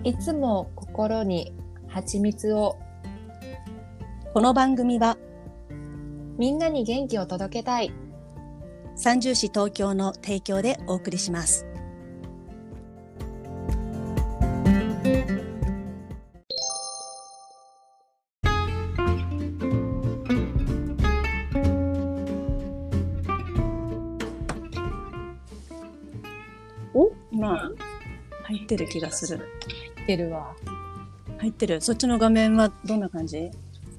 いつも心に蜂蜜を。 この番組はみんなに元気を届けたい三重市東京の提供でお送りします。今入ってる気がする。 入ってるわ。 入ってる。そっちの画面はどんな感じ？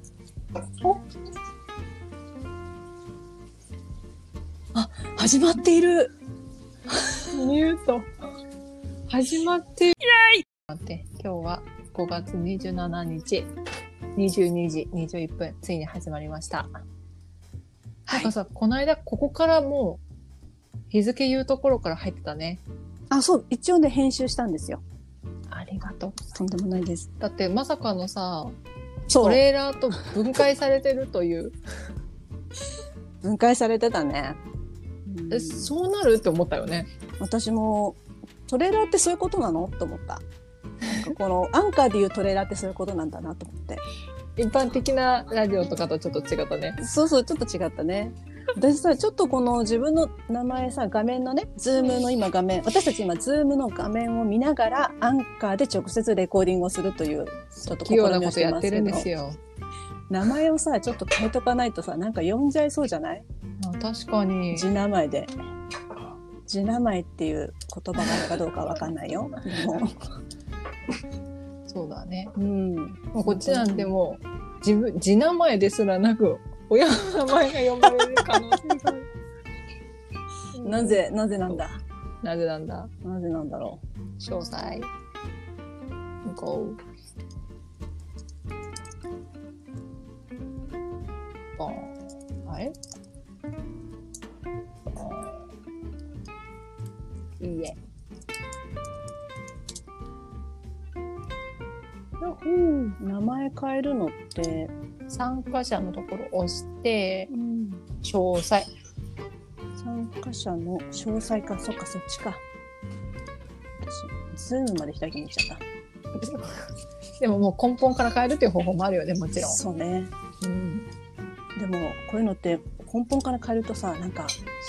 あ、始まっている。 ミュート始まってる。待って、今日は5月27日22時21分ついに始まりました。なんかさ、この間ここからもう日付言うところから入ってたね。 あ、そう、一応ね編集したんですよ。 ありがとう。 とんでもないです。 だってまさかのさ、 そうトレーラーと分解されてるという分解されてたね。 そうなるって思ったよね。 私もトレーラーってそういうことなのと思った。なんかこのアンカーでいうトレーラーってそういうことなんだなと思って。 一般的なラジオとかとちょっと違ったね。 そうそう、ちょっと違ったね。私さ、ちょっとこの自分の名前さ、画面のね、ズームの今画面、私たち今ズームの画面を見ながらアンカーで直接レコーディングをするという、ちょっと器用なことやってるんですよ。 名前をさ、ちょっと変えとかないとさ、なんか呼んじゃいそうじゃない？ あ、確かに。 字名前で。字名前っていう言葉があるかどうかわかんないよ。でもそうだね。 うん。 もうこっちなんてもう字名前ですらなく親の名前が呼ばれる可能性がある。 なぜなんだ。 なぜなんだ。 なぜなんだろう。詳細。向こう。ボン。あれ？いいえ。 名前変えるのって参加者のところを押して、詳細。 参加者の詳細か。そっか、そっちか。私ズームまで開きに行っちゃった。 でももう根本から変えるっていう方法もあるよね、もちろん。 そうね。でもこういうのって根本から変えるとさ、なんか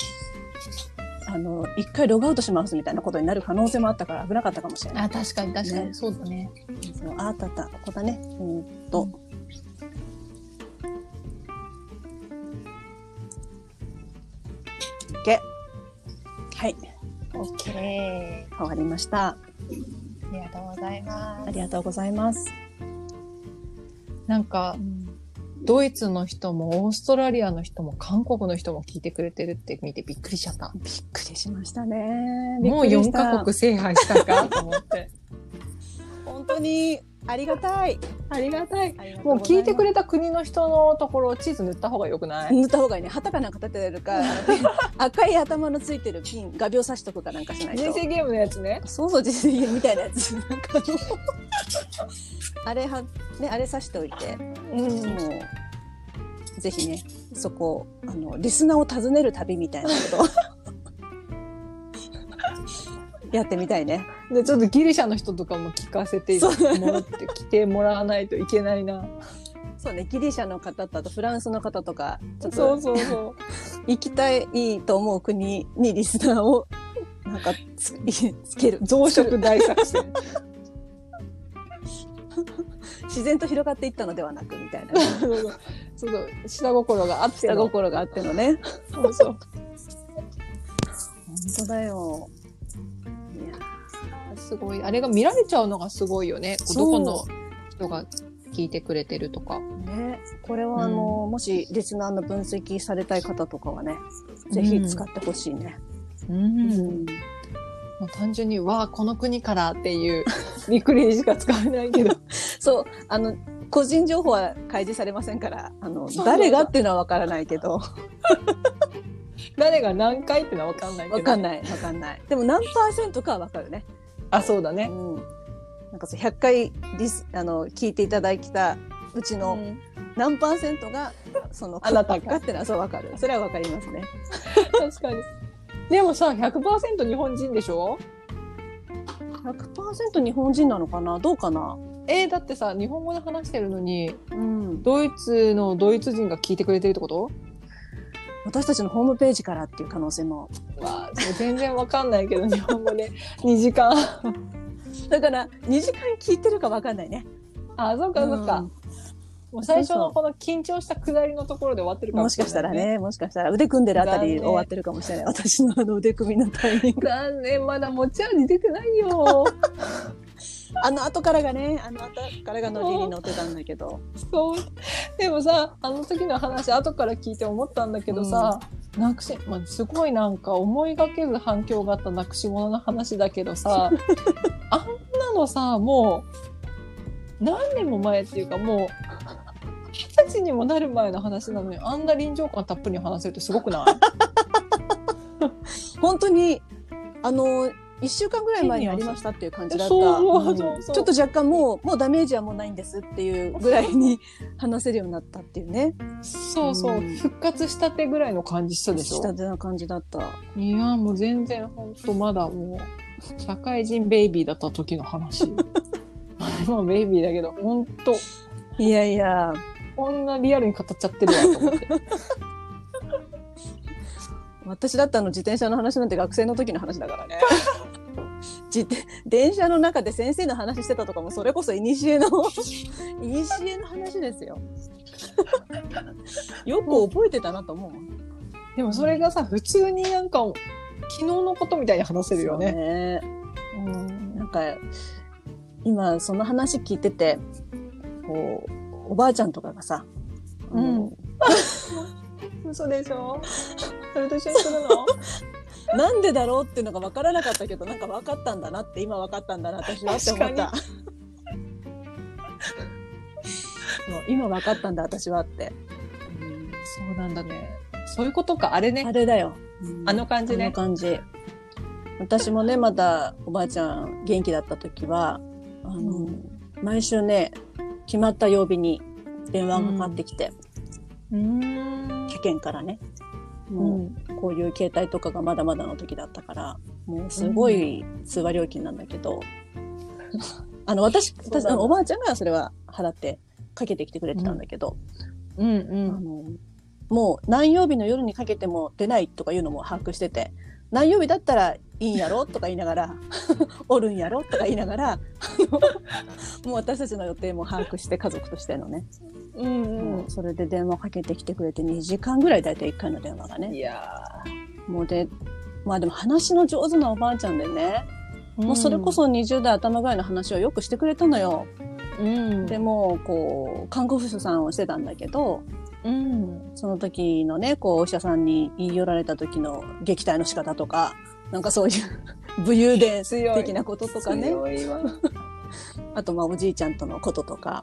一回ログアウトしますみたいなことになる可能性もあったから危なかったかもしれない。 あ、確かに、ね、そうだね。 あったここだね。OK。はい。 OK。 変わりました。 ありがとうございます。 ありがとうございます。 なんか、ドイツの人もオーストラリアの人も韓国の人も聞いてくれてるって見てびっくりしちゃった。 びっくりしましたね。 もう4カ国制覇したかと思って。 本当にありがたい。 ありがたい。もう聞いてくれた国の人のところ地図塗った方がよくない？ 塗った方がいいね。旗かなんか立ててるか赤い頭のついてるピン画鋲刺しとくかなんかしないと。 人生ゲームのやつね。 そうそう、人生ゲームみたいなやつ。なんかあれ刺しておいて、もうぜひね、そこリスナーを訪ねる旅みたいなことやってみたいね。 でちょっとギリシャの人とかも聞かせてもらって来てもらわないといけないな。 そうね、ギリシャの方とあとフランスの方とかちょっとそう行きたいと思う国にリスナーをなんかつける増殖大作戦。 自然と広がっていったのではなくみたいな。 そう下心があってのね。 そうそう。 本当だよ。いやすごい、あれが見られちゃうのがすごいよね。どこの人が聞いてくれてるとか。 ね、これはもしリスナーの分析されたい方とかはね、ぜひ使ってほしいね。 もう単純にこの国からっていうびっくりしか使えないけど。 そう個人情報は開示されませんから誰がっていうのは分からないけど。 誰が何回ってのは分かんないけど。 分かんない。でも何%かは分かるね。 あ、そうだね。 なんか100回聞いていただいたうちの何%がそのあなたかってのはそう分かる。それは分かりますね。 確かに。でもさ、100% 日本人でしょ？ 100% 日本人なのかな、どうかな。 だってさ、日本語で話してるのに、 うん、 ドイツのドイツ人が聞いてくれてるってこと？ 私たちのホームページからっていう可能性も。 まあ、全然わかんないけど、日本語で2時間。 だから2時間聞いてるかわかんないね。 あ、そっかそっか。もう最初のこの緊張した下りのところで終わってるかもしれない、ね。 もしかしたらね、もしかしたら腕組んでるあたり終わってるかもしれない。私の腕組みのタイミング。 残念、まだ持ち味出てないよ。 後からがね、後からがノリに乗ってたんだけど。 そう。でもさ、あの時の話後から聞いて思ったんだけどさ、すごいなんか思いがけず反響があったなくし物の話だけどさ、あんなのさ、もう何年も前っていうかもう20歳にもなる前の話なのに、あんな臨場感たっぷりに話せるってすごくない？ 本当に1週間ぐらい前にありましたっていう感じだった。 そう。 ちょっと若干もうダメージはもうないんですっていうぐらいに話せるようになったっていうね。 そうそう、復活したてぐらいの感じしたでしょ。 したてな感じだった。 いやもう全然ほんとまだもう社会人ベイビーだった時の話。もうベイビーだけどほんと。 いやいや、 こんなリアルに語っちゃってるわと思って。 私だった自転車の話なんて学生の時の話だからね。電車の中で先生の話してたとかもそれこそ古の話ですよ。よく覚えてたなと思う。 でもそれがさ、普通になんか昨日のことみたいに話せるよね。 なんか今その話聞いてて、こうおばあちゃんとかがさ、 嘘でしょ？それと一緒にするの？ なんでだろうっていうのが分からなかったけど、なんか分かったんだなって、今分かったんだな私はって思った。今分かったんだ私はって、 そうなんだね。そういうことか。あれね。 あれだよ、 あの感じね。 あの感じ。私もね、まだおばあちゃん元気だった時は毎週ね、決まった曜日に電話がかかってきて、他県からね、もうこういう携帯とかがまだまだの時だったから、もうすごい通話料金なんだけど、私おばあちゃんがそれは払ってかけてきてくれてたんだけど、もう何曜日の夜にかけても出ないとかいうのも把握してて、何曜日だったらいいんやろとか言いながらおるんやろとか言いながらもう私たちの予定も把握して、家族としてのね、それで電話かけてきてくれて2時間ぐらい、だいたい1回の電話がね。 いやもうでも話の上手なおばあちゃんでね、もうそれこそ20代頭ぐらいの話をよくしてくれたのよ。でもこう看護婦さんをしてたんだけど、その時のね、こうお医者さんに言い寄られた時の撃退の仕方とか、なんかそういう武勇伝的なこととかね、あとおじいちゃんとのこととか、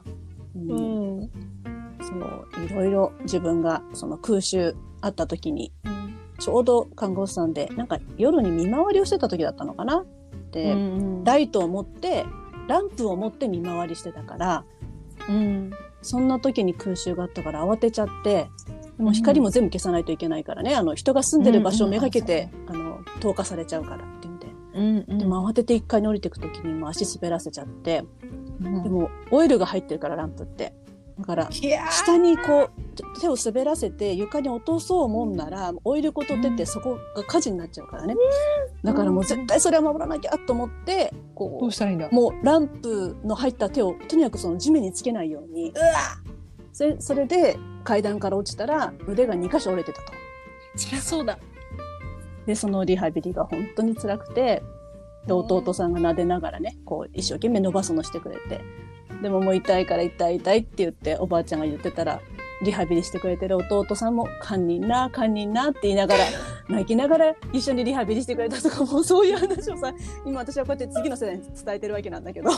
そういろいろ自分がその空襲あった時に、ちょうど看護師さんでなんか夜に見回りをしてた時だったのかな。で、ライトを持ってランプを持って見回りしてたから、そんな時に空襲があったから慌てちゃって、もう光も全部消さないといけないからね、人が住んでる場所をめがけて、投下されちゃうからって言うんで、でも慌てて1階に降りていく時にも足滑らせちゃって、でもオイルが入ってるからランプって、だから下にこう手を滑らせて床に落とそうもんならオイルごと出てそこが火事になっちゃうからね、だからもう絶対それは守らなきゃと思って、こうどうしたらいいんだ。 もうランプの入った手をとにかくその地面につけないように、それで階段から落ちたら腕が2箇所折れてたと。 そりゃそうだ。 でそのリハビリが本当に辛くて、で弟さんが撫でながらね、こう一生懸命伸ばすのしてくれて、でももう痛いから痛い痛いって言っておばあちゃんが言ってたら、リハビリしてくれてる弟さんも堪忍な堪忍なって言いながら泣きながら一緒にリハビリしてくれたとか、もうそういう話をさ、今私はこうやって次の世代に伝えてるわけなんだけど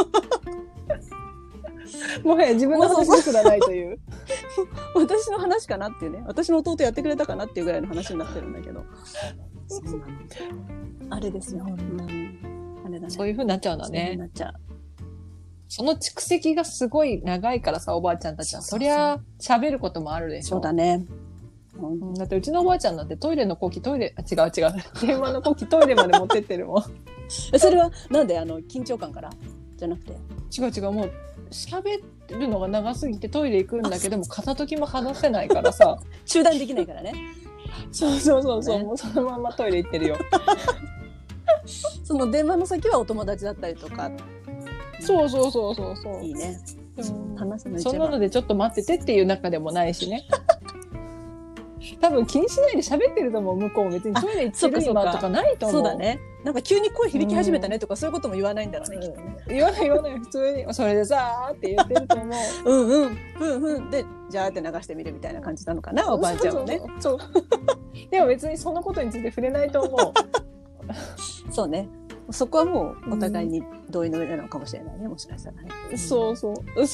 もはや自分の話すらないという私の話かなっていうね、私の弟やってくれたかなっていうぐらいの話になってるんだけど、そうなの、あれですよ、あれだね、 そういう風になっちゃうんだね。 そういう風になっちゃう。 その蓄積がすごい長いからさ、おばあちゃんたちはそりゃ喋ることもあるでしょ。 そうだね。 だってうちのおばあちゃんなんてトイレの呼気違う電話の呼気トイレまで持ってってるもん。 それはなんで緊張感からじゃなくて。 違うもう喋るのが長すぎてトイレ行くんだけども片時も話せないからさ中断できないからね。 そう、ね、もうそのままトイレ行ってるよ。 その電話の先はお友達だったりとか。 そういいね。話すのそんなのでちょっと待っててっていう中でもないしね。多分気にしないで喋ってると思う。向こうも別にトイレ行ってる今とかないと思う。 そうだね。なんか急に声響き始めたねとか、そういうことも言わないんだろうね、きっとね。 言わない普通にそれでさーって言ってると思う。 ふんでじゃあって流してみるみたいな感じなのかな、おばあちゃんはね。 そうでも別にそのことについて触れないと思う。 そうね。そこはもうお互いに同意の上なのかもしれないね、もしかしたらね。 そう。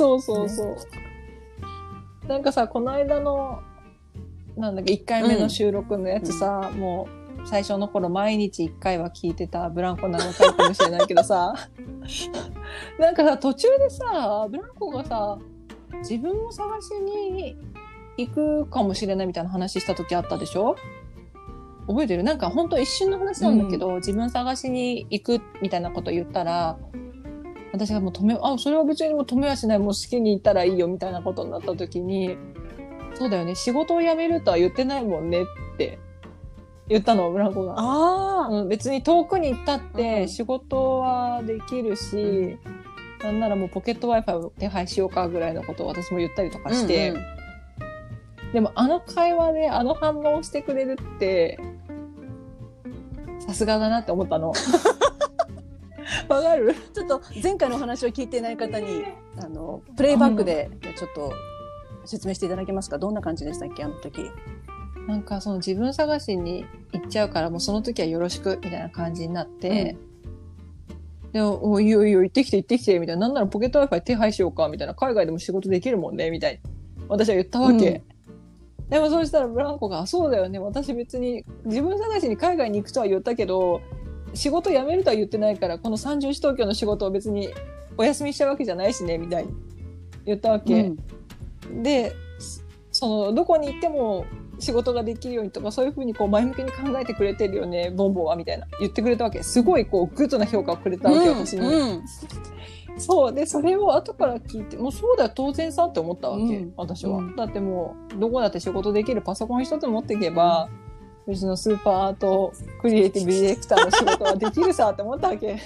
なんかさ、この間のなんだっけ1回目の収録のやつさ、もう最初の頃毎日1回は聞いてたブランコなのかもしれないけどさなんかさ途中でさブランコがさ自分を探しに行くかもしれないみたいな話した時あったでしょ。覚えてる？なんか本当一瞬の話なんだけど、自分探しに行くみたいなこと言ったら私がもうそれは別にもう止めはしない、もう好きに行ったらいいよみたいなことになった時に、そうだよね、仕事を辞めるとは言ってないもんねって言ったの、ブランコが。別に遠くに行ったって仕事はできるし、なんならもうポケット Wi-Fi を手配しようかぐらいのことを私も言ったりとかして、でもあの会話であの反応をしてくれるってさすがだなって思ったの。わかる？ ちょっと前回のお話を聞いていない方にプレイバックでちょっと説明していただけますか？どんな感じでしたっけ、あの時。 なんかその自分探しに行っちゃうからもうその時はよろしくみたいな感じになって、でもいいよ行ってきてみたいな、なんならポケット Wi-Fi 手配しようかみたいな、海外でも仕事できるもんねみたいに私は言ったわけ、でもそうしたらブランコがそうだよね、私別に自分探しに海外に行くとは言ったけど仕事辞めるとは言ってないから、この三重視東京の仕事を別にお休みしちゃうわけじゃないしねみたいに言ったわけ、でそのどこに行っても仕事ができるようにとか、そういう風にこう前向きに考えてくれてるよねボンボンはみたいな言ってくれたわけ。すごいこうグッドな評価をくれたわけ、私に、そうで、それを後から聞いてもうそうだよ当然さって思ったわけ、私は、だってもうどこだって仕事できるパソコン一つ持っていけば、うちのスーパーアートクリエイティブディレクターの仕事はできるさって思ったわけ。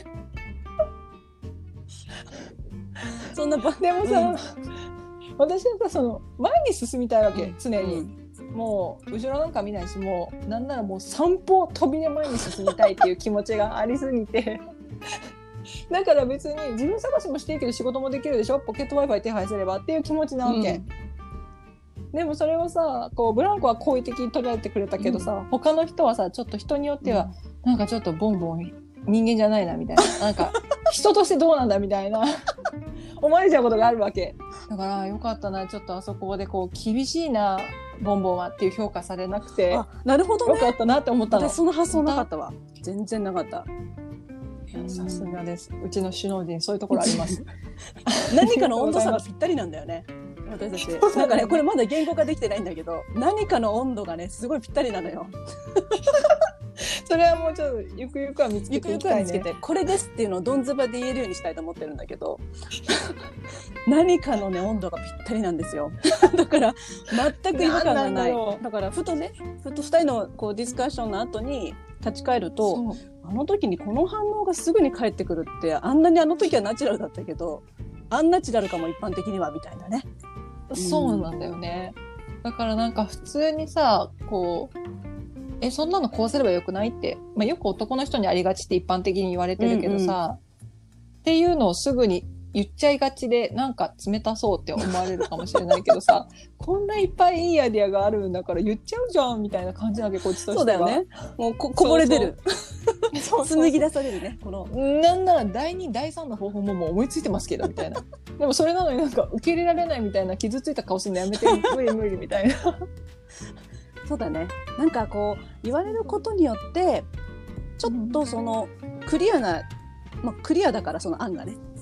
そんなでもさ、私はさその前に進みたいわけ、常に、もう後ろなんか見ないし、もうなんならもう散歩飛びで前に進みたいっていう気持ちがありすぎてだから別に自分探しもしていいけど仕事もできるでしょ、ポケット Wi-Fi 手配すればっていう気持ちなわけ、でもそれをさこうブランコは好意的に捉えてくれたけどさ、他の人はさちょっと人によっては、なんかちょっとボンボン人間じゃないなみたいな、なんか人としてどうなんだみたいな思われちゃうことがあるわけだから、よかったな、ちょっとあそこでこう厳しいなボンボンはっていう評価されなくて、 なるほどね、 よかったなって思ったの。 私その発想なかったわ、全然なかった。 さすがです、うちの首脳陣そういうところあります何かの温度差がぴったりなんだよね私たち。なんかね、これまだ言語化できてないんだけど、何かの温度がねすごいぴったりなのよそれはもうちょっとゆくゆくは見つけていきたいね。 これですっていうのをどんずばで言えるようにしたいと思ってるんだけど何かのね温度がぴったりなんですよだから全く違和感がない。だからふと2人のこうディスカッションの後に立ち返ると、あの時にこの反応がすぐに返ってくるって、あんなにあの時はナチュラルだったけどアンナチュラルかも一般的にはみたいなね。 そうなんだよね。だからなんか普通にさこうそんなのこうすればよくないって、よく男の人にありがちって一般的に言われてるけどさ、っていうのをすぐに言っちゃいがちで、なんか冷たそうって思われるかもしれないけどさこんないっぱいいいアイディアがあるんだから言っちゃうじゃんみたいな感じなわけ、こっちとしては。 そうだよね、もうこぼれ出る紡ぎ出されるね、このなんなら第2第3の方法ももう思いついてますけどみたいなでもそれなのになんか受け入れられないみたいな、傷ついた顔するのやめて無理みたいなそうだね、なんかこう言われることによってちょっとそのクリアな、クリアだからその案がね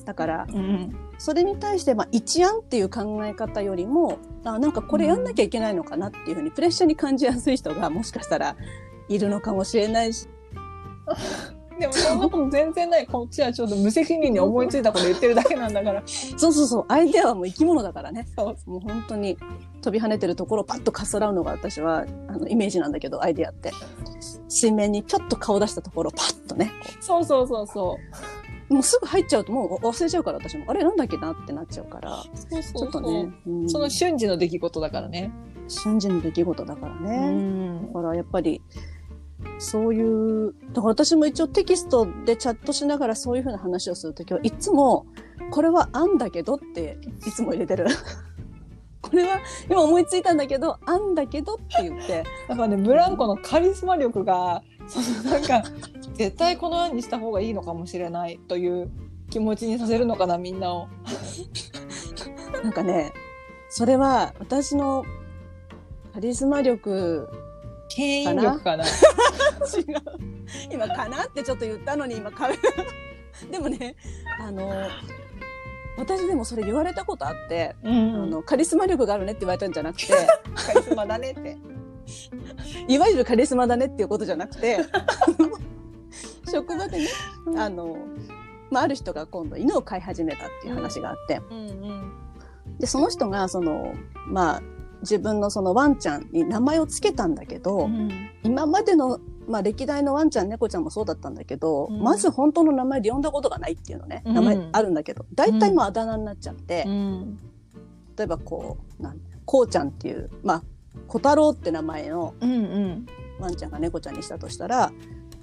だから、 うん、 それに対して、一案っていう考え方よりも、なんかこれやんなきゃいけないのかなっていうふうにプレッシャーに感じやすい人がもしかしたらいるのかもしれないし。 でもそんなこと全然ない。こっちはちょっと無責任に思いついたこと言ってるだけなんだから。 そうアイデアはもう生き物だからね。もう本当に飛び跳ねてるところをパッとかっさらうのが私はイメージなんだけど、アイデアって水面にちょっと顔出したところをパッとね。 そうもうすぐ入っちゃうともう忘れちゃうから、私もあれなんだっけなってなっちゃうから、ちょっとね、 その瞬時の出来事だからね。 瞬時の出来事だからね。だからやっぱりそういう、だから私も一応テキストでチャットしながらそういうふうな話をするときはいつもこれは案だけどっていつも入れてる。これは今思いついたんだけど案だけどって言って、 やっぱねブランコのカリスマ力がなんか絶対この案にした方がいいのかもしれないという気持ちにさせるのかな、みんなを。 なんかね、それは私のカリスマ力、 牽引力かな。違う。 今かなってちょっと言ったのに今でもね、私でもそれ言われたことあって、カリスマ力があるねって言われたんじゃなくて、 カリスマだねって。 いわゆるカリスマだねっていうことじゃなくて、職場でね、ある人が今度犬を飼い始めたっていう話があって、でその人が自分のそのワンちゃんに名前をつけたんだけど、今までの、歴代のワンちゃん猫ちゃんもそうだったんだけど、まず本当の名前で呼んだことがないっていうのね、名前あるんだけど大体もうあだ名になっちゃって、例えばこうちゃんっていう小太郎って名前のワンちゃんが猫ちゃんにしたとしたら、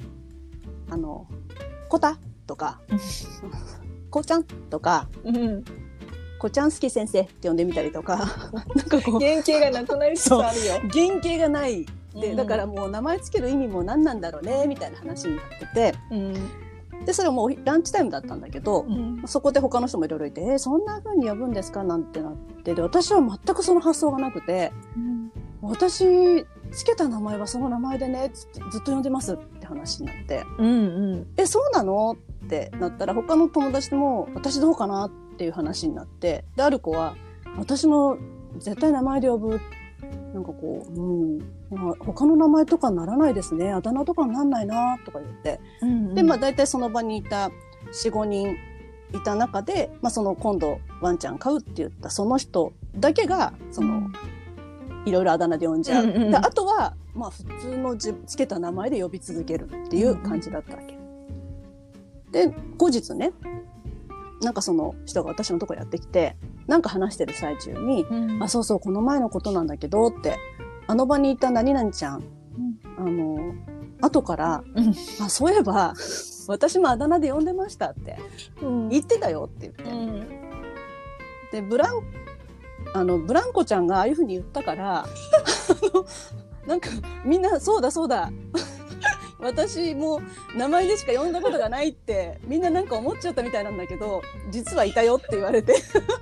コタとかこうちゃんとか、こちゃんすき先生って呼んでみたりとか、なんかこう原型がなくなりつつあるよ。 原型がないで、だからもう名前つける意味も何なんだろうねみたいな話になってて、でそれはもうランチタイムだったんだけど、そこで他の人もいろいろいて、そんな風に呼ぶんですかなんてなって、で私は全くその発想がなくて、私つけた名前はその名前でねつってずっと呼んでますって話になって、そうなのってなったら、他の友達も私どうかなっていう話になって、である子は私も絶対名前で呼ぶ、なんかこう、他の名前とかにならないですね、あだ名とかになんないなとか言って、で大体その場にいた 4,5 人いた中で、その今度ワンちゃん飼うって言ったその人だけがいろいろあだ名で呼んじゃう、であとは普通のつけた名前で呼び続けるっていう感じだったわけ、で後日ね、なんかその人が私のとこやってきて、なんか話してる最中に、そうそうこの前のことなんだけどって、あの場にいた何々ちゃん、後から、そういえば私もあだ名で呼んでましたって言ってたよって言って、でブランコちゃんがああいう風に言ったからなんかみんなそうだ私も名前でしか呼んだことがないってみんななんか思っちゃったみたいなんだけど、実はいたよって言われて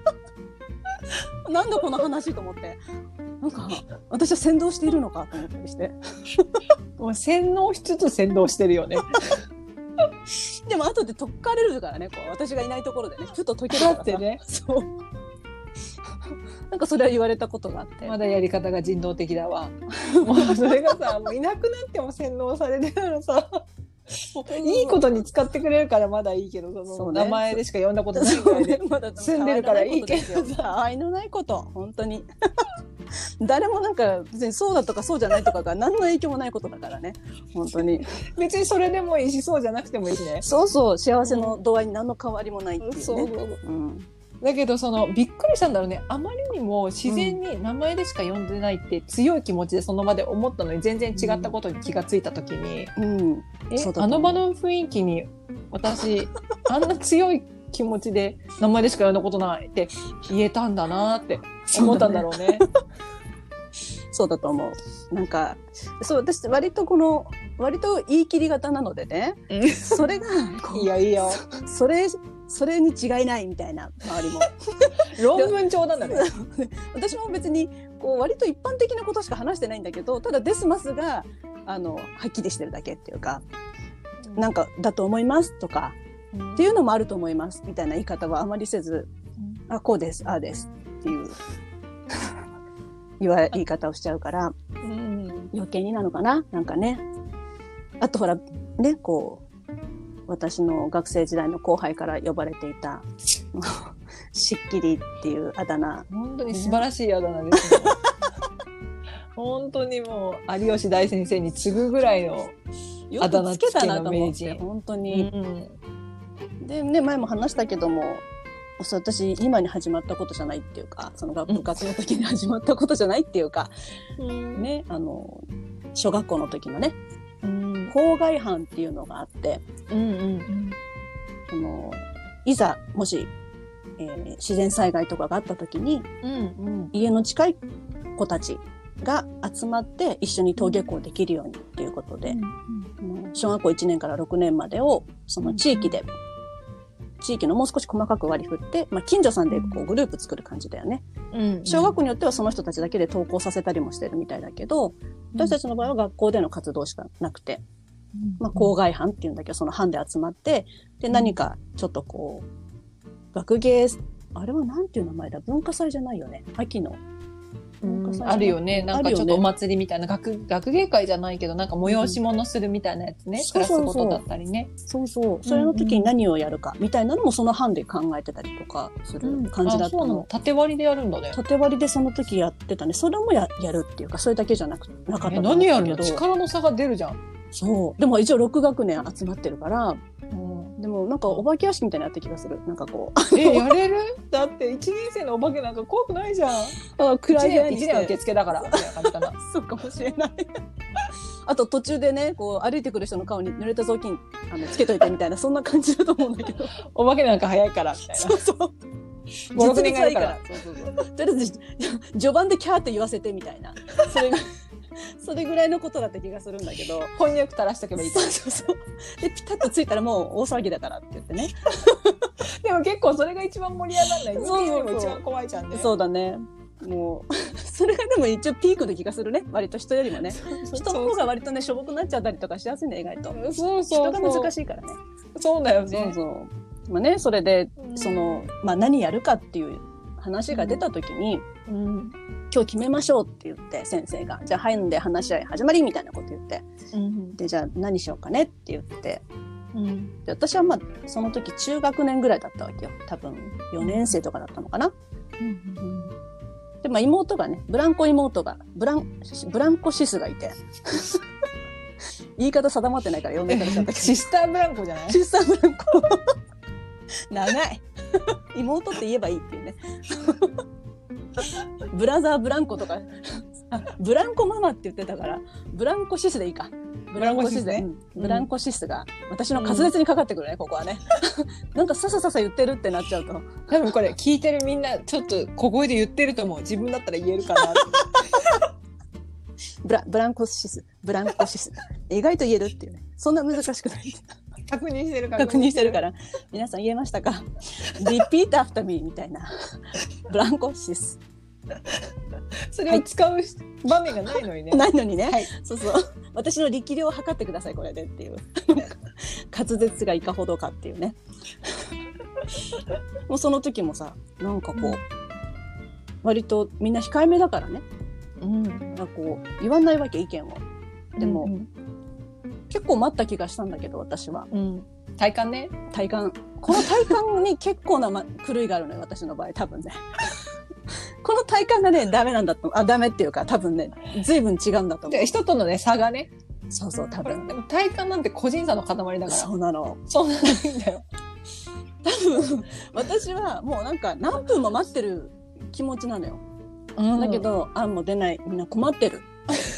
なんだこの話と思って、なんか私は先導しているのかと思ったりしてもう洗脳しつつ先導してるよね。 でも後で解かれるからね、こう私がいないところでねふと解けるからってね。そうなんかそれは言われたことがあって、 まだやり方が人道的だわ。もうそれがさ、もういなくなっても洗脳されてるのさ、いいことに使ってくれるからまだいいけど、その名前でしか呼んだことないぐらいで住んでるからいいけどさ、 愛のないこと本当に誰もなんか別にそうだとかそうじゃないとかが何の影響もないことだからね、本当に別にそれでもいいし、そうじゃなくてもいいしね。 そう幸せの度合いに何の変わりもないっていうね。 だけどびっくりしたんだろうね。あまりにも自然に名前でしか呼んでないって強い気持ちでその場で思ったのに、全然違ったことに気がついた時に、あの場の雰囲気に私あんな強い気持ちで名前でしか呼んだことないって言えたんだなって思ったんだろうね。 そうだと思う。なんか私割と言い切り型なのでね、それがいいよそれに違いないみたいな、周りも論文帳なんだね。 私も別にこう割と一般的なことしか話してないんだけど、ただデスマスがはっきりしてるだけっていうか、なんかだと思いますとか、 っていうのもあると思いますみたいな言い方はあまりせず、あ、こうです、ああですっていう言い方をしちゃうから、余計になのかな、なんかね。あとほらね、こう私の学生時代の後輩から呼ばれていたしっきりっていうあだ名、 本当に素晴らしいあだ名ですね。本当にもう有吉大先生に次ぐぐらいのあだ名つけの名人、 本当に、でね、前も話したけども、私今に始まったことじゃないっていうか、その部活の時に始まったことじゃないっていうか、ね、小学校の時のね、校外班っていうのがあって、いざもし、自然災害とかがあった時に、家の近い子たちが集まって一緒に登下校できるようにっていうことで、小学校1年から6年までをその地域のもう少し細かく割り振って、近所さんでこうグループ作る感じだよね。小学校によってはその人たちだけで登校させたりもしてるみたいだけど、私たちの場合は学校での活動しかなくて、校外班っていうんだけど、その班で集まって、で、何かちょっとこう、学芸、あれはなんていう名前だ、文化祭じゃないよね。秋の。 あるよね。なんかちょっとお祭りみたいな、学芸会じゃないけど、なんか催し物するみたいなやつね。クラスごとだったりね。 そうそう。それの時に何をやるかみたいなのもその班で考えてたりとかする感じだったの。 縦割りでやるんだね。 縦割りでその時やってたね。それもやるっていうか、それだけじゃなかったんだけど。 何やるの？力の差が出るじゃん。 そう。でも一応6学年集まってるから、でもなんかお化け屋敷みたいになった気がする。なんかこう。 やれる？だって1年生のお化けなんか怖くないじゃん。 暗い部屋に 1年は受付だから。みたいな感じかな。 そうかもしれない。あと途中でね、こう歩いてくる人の顔に濡れた雑巾つけといてみたいな、そんな感じだと思うんだけど。 お化けなんか早いからみたいな。 そうそう。 5、6年がいいから。 そう。とりあえず序盤でキャーって言わせてみたいな。それぐらいのことだった気がするんだけど、 こんにゃく垂らしとけばいいから。 そう。でピタッとついたらもう大騒ぎだからって言ってね。 でも結構それが一番盛り上がらない。そう一番怖いじゃんね。 そうだね。もうそれがでも一応ピークの気がするね。割と人よりもね。人の方が割とねしょぼくなっちゃったりとかしやすいね、意外と。そう。人が難しいからね。 そうだよね。 そう。それで何やるかっていう話が出た時に、今日決めましょうって言って先生が、じゃあ班で話し合い始まりみたいなこと言って、でじゃあ何しようかねって言って、で私はその時中学年ぐらいだったわけよ。多分4年生とかだったのかな。で妹がね、ブランコ妹がブランコシスがいて言い方定まってないから呼んでくれちゃったけどシスターブランコじゃない？ シスターブランコ長い妹って言えばいいっていうねブラザーブランコとかブランコママって言ってたからブランコシスでいいか。ブランコシスね。ブランコシスが私の滑舌にかかってくるね、ここはね。なんかささ言ってるってなっちゃうと。 多分これ聞いてるみんなちょっと小声で言ってると思う。自分だったら言えるかなって。 ブランコシス。意外と言えるっていうね。そんな難しくない。 確認してるから。 皆さん言えましたか？リピートアフターミーみたいな。ブランコシス。 それを使う場面がないのにね。 ないのにね。そう。私の力量を測ってくださいこれでっていう。滑舌がいかほどかっていうね。もうその時もさ、なんかこう割とみんな控えめだからね。なんかこう言わないわけ意見を。でも、結構待った気がしたんだけど私は。 体感ね。 この体感に結構な狂いがあるのよ私の場合多分ね。この体感がねダメなんだとダメっていうか多分ね随分違うんだと思う。 人とのね差がね。 そう多分。 でも体感なんて個人差の塊だから。 そうなの。 そうなんだよ。 多分私はもうなんか何分も待ってる気持ちなのよ。だけど案も出ない、みんな困ってる。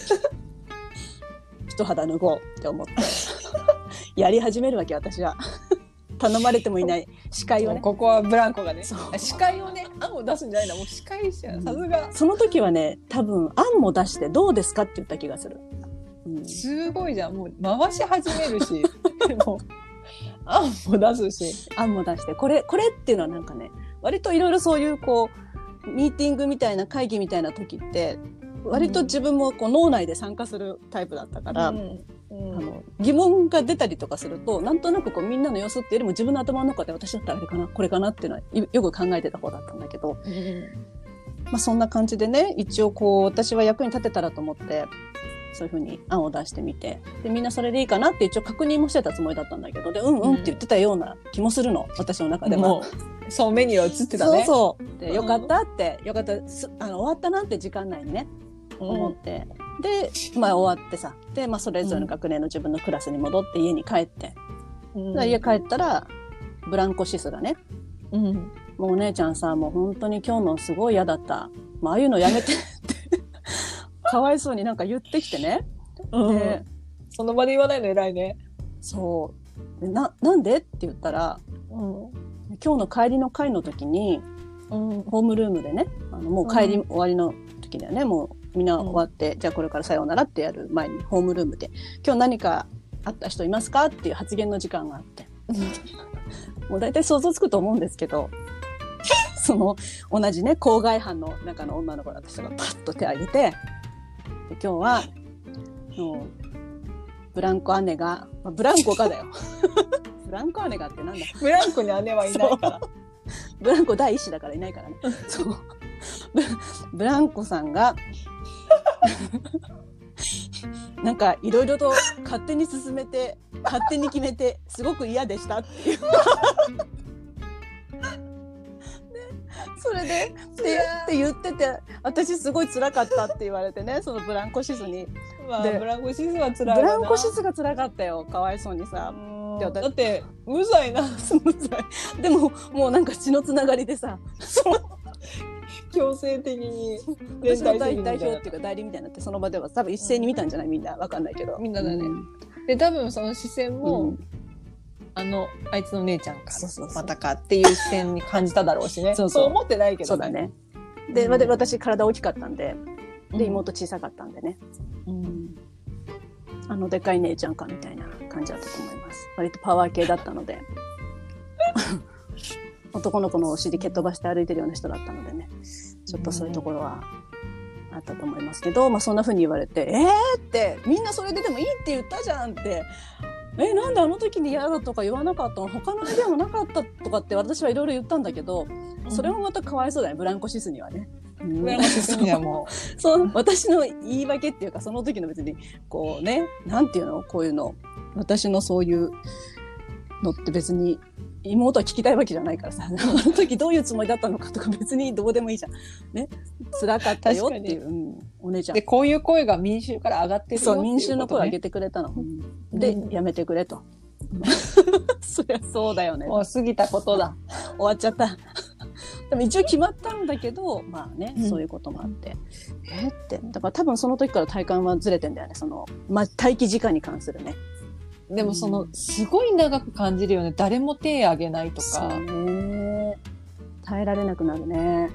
一肌脱ごうって思ってやり始めるわけ私は。頼まれてもいない司会をね。 ここはブランコがね。司会をね、案を出すんじゃないの。もう司会者、さすが。 その時はね、多分案も出してどうですかって言った気がする。 すごいじゃん。もう回し始めるし、もう案も出すし。 案も出して、これっていうのはなんかね、割といろいろそういうこう、ミーティングみたいな会議みたいな時って、割と自分もこう脳内で参加するタイプだったから、 疑問が出たりとかすると、なんとなくこうみんなの様子っていうよりも自分の頭の中で私だったらあれかなこれかなっていうのはよく考えてた方だったんだけど、まあそんな感じでね、一応こう私は役に立てたらと思ってそういうふうに案を出してみて、でみんなそれでいいかなって一応確認もしてたつもりだったんだけど、でって言ってたような気もするの、私の中でも。 そうメニューは映ってたね。 そうでよかったって、よかった終わったなって時間内にね、思って。で、まあ終わってさ、で、まあそれぞれの学年の自分のクラスに戻って家に帰って、家帰ったら、ブランコシスがね、もうお姉ちゃんさ、もう本当に今日のすごい嫌だった。まあああいうのやめてって、かわいそうになんか言ってきてね。で、 その場で言わないの偉いね。 そう。なんでって言ったら、今日の帰りの会の時に、ホームルームでね、もう帰り終わりの時だよね、もうみんな終わって、じゃあこれからさようならってやる前にホームルームで今日何かあった人いますかっていう発言の時間があって、もう大体想像つくと思うんですけど、その同じね校外班の中の女の子の人がパッと手を挙げて、で今日はブランコ姉が、ブランコがだよブランコ姉がってなんだ、 ブランコに姉はいないからブランコ第一子だからいないからねそうブランコさんがなんかいろいろと勝手に進めて勝手に決めてすごく嫌でしたっていうそれでって言ってて、私すごい辛かったって言われてね、そのブランコシスに。 まあ、ブランコシスは辛いわな。 ブランコシスが辛かったよ、かわいそうにさ。 だって無罪な無罪でももうなんか血のつながりでさ強制的に私の代表っていうか代理みたいになって、その場では多分一斉に見たんじゃない、みんなわかんないけど、 みんなだね、で多分その視線も、あいつの姉ちゃんかまたかっていう視線に感じただろうしねそう思ってないけどね。 そうだね。で、私体大きかったんで、で妹小さかったんでね、でかい姉ちゃんかみたいな感じだったと思います。割とパワー系だったので男の子のお尻蹴っ飛ばして歩いてるような人だったのでね、ちょっとそういうところはあったと思いますけど、そんな風に言われてってみんなそれででもいいって言ったじゃんって、なんであの時に嫌だとか言わなかったの、他のアイデアもなかったとかって私はいろいろ言ったんだけど、それもまたかわいそうだね、ブランコシスにはね。 ブランコシスにはもうそう私の言い訳っていうか、その時の別にこうね、なんていうの、こういうの私のそういうのって別に妹は聞きたいわけじゃないからさ、あの時どういうつもりだったのかとか別にどうでもいいじゃんね。辛かったよっていう、お姉ちゃんでこういう声が民衆から上がってるよっていうこと、ね、 そう民衆の声を上げてくれたの、で、やめてくれとそりゃそうだよね、 もう過ぎたことだ終わっちゃったでも一応決まったんだけど、まあね、そういうこともあって、ってだから多分その時から体感はずれてんだよね、その、待機時間に関するね。 でもその、すごい長く感じるよね、誰も手挙げないとか。 そうね、耐えられなくなるね。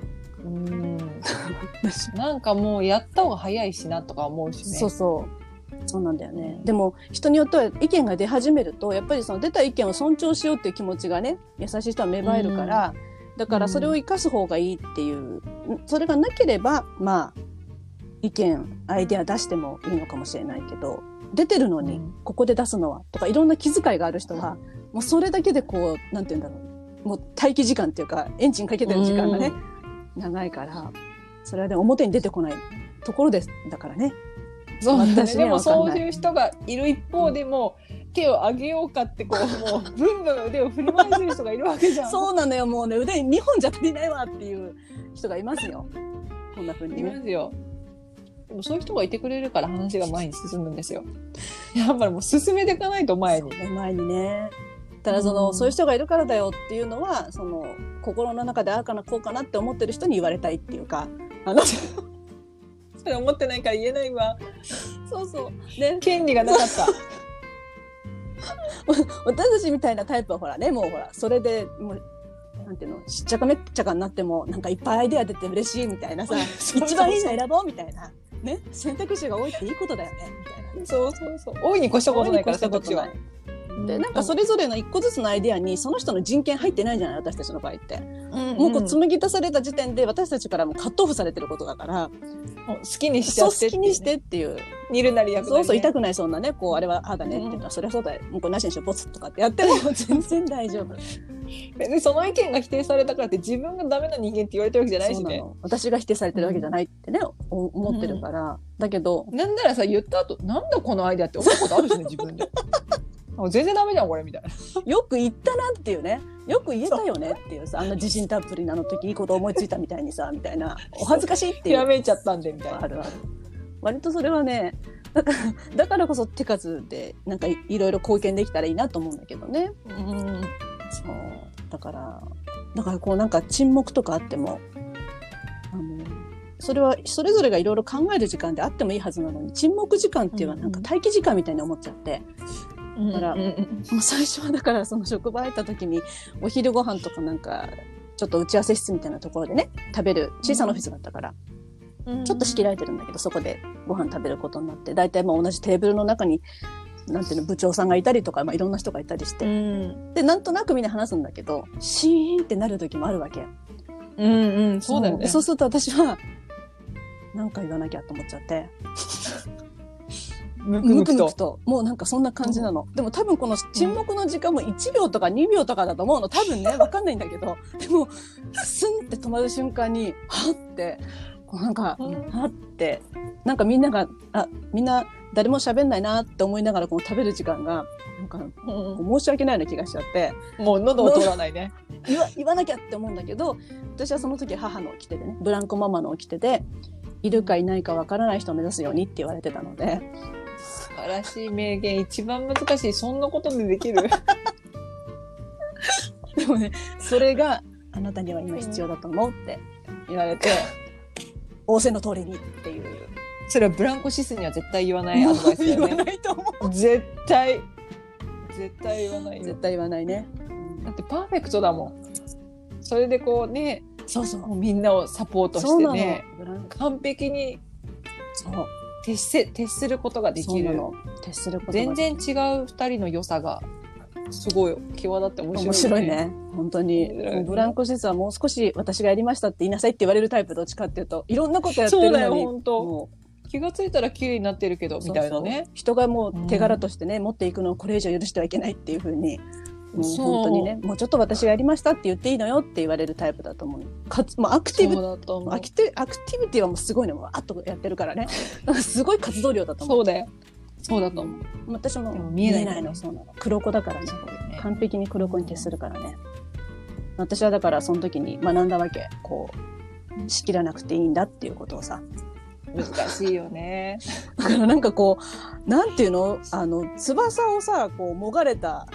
なんかもうやった方が早いしなとか思うしね。 そうなんだよね。でも人によっては意見が出始めると、やっぱりその出た意見を尊重しようっていう気持ちがね、優しい人は芽生えるから、だからそれを生かす方がいいっていう、それがなければ意見アイデア出してもいいのかもしれないけど、出てるのにここで出すのはとか、いろんな気遣いがある人はもうそれだけでこう、なんて言うんだろう、もう待機時間っていうかエンジンかけてる時間がね、長いから、それはね表に出てこないところですだからね。 そうだね。でもそういう人がいる一方でも、手を上げようかってこうもうブンブン腕を振り回してる人がいるわけじゃん。 そうなのよ、もうね、腕2本じゃ足りないわっていう人がいますよ。こんな風に、ね、 いますよ。でもそういう人がいてくれるから話が前に進むんですよ。やっぱりもう進めていかないと前にね。ただそういう人がいるからだよっていうのは、その心の中でああかなこうかなって思ってる人に言われたいっていうか、 それ思ってないから言えないわ。 そうね、 権利がなかった私たちみたいなタイプはほらね、もうほらそれでもうなんていうの、しっちゃかめっちゃかになってもなんかいっぱいアイデア出て嬉しいみたいなさ一番いいの選ぼうみたいなね、選択肢が多いっていいことだよねみたいな。 そう大いに越したことないからさ、こっちは。 でなんかそれぞれの一個ずつのアイデアにその人の人権入ってないじゃない、私たちの場合って、もうこう紡ぎ出された時点で私たちからもカットオフされてることだから、 好きにしちゃってっていう、ね、 そう好きにしてっていう、 煮るなり焼くなり、ね、 そうそう痛くないそんなね、こうあれはああだねって言ったら、そりゃそうだよ、もうこれなしにしようボツとかってやっても全然大丈夫。 でその意見が否定されたからって自分がダメな人間って言われてるわけじゃないしね。 私が否定されてるわけじゃないってね、思ってるから、だけどなんならさ言った後なんだこのアイデアって思うことあるしね自分で全然ダメじゃんこれみたいな。 よく言ったなっていうね、よく言えたよねっていうさ、あんな自信たっぷりなの時いいこと思いついたみたいにさみたいな、お恥ずかしいっていう、 ひらめいちゃったんでみたいな。 あるある。割とそれはね、だからこそ手数でなんかいろいろ貢献できたらいいなと思うんだけどね。そうだからこうなんか沈黙とかあってもそれはそれぞれがいろいろ考える時間であってもいいはずなのに、沈黙時間っていうのはなんか待機時間みたいに思っちゃって、だから、もう最初はだからその職場入った時にお昼ご飯とかなんかちょっと打ち合わせ室みたいなところでね食べる小さなオフィスだったから、ちょっと仕切られてるんだけど、そこでご飯食べることになって、大体まあ同じテーブルの中になんていうの部長さんがいたりとか、まあ、いろんな人がいたりして、でなんとなくみんな話すんだけどシーンってなる時もあるわけ。 そうだよね。 そうすると私はなんか言わなきゃと思っちゃってムクムクともうなんかそんな感じなの、でも多分この沈黙の時間も1秒とか2秒とかだと思うの、多分ね分かんないんだけど、でもスンって止まる瞬間にはってこうなんか、はってなんかみんながみんな誰も喋んないなって思いながらこの食べる時間がなんか、申し訳ないような気がしちゃって、 もう喉を通らないね言わなきゃって思うんだけど、私はその時母の掟でね、ブランコママの掟でいるかいないかわからない人を目指すようにって言われてたので。 素晴らしい名言、一番難しい、そんなことでできるでもね、それがあなたには今必要だと思うって言われて、仰せの通りにっていう。 それはブランコシスには絶対言わないアドバイスだよね。 言わないと思う。 絶対言わないよ。 絶対言わないね。 だってパーフェクトだもん。それでこうね、 そうそう、 みんなをサポートしてね、完璧にそう徹することができる。 徹すること全然違う二人の良さがすごい際立って面白いね。 本当に、ブランコシスはもう少し私がやりましたって言いなさいって言われるタイプ、どっちかっていうといろんなことやってるのに、そうだよ本当。 気がついたら綺麗になってるけどみたいなね。 人がもう手柄としてね、持っていくのをこれ以上許してはいけないっていう風に、もう本当にね、もうちょっと私がやりましたって言っていいのよって言われるタイプだと思う。もうアクティビティはもうすごいね、もうあっとやってるからねすごい活動量だと思う。そうだと思う。私も見えないの。そうなの。黒子だからね。完璧に黒子に徹するからね。私はだからその時に学んだわけ。こう仕切らなくていいんだっていうことをさ。 難しいよね。 だからなんかこうなんていうの、翼をさこうもがれた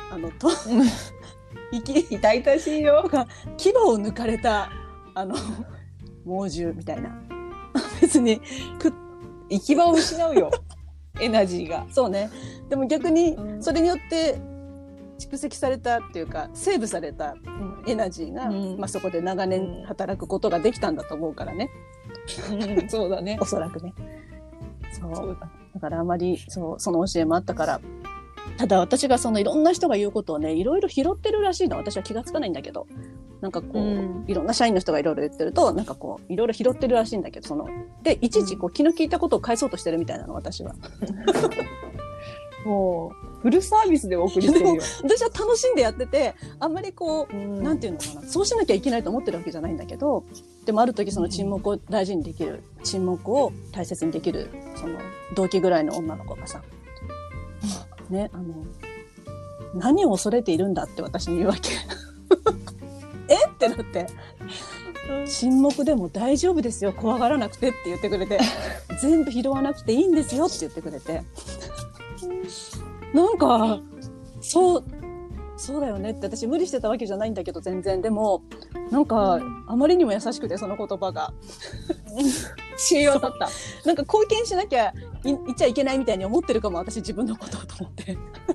痛々しいよ。 牙を抜かれた猛獣みたいな。別に行き場を失うよ。エナジーが。 そうね。でも逆にそれによって蓄積されたっていうかセーブされたエナジーが、まあ、そこで長年働くことができたんだと思うからね。 そうだね。 おそらくね。そうだからあまりその教えもあったから。ただ私がそのいろんな人が言うことをねいろいろ拾ってるらしいの。私は気がつかないんだけど、なんかこう、いろんな社員の人がいろいろ言ってるとなんかこういろいろ拾ってるらしいんだけど、でいちいちこう気の利いたことを返そうとしてるみたいなの私は。 もうフルサービスでお送りしてるよ。 私は楽しんでやってて、あんまりこう、なんていうのかな、そうしなきゃいけないと思ってるわけじゃないんだけど、でもある時その沈黙を大事にできる、沈黙を大切にできるその同期ぐらいの女の子がさ、ね、何を恐れているんだって私に言うわけ。えってなって、沈黙でも大丈夫ですよ、怖がらなくてって言ってくれて、全部拾わなくていいんですよって言ってくれて、なんかそうだよねって、私無理してたわけじゃないんだけど全然、でもなんかあまりにも優しくてその言葉が信用だった。 なんか貢献しなきゃ言っちゃいけないみたいに思ってるかも、私自分のことをと思って。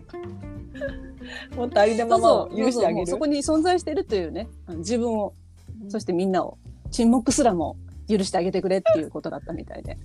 もっとありのままを許してあげる。 そこに存在しているというね、自分を、そしてみんなを、沈黙すらも許してあげてくれっていうことだったみたいで。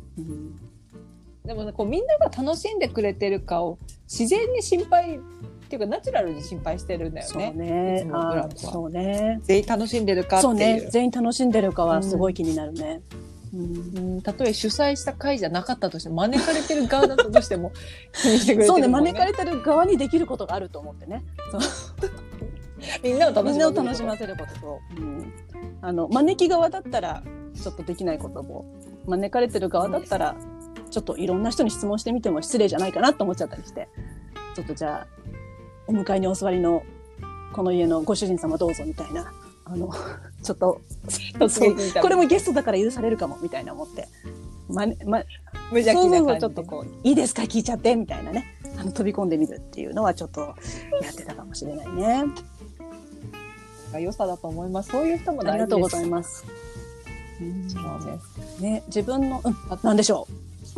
でもね、こうみんなが楽しんでくれてるかを自然に心配っていうかナチュラルに心配してるんだよね。 そうね。 いつもブランコはそうね。 全員楽しんでるかっていう。 そうね。全員楽しんでるかはすごい気になるね。 たとえ主催した会じゃなかったとしても招かれてる側だったとしても気にしてくれてるもんね。 そうね、招かれてる側にできることがあると思ってね。 みんなを楽しませることと、招き側だったらちょっとできないことも、招かれてる側だったらちょっといろんな人に質問してみても失礼じゃないかなと思っちゃったりして、ちょっとじゃあお迎えにお座りのこの家のご主人様どうぞみたいな、ちょっとこれもゲストだから許されるかもみたいな思って、無邪気な感じでちょっとこういいですか聞いちゃってみたいなね、飛び込んでみるっていうのはちょっとやってたかもしれないね。 良さだと思います。そういう人も大事です。 ありがとうございます。 そうですね、自分のなんでしょ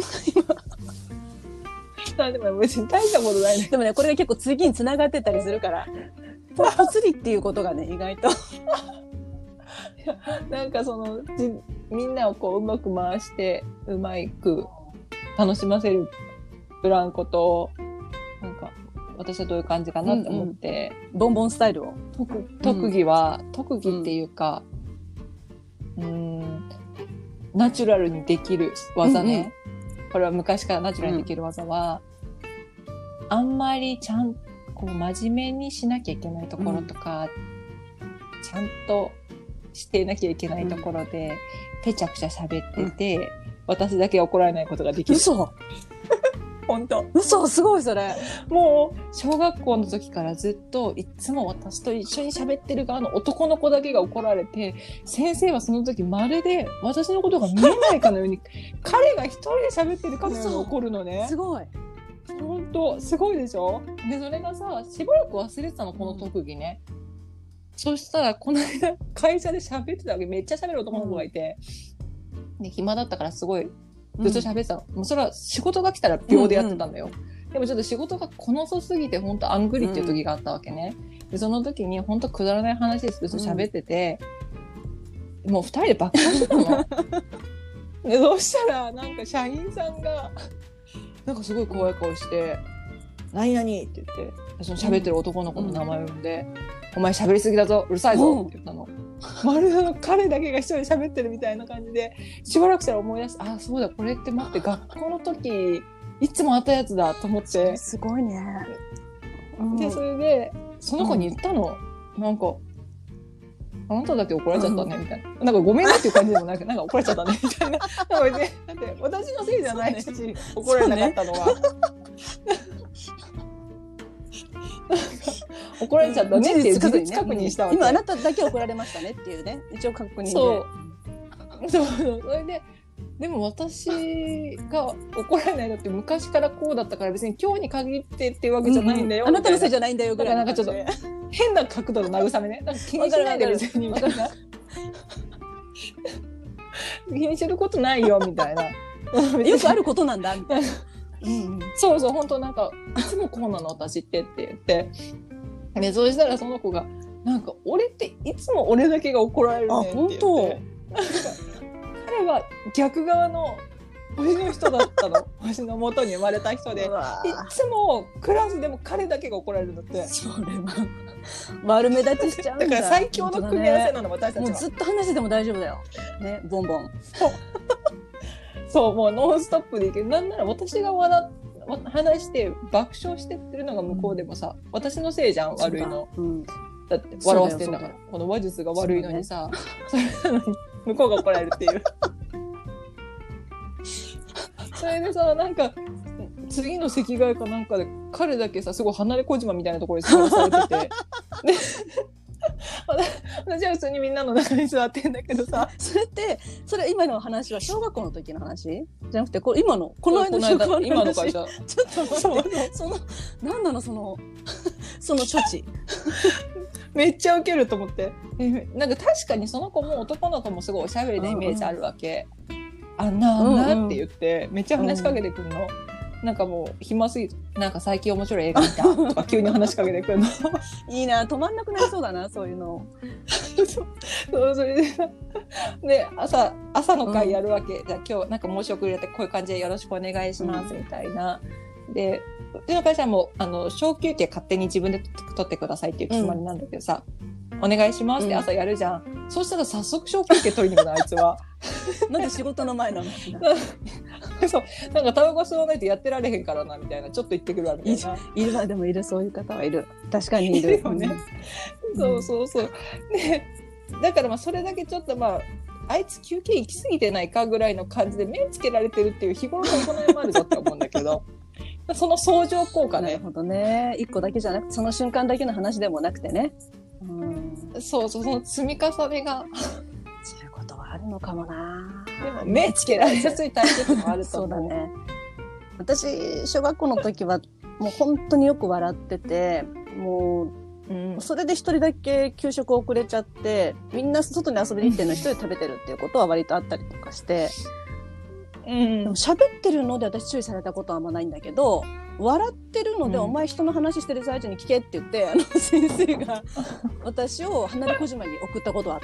う。でも別に大したことないね。 でもね、これが結構次に繋がってたりするから、ぽつりっていうことがね、意外となんかみんなをこううまく回してうまく楽しませるブランコと、なんか私はどういう感じかなって思って、 ボンボンスタイルを特技っていうか、ナチュラルにできる技ね、これは昔からナチュラルにできる技は、あんまりこう真面目にしなきゃいけないところとか、ちゃんとしてなきゃいけないところで、ぺちゃくちゃ喋ってて、私だけ怒られないことができる。 嘘本当。 嘘、すごいそれ。 もう小学校の時からずっといつも私と一緒に喋ってる側の男の子だけが怒られて、先生はその時まるで私のことが見えないかのように彼が一人で喋ってるかのように怒るのね。 すごい。 本当すごいでしょ。でそれがさ、しばらく忘れてたの、この特技ね。そしたらこの間会社で喋ってたわけ。めっちゃ喋る男の子がいて、で暇だったからすごいずっと喋ってたの。もうそれは仕事が来たら秒でやってたんだよ。でもちょっと仕事がこのそすぎて本当アングリっていう時があったわけね。でその時に本当くだらない話でずっと喋ってて、もう二人で爆笑してたの。でそうしたらなんか社員さんがなんかすごい怖い顔して「何々」って言ってその喋ってる男の子の名前を呼んで「お前喋りすぎだぞうるさいぞ」って言ったの。まるで彼だけが一人で喋ってるみたいな感じで、しばらくしたら思い出して、あ、そうだ、これって待って、学校の時いつもあったやつだと思って。 すごいね。 でそれでその子に言ったの、なんかあなただけ怒られちゃったねみたいな、なんかごめんねっていう感じでもなく、なんか怒られちゃったねみたいな。だって私のせいじゃないし、怒られなかったのは。怒られちゃったねっていう事実確認したわけ。 今あなただけ怒られましたねっていうね、一応確認で。 そうそれででも私が怒られないのって昔からこうだったから、別に今日に限ってっていうわけじゃないんだよ、 あなたのせいじゃないんだよぐらい。 なんかちょっと変な角度の慰めね。なんか気にしないで別にみたいな。気にすることないよみたいな。 よくあることなんだみたいな。 そうそう、本当なんかいつもこうなの私って言って。ね、そうしたらその子がなんか俺っていつも俺だけが怒られるねって言って。彼は逆側の星の人だったの。星の元に生まれた人で、いつもクラスでも彼だけが怒られるんだって。 それは悪目立ちしちゃうんだ。 だから最強の組み合わせなの、私たちは。 もうずっと話してても大丈夫だよね、ボンボン。 そうもうノンストップでいける。なんなら私が話して爆笑してってるのが向こうでもさ、私のせいじゃん、悪いの。だって笑わせてんだから、この話術が悪いのにさ、それなのに向こうが怒られるっていう。それでさ、なんか次の席替えかなんかで彼だけさ、すごい離れ小島みたいなところに座らされてて、で私は普通にみんなの中に座ってんだけどさ、 それ今の話は小学校の時の話じゃなくて、これ今のこの間の職場の話。 今の会社。 ちょっと待って、何なのその処置。 めっちゃウケると思って。なんか確かにその子も男の子もすごいおしゃべりなイメージあるわけ。あんなって言ってめっちゃ話しかけてくるの。なんかもう暇すぎて、なんか最近面白い映画見たとか急に話しかけてくるの。 いいな、止まんなくなりそうだな、そういうの。 それでで朝の会やるわけ。じゃあ今日なんか申し送りやってこういう感じでよろしくお願いしますみたいな。 で、うちの会社はもう、小休憩勝手に自分で取ってくださいっていう決まりなんだけどさ、お願いしますって朝やるじゃん。そうしたら早速小休憩取りに行くの、あいつは。 なんで仕事の前なのそう。なんかタバコ吸わないとやってられへんからな、みたいな。ちょっと言ってくるわ、みたいな。 いるわ、でもいる、そういう方はいる。確かにいる。 いるよね。そうそうそう。で、だからまあそれだけちょっとまあ、あいつ休憩行き過ぎてないかぐらいの感じで目つけられてるっていう日頃の行いもあるぞって思うんだけど、その相乗効果ね。 なるほどね。一個だけじゃなくて、その瞬間だけの話でもなくてね。 そうそう、その積み重ねが。 そういうことはあるのかもな。 でも目つけられやすい体質もあるとそう思う。 だね。私、小学校の時は、もう本当によく笑ってて、もう、それで一人だけ給食遅れちゃって、みんな外に遊びに行ってるの一人で食べてるっていうことは割とあったりとかして、でも喋ってるので私注意されたことはあんまないんだけど、笑ってるので、お前人の話してる最中に聞けって言って、先生が私を離れ小島に送ったことはあった。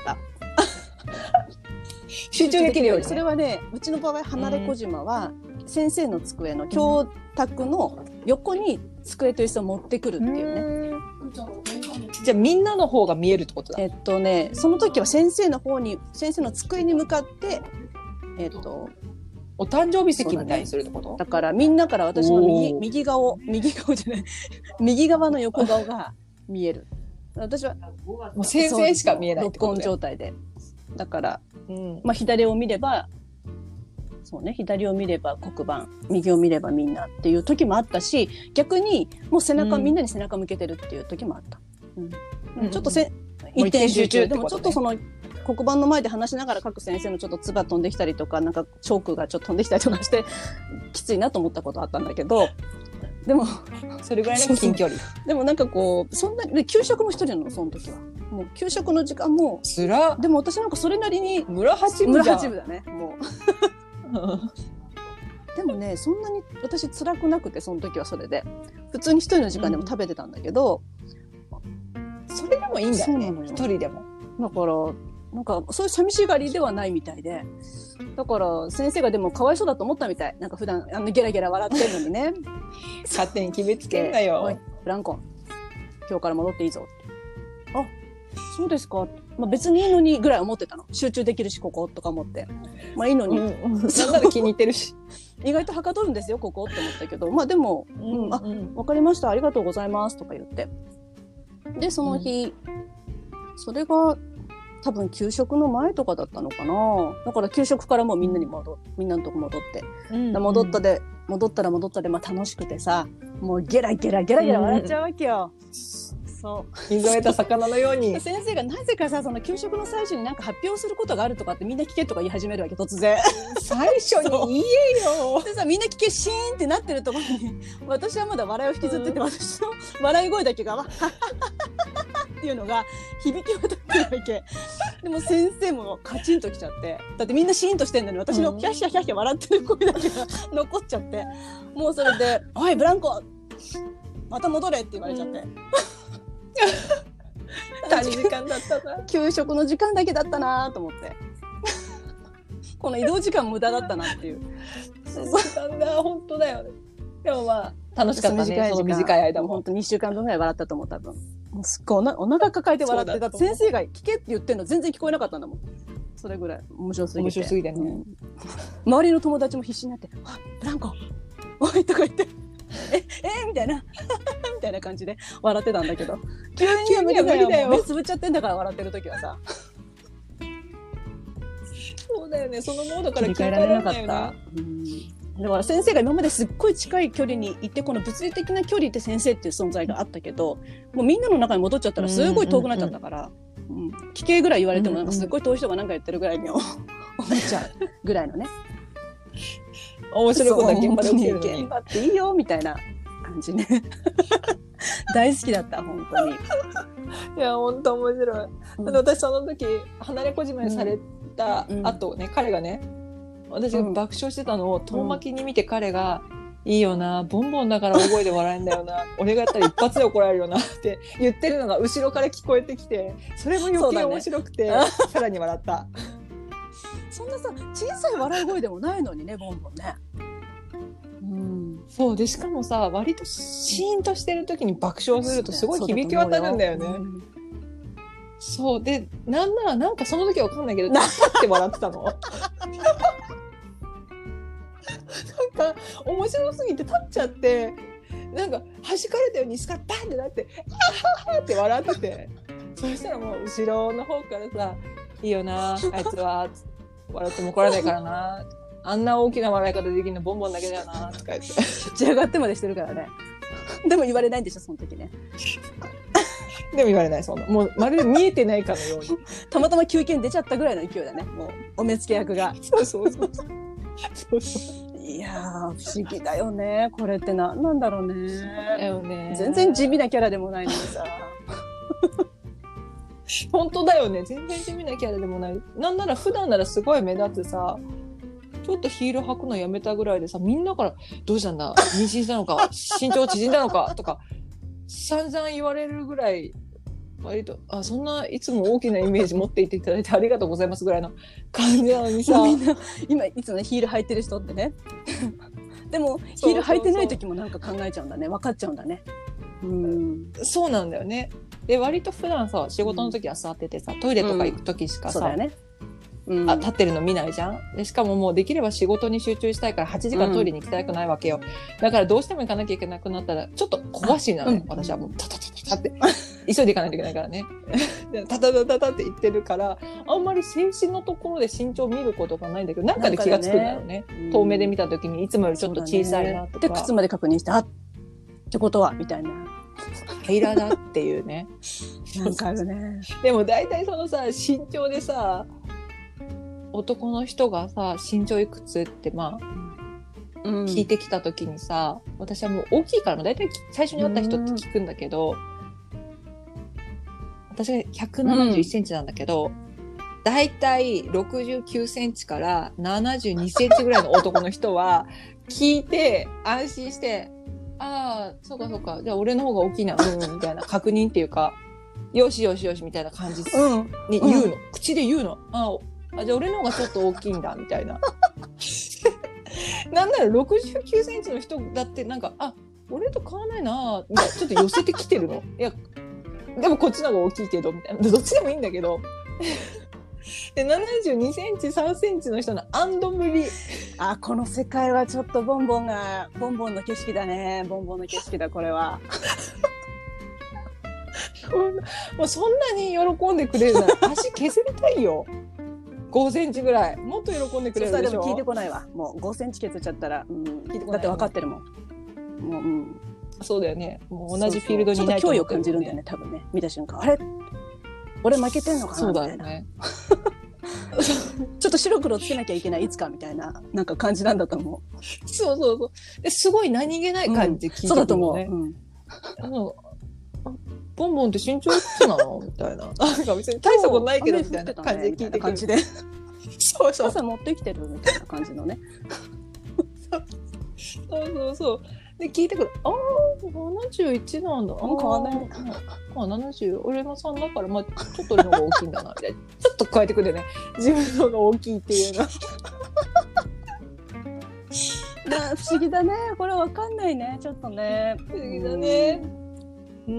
集中できるように、 それはね、うちの場合離れ小島は、先生の机の教卓の横に机と椅子を持ってくるっていうね。 じゃあみんなの方が見えるってことだ。 その時は先生の机に向かって、 お誕生日席みたいにするってこと？ だからみんなから私の右側じゃない右側の横顔が見える。私はもう先生しか見えないってこと録音状態で。だから、まあ左を見ればそうね、左を見れば黒板、右を見ればみんなっていう時もあったし、逆にもうみんなに背中向けてるっていう時もあった。ちょっと一点集中、でもちょっとその黒板の前で話しながら書く先生のちょっと唾飛んできたりとか、なんかチョークがちょっと飛んできたりとかしてきついなと思ったことあったんだけど、でもそれぐらいの近距離。 でもなんかこう、そんなに給食も一人なの、その時は。もう給食の時間もつら。 でも私なんかそれなりに村八分じゃん。 村八分だね、もう。でもね、そんなに私辛くなくて、その時はそれで普通に一人の時間でも食べてたんだけど、 それでもいいんだよね。 そうなのよ。 一人でも。 だからなんかそういう寂しがりではないみたいで、だから先生がでもかわいそうだと思ったみたい。なんか普段ゲラゲラ笑ってるのにね勝手に決めつけんなよ。 おいブランコ、今日から戻っていいぞ。あ、そうですか。まあ、別にいいのにぐらい思ってたの。集中できるしこことか思って、まあいいのに、 なんなら気に入ってるし意外とはかどるんですよここって思ったけど、まあでも、あ、わかりました、ありがとうございますとか言って、でその日、それが多分給食の前とかだったのかな。だから給食からもうみんなのとこ戻って、戻ったらまあ楽しくてさ、もうゲラゲラ笑っちゃうわけよ。そう水を得た魚のように先生がなぜかさ、その給食の最初になんか発表することがあるとかって、みんな聞けとか言い始めるわけ、突然。 最初に言えよでさ、みんな聞け、シーンってなってるところに私はまだ笑いを引きずってて、私の笑い声だけがっていうのが響き渡ってるわけ。でも先生もカチンときちゃって、だってみんなシーンとしてんのに、私のヒャッヒャヒャッヒャ笑ってる声だけが残っちゃって、もうそれで「おいブランコまた戻れ」って言われちゃって、 短時間だったな。 給食の時間だけだったなと思ってこの移動時間無駄だったなっていう。 そうだ、本当だよね。でもまあ楽しかったね、その短い間も。 本当2週間分ぐらい笑ったと思う、多分。もうすっごいお腹抱えて笑って、だって先生が聞けって言ってんの全然聞こえなかったんだもん。それぐらい面白すぎて。 面白すぎてね、 周りの友達も必死になって「あ、ブランコおい」とか言ってみたいなみたいな感じで笑ってたんだけど、急には無理だよ、目つぶっちゃってんだから、笑ってる時はさ。 そうだよね、そのモードから切り替えられなかった。だから先生が今まですっごい近い距離にいて、この物理的な距離って先生っていう存在があったけど、もうみんなの中に戻っちゃったらすごい遠くなっちゃったから、聞けぐらい言われてもなんかすっごい遠い人が何か言ってるぐらいに思っちゃうぐらいのね。 面白いことは現場で起きてるのに、 現場っていいよみたいな感じね大好きだった、本当に。 いや本当面白い。私その時離れ小島にされた後ね、彼がね、私が爆笑してたのを遠巻きに見て、彼がいいよな、ボンボンだから大声で笑えんだよな俺がやったら一発で怒られるよなって言ってるのが後ろから聞こえてきて、それも余計面白くて、さらに笑った。 そんなさ、小さい笑い声でもないのにね、ボンボンね。 そうで、しかもさ、割とシーンとしてる時に爆笑するとすごい響き渡るんだよね。そうで、なんならなんかその時はわかんないけど、パッて笑ってたの。なんか面白すぎて立っちゃって、なんか弾かれたようにスカッバンってなって、あははって笑ってて、そしたらもう後ろの方からさ、いいよな、あいつは笑っても怒らないからな、あんな大きな笑い方できるのボンボンだけだよなとか言って、 立ち上がってまでしてるからね。でも言われないんでしょその時ね。 でも言われない、そんなもうまるで見えてないかのように。 たまたま休憩に出ちゃったぐらいの勢いだね。もうお目付け役が。 そうそうそうそうそう。 いやー不思議だよね。これって何なんだろうね。 だよね。 全然地味なキャラでもないのにさ。 本当だよね。全然地味なキャラでもない。なんなら普段ならすごい目立つさ、ちょっとヒール履くのやめたぐらいでさ、みんなからどうしたんだ、妊娠したのか、身長縮んだのかとか散々言われるぐらい、割とそんないつも大きなイメージ持っていていただいてありがとうございますぐらいの感じなのにさ、 みんな今いつもねヒール履いてる人ってね。でもヒール履いてない時もなんか考えちゃうんだね。分かっちゃうんだね。 そうなんだよね。で割と普段さ仕事の時は座っててさ、トイレとか行く時しかさ、 そうだよね。 立ってるの見ないじゃん。でしかももうできれば仕事に集中したいから8時間トイレに行きたくないわけよ。だからどうしても行かなきゃいけなくなったらちょっと小走りなのよ、私はもうタタタタタって急いで行かないといけないからね。タタタタタって言ってるからあんまり静止のところで身長を見ることがないんだけど、なんかで気がつくんだよね。遠目で見た時にいつもよりちょっと小さいなとか。 で靴まで確認してってことはみたいな。 平らだっていうね。 なんかあるね。 でも大体そのさ身長でさ、男の人がさ身長いくつって聞いてきた時にさ、私はもう大きいから大体最初に会った人って聞くんだけど、私が171センチなんだけど、大体69センチから72センチぐらいの男の人は聞いて安心して、ああそうかそうか、じゃあ俺の方が大きいな、みたいな確認っていうか、よしよしよしみたいな感じに言うの、口で言うの。じゃあ俺の方がちょっと大きいんだみたいな。なんなら69センチの人だってなんか俺と変わらないなみたいな、ちょっと寄せてきてるの。いやでもこっちの方が大きいけどみたいな、どっちでもいいんだけど。で72センチ3センチの人のぶり。 この世界はちょっとボンボンの景色だね。ボンボンの景色だこれは。 もうそんなに喜んでくれるなら足削りたいよ。5センチぐらいもっと喜んでくれるでしょ。 でも聞いてこないわ。もう5センチ削っちゃったら、だって分かってるもん。もう、 そうだよね。もう同じフィールドにいないと思ってる、ね、ちょっと脅威を感じるんだよね多分ね。見た瞬間あれ俺負けてんのかな。 そうだよね。 ちょっと白黒つけなきゃいけないいつかみたいななんか感じなんだと思う。 そうですごい何気ない感じで聞いてくる、ね、 そうだと思う。 ボンボンって身長いくつなのみたいな。なんか別に大したことないけどみたいな感じで聞いてくる。そう朝持ってきてるみたいな感じのね。 そうで聞いてくる。71なんだ。 変わんない。 70。俺も3だからちょっと俺の方が大きいんだなみたいな。ちょっと加えてくるよね。自分の方が大きいっていうの。 不思議だね。これわかんないね。ちょっとね。 不思議だね。どう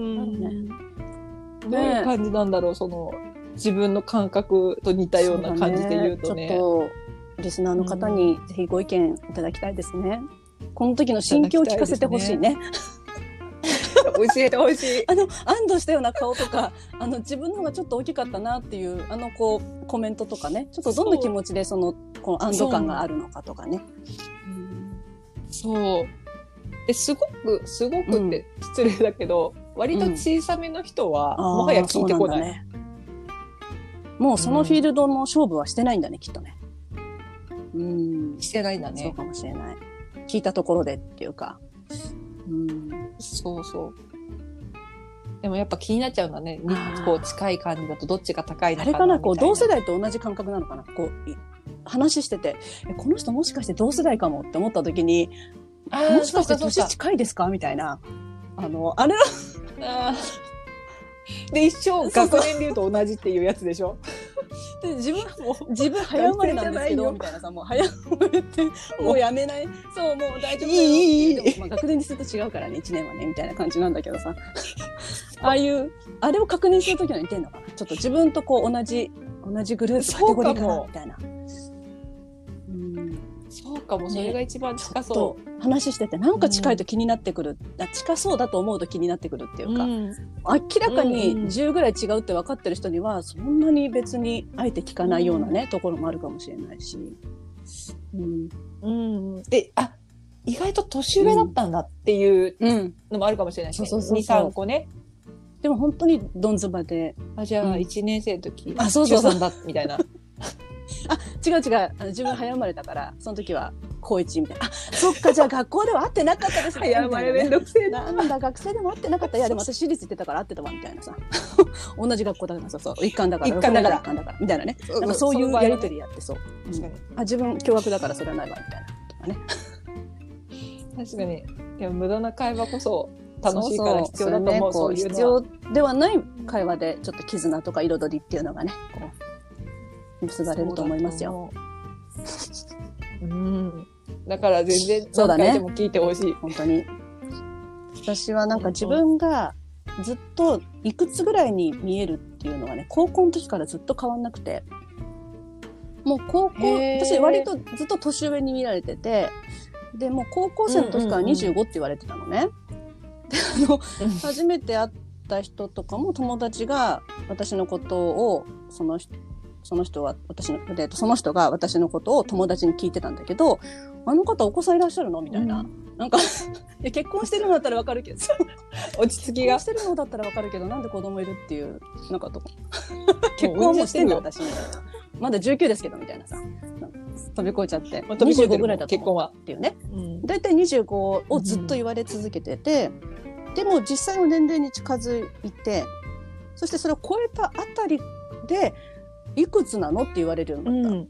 いう感じなんだろう、その自分の感覚と似たような感じで言うとね。 ちょっとリスナーの方にぜひご意見いただきたいですね。この時の心境を聞かせてほしいね。 教えてほしい。 安堵したような顔とか、自分の方がちょっと大きかったなっていうコメントとかね、ちょっとどんな気持ちでこの安堵感があるのかとかね。 そう。ですごくって失礼だけど、割と小さめの人はもはや聞いてこない。 ね、もうそのフィールドの勝負はしてないんだね、きっとね。 してないんだね。 そうかもしれない。聞いたところでっていうか。 そう。でもやっぱ気になっちゃうんだね。こう近い感じだとどっちが高いのかなみたいな。 あれかな、同世代と同じ感覚なのかな。話してて、この人もしかして同世代かもって思った時に、もしかして年近いですかみたいな。あれで一生学年で言うと同じっていうやつでしょ。 で自分早生まれなんですけどみたいなさ、もう早生まれってもうやめない、そうもう大丈夫だよ、 いいでもまあ学年にすると違うからね、1年はねみたいな感じなんだけどさああいうあれを確認するときの似てんのかな、ちょっと自分とこう同じグループカテゴリーかなみたいな。 そうかも、それが一番近そう、 ね、話しててなんか近いと気になってくる、近そうだと思うと気になってくるっていうか、明らかに10ぐらい違うって分かってる人にはそんなに別にあえて聞かないようなね、ところもあるかもしれないし、 で、意外と年上だったんだっていうのもあるかもしれないし、ね、2、3個ね。 でも本当にどんずばで、 じゃあ1年生の時、 そう 3だみたいな。 違う自分早生まれだからその時は高1みたいな、そっかじゃあ学校では会ってなかったですね早生まれめんどくせえな、なんだ学生でも会ってなかった、いやでも私私立行ってたから会ってたわみたいなさ同じ学校だからそう一貫だからみたいなね、なんかそういうやりとりやってそう、自分共学だからそれはないわみたいなとかね確かに。でも無駄な会話こそ楽しいから必要だと思う。 そういう必要ではない会話でちょっと絆とか彩りっていうのがねこう結ばれると思いますよ。 だから全然何回でも聞いてほしい、 本当に。私はなんか自分がずっといくつぐらいに見えるっていうのがね、高校の時からずっと変わんなくて、もう私割とずっと年上に見られてて、でもう高校生の時から25って言われてたのね。で初めて会った人とかも友達が私のことをその人が私のことを友達に聞いてたんだけど、あの方お子さんいらっしゃるのみたいな、なんか結婚してるのだったらわかるけど落ち着きが結婚してるのだったらわかるけどなんで子供いるっていうなんかと結婚はもうしてんの私みたいな、まだ19ですけどみたいなさ、飛び越えちゃって25ぐらいだと思うっていうね、だいたい25をずっと言われ続けてて、でも実際の年齢に近づいて、そしてそれを超えたあたりでいくつなのって言われるようになった、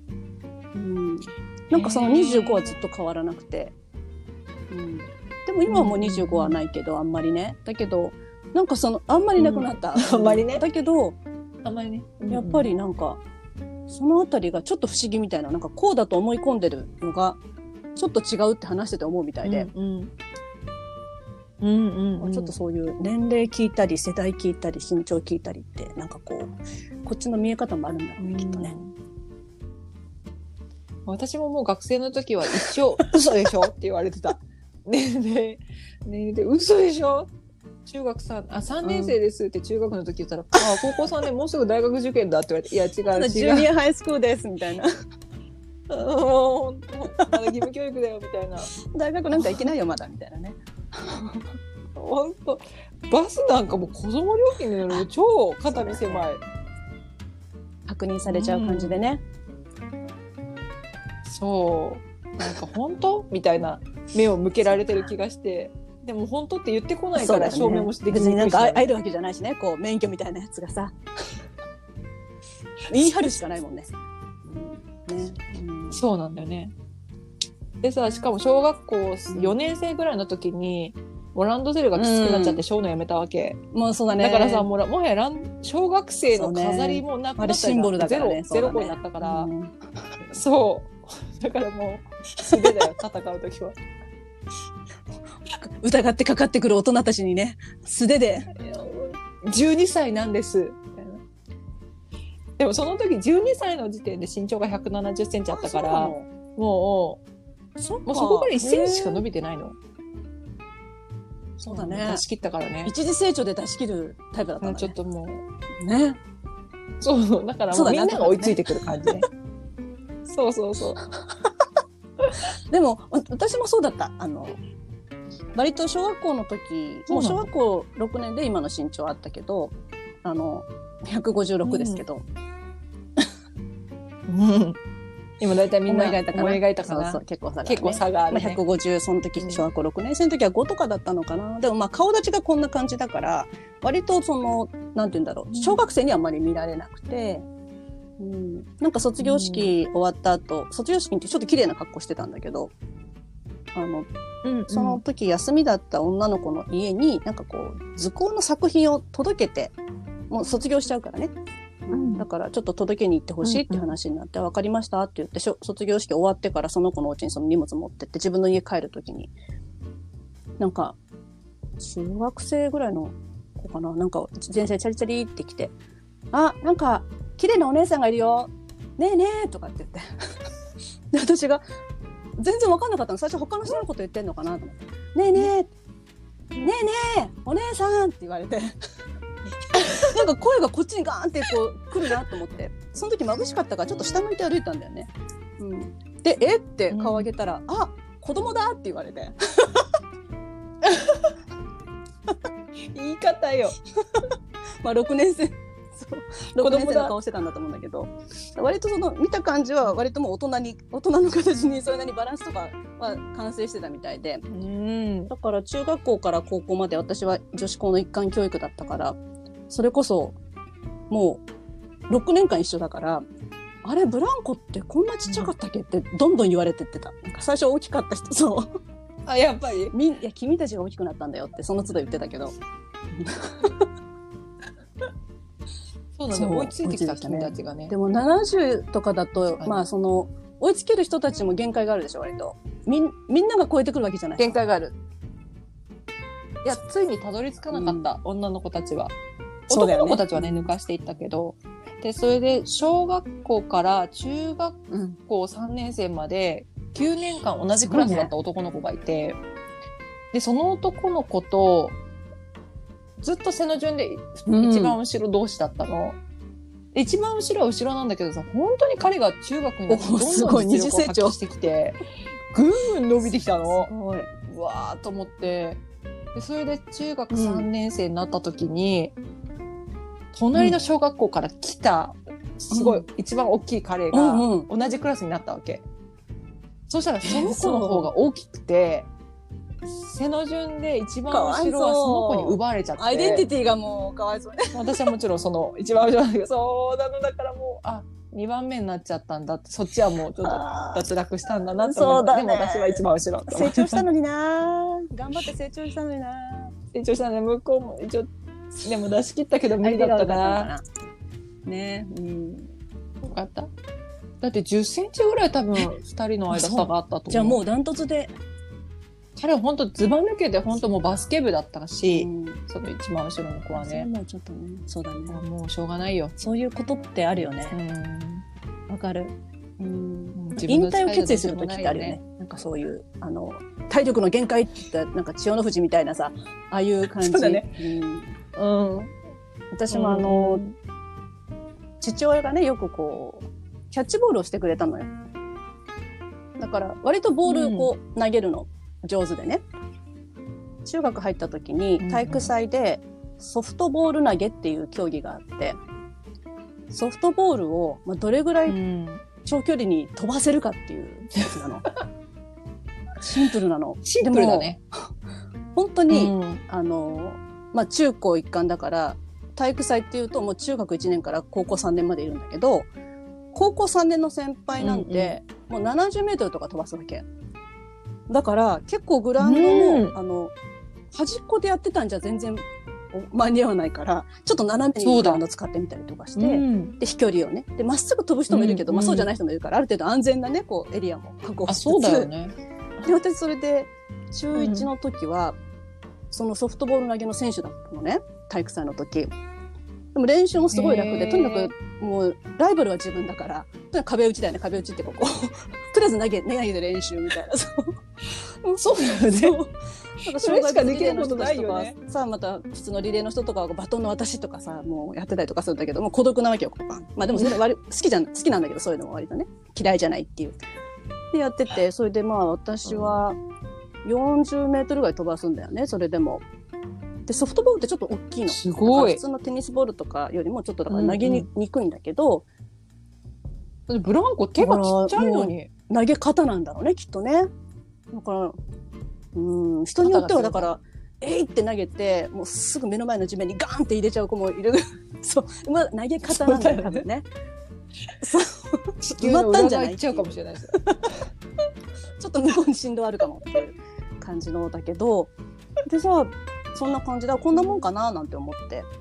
なんかその25はずっと変わらなくて、でも今はもう25はないけど、あんまりね、だけどなんかあんまりなくなった、 あんまりね、 だけどあんまりね、 やっぱりなんかそのあたりがちょっと不思議みたいな、なんかこうだと思い込んでるのがちょっと違うって話してて思うみたいで、ちょっとそういう年齢聞いたり世代聞いたり身長聞いたりってなんかこっちの見え方もあるんだろうね、きっとね。 私ももう学生の時は一生嘘でしょって言われてた。ねえ嘘でしょ。中学3年生ですって中学の時言ったら、高校3年もうすぐ大学受験だって言われて、いや違うジュニアハイスクールですみたいな。 本当まだ義務教育だよみたいな。 大学なんか行けないよまだみたいなね。 本当バスなんかもう子供料金のより超肩身狭い。 確認されちゃう感じでね。 そうなんか本当みたいな目を向けられてる気がして、でも本当って言ってこないから証明もしてできない、 別になんか会えるわけじゃないしね、こう免許みたいなやつがさ言い張るしかないもんね。 そうなんだよね。でさ、しかも小学校4年生ぐらいの時にランドセルがきつくなっちゃってショーのやめたわけ。 もうそうだね。 だからさ、もはや小学生の飾りもなくなったシンボルだからね。 ゼロ個になったから、そうだからもう素手だよ戦う時は。 疑ってかかってくる大人たちにね、素手で 12歳なんですみたいな。でもその時12歳の時点で身長が170センチあったから、もうそこから1センチしか伸びてないの。 そうだね。 出し切ったからね。 一時成長で出し切るタイプだったんだね。 ちょっともうね。 そうだからもうみんなが追いついてくる感じね。そう。 でも私もそうだった。割と小学校の時、もう小学校6年で今の身長あったけど、156ですけど。 今だいたいみんな思い描いたかな。 そう結構差があるね。 150、その時小学校6年生の時は5とかだったのかな。でも顔立ちがこんな感じだから割となんて言うんだろう、小学生にはあんまり見られなくて、なんか卒業式終わった後、卒業式ってちょっと綺麗な格好してたんだけど、その時休みだった女の子の家になんかこう図工の作品を届けて、もう卒業しちゃうからね、 だからちょっと届けに行ってほしいって話になって、分かりましたって言って卒業式終わってからその子のお家にその荷物持ってって自分の家帰るときになんか中学生ぐらいの子かな、なんか前世チャリチャリって来て、あ、なんか綺麗なお姉さんがいるよねえねえとかって言ってで私が全然分かんなかったの。最初他の人のこと言ってんのかなと思ってねえねえねえねえお姉さんって言われてなんか声がこっちにガーンってこう来るなと思って、その時眩しかったからちょっと下向いて歩いたんだよね、でえって顔上げたら、あ、子供だって言われて言い方よまあ6年生6年生の顔してたんだと思うんだけど、割とその見た感じは割ともう大人の形にそれなりにバランスとかは完成してたみたいで、だから中学校から高校まで私は女子校の一貫教育だったから、それこそもう6年間一緒だから、あれブランコってこんなちっちゃかったっけってどんどん言われてってた。なんか最初大きかった人、そうあ、やっぱりいや君たちが大きくなったんだよってその都度言ってたけどそうなんだ、追いついてきた君たちがね。 でも70とかだとまあその追いつける人たちも限界があるでしょ、割とみんなが超えてくるわけじゃない。 限界がある。いや、ついにたどり着かなかった、女の子たちは。男の子たちはね抜かしていったけど、でそれで小学校から中学校3年生まで9年間同じクラスだった男の子がいて、でその男の子とずっと背の順で一番後ろ同士だったの、一番後ろは後ろなんだけどさ、本当に彼が中学になってどんどん実力を発揮してきてぐんぐん伸びてきたの。うわーと思って、でそれで中学3年生になった時に、隣の小学校から来たすごい一番大きい彼が同じクラスになったわけ。そしたらその子の方が大きくて、背の順で一番後ろはその子に奪われちゃって、 アイデンティティがもうかわいそうね。 私はもちろんその一番後ろなんだけど、そうなの、だからもう2番目になっちゃったんだって、そっちはもうちょっと脱落したんだなって思って、でも私は一番後ろ成長したのにな頑張って成長したのにな成長したので、向こうも一応でも出し切ったけど無理だったなね。 よかった。だって10センチぐらい多分2人の間差があったと思う。 じゃあもうダントツで。 彼は本当ズバ抜けて本当もうバスケ部だったし、その一番後ろの子はね。 もうちょっとね、そうだね。 もうしょうがないよ。 そういうことってあるよね。わかる。引引退を決意する時ってあるよね。なんかそういう体力の限界って言ったなんか千代の富士みたいなさ、ああいう感じ。 そうだね。 私も父親がねよくこうキャッチボールをしてくれたのよ。だから割とボールをこう投げるの上手でね。中学入った時に体育祭でソフトボール投げっていう競技があって、ソフトボールをどれぐらい長距離に飛ばせるかっていうやつなの。シンプルなの。 シンプルだね。 本当に、中高一貫だから体育祭っていうともう中学1年から高校3年までいるんだけど、高校3年の先輩なんて、もう70メートルとか飛ばすわけ。だから結構グラウンドも、端っこでやってたんじゃ全然間に合わないから、ちょっと斜めにグラウンド使ってみたりとかして、で飛距離をね、でまっすぐ飛ぶ人もいるけど、そうじゃない人もいるから、ある程度安全なねこうエリアも確保しつつ。 そうだよね。 で私それで中1の時は、そのソフトボール投げの選手だったのね、体育祭の時。でも練習もすごい楽で、とにかくもうライバルは自分だから、とにかく壁打ちだよね、壁打ちってここ。とりあえず投げて練習みたいな。 そうだよね。 それしかできないことないよね。さあまた普通のリレーの人とかがバトンの渡しとかさ、もうやってたりとかするんだけど、もう孤独なわけよ。まあでもそれ好きなんだけど、そういうのも割とね、嫌いじゃないっていう。でやってて、それでまあ私は40メートルぐらい飛ばすんだよね、それでも。でソフトボールってちょっと大きいの。 すごい。 普通のテニスボールとかよりもちょっとだから投げにくいんだけど、 ブランコ手がちっちゃいのに投げ方なんだろうね、きっとね。だから人によってはだからえいって投げてもうすぐ目の前の地面にガーンって入れちゃう子もいる。そう、投げ方なんだよ多分ね。そう埋まったんじゃない？ いっちゃうかもしれないです。 ちょっと向こうに振動あるかもっていう感じのだけど、でさ、そんな感じだ、こんなもんかななんて思って、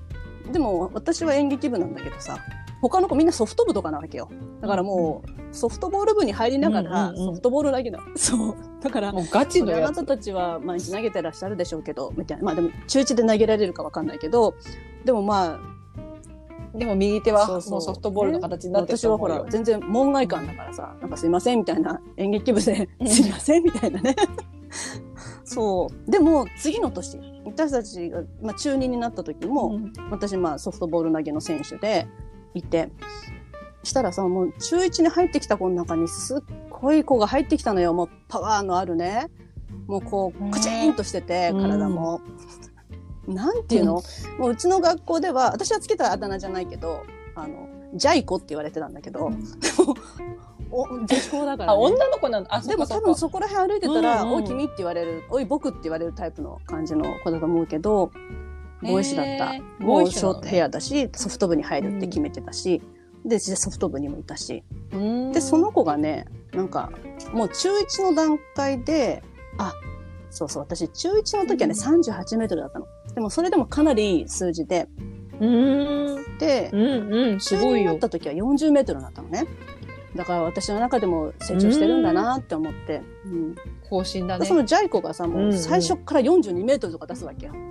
でも私は演劇部なんだけどさ、他の子みんなソフト部とかなわけよ。だからもうソフトボール部に入りながらソフトボールだけだ。そう。だからもうガチのやつ。 あなたたちは毎日投げてらっしゃるでしょうけどみたいな。まあでも中1で投げられるかわかんないけど、でもまあ。 でも右手はもうソフトボールの形になってる私はほら全然門外漢だからさ、なんかすいませんみたいな、演劇部ですいませんみたいなね。そうでも次の年私たちが、まあ、中2になった時も、私まあソフトボール投げの選手でいて、したらさ、もう中1に入ってきた子の中にすっごい子が入ってきたのよ。もうパワーのあるね、もうこうカチンとしてて体も。なんていうの、もううちの学校では、私はつけたあだ名じゃないけど、ジャイコって言われてたんだけど、でも女子校だから、ね、 女の子なんだ。 でも多分そこら辺歩いてたら、おい君って言われる、おい僕って言われるタイプの感じの子だと思うけど、ボーイッシュだった。もうショートヘアだし、ソフト部に入るって決めてたし、でソフト部にもいたし、でその子がね、なんかもう中1の段階で、そうそう、私中1の時はね、38メートルだったの。でもそれでもかなりいい数字で、で、 すごいよ。 中2になった時は40メートルになったのね。だから私の中でも成長してるんだなって思って。 更新だね。 そのジャイコがさ、もう最初から42メートルとか出すわけよ。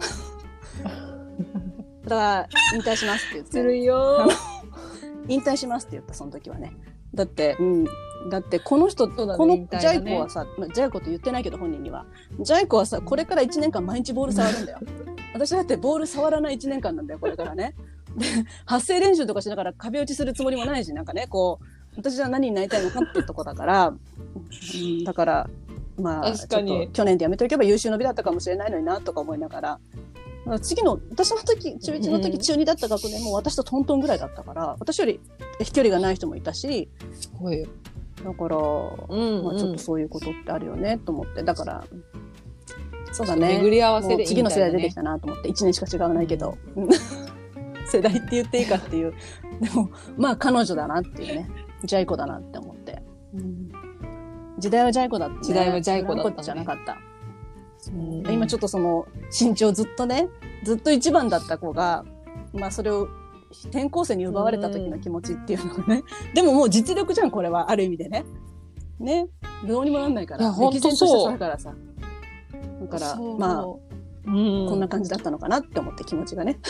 だから引退しますって言って。 するよ。 引退しますって言った、その時はね。だって、この人、このジャイコはさ、ジャイコと言ってないけど本人には。ジャイコはさ、これから1年間毎日ボール触るんだよ。私だってボール触らない1年間なんだよ、これからね。で、発声練習とかしながら壁打ちするつもりもないし、なんかね、こう、私は何になりたいのかっていうとこだから、だから、まあ、ちょっと去年でやめておけば優秀の美だったかもしれないのにな、とか思いながら、次の、私の時、中1の時、中2だった学年も私とトントンぐらいだったから、私より飛距離がない人もいたし、 すごいよ。 だから、まあちょっとそういうことってあるよね、と思って。だから、そうだね。 巡り合わせでいいんだよね。 次の世代出てきたなと思って、1年しか違わないけど。世代って言っていいかっていう。でも、まあ彼女だなっていうね。ジャイコだなって思って。時代はジャイコだったね。 時代はジャイコだったね。 じゃなかった。今ちょっとその身長ずっと一番だった子が、まあそれを転校生に奪われた時の気持ちっていうのがね。でももう実力じゃん、これは。ある意味でね。ね。どうにもなんないから。歴然としてそうだからさ。だから、まあ、こんな感じだったのかなって思って気持ちがね。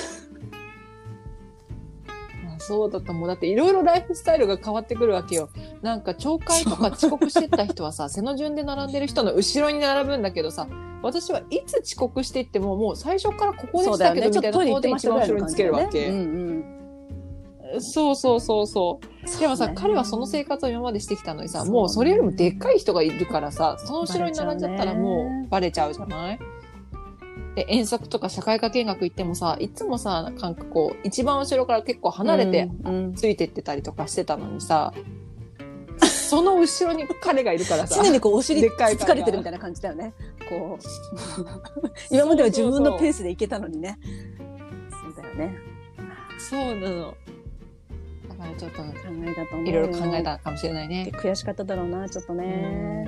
そうだった。もうだっていろいろライフスタイルが変わってくるわけよ。なんか朝会とか遅刻してった人はさ、背の順で並んでる人の後ろに並ぶんだけどさ、私はいつ遅刻していってももう最初からここでしたけどみたいなことで一番後ろにつけるわけ。そうそうそうそう。でもさ、彼はその生活を今までしてきたのにさ、もうそれよりもでっかい人がいるからさ、その後ろに並んじゃったらもうバレちゃうじゃない？で、遠足とか社会科見学行ってもさ、いつもさ、なんかこう、一番後ろから結構離れてついてってたりとかしてたのにさ、その後ろに彼がいるからさ。 常にこうお尻疲れてるみたいな感じだよね。こう。今までは自分のペースで行けたのにね。そうだよね。 そうなの。だからちょっといろいろ考えたかもしれないね。 悔しかっただろうな、ちょっとね。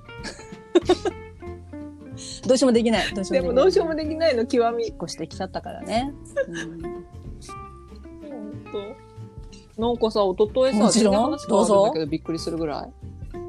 どうしようもできない。 でもどうしようもできないの極み。 引っ越してきちゃったからね。 なんかさ、一昨日さ、全然話変わるんだけどびっくりするぐらい。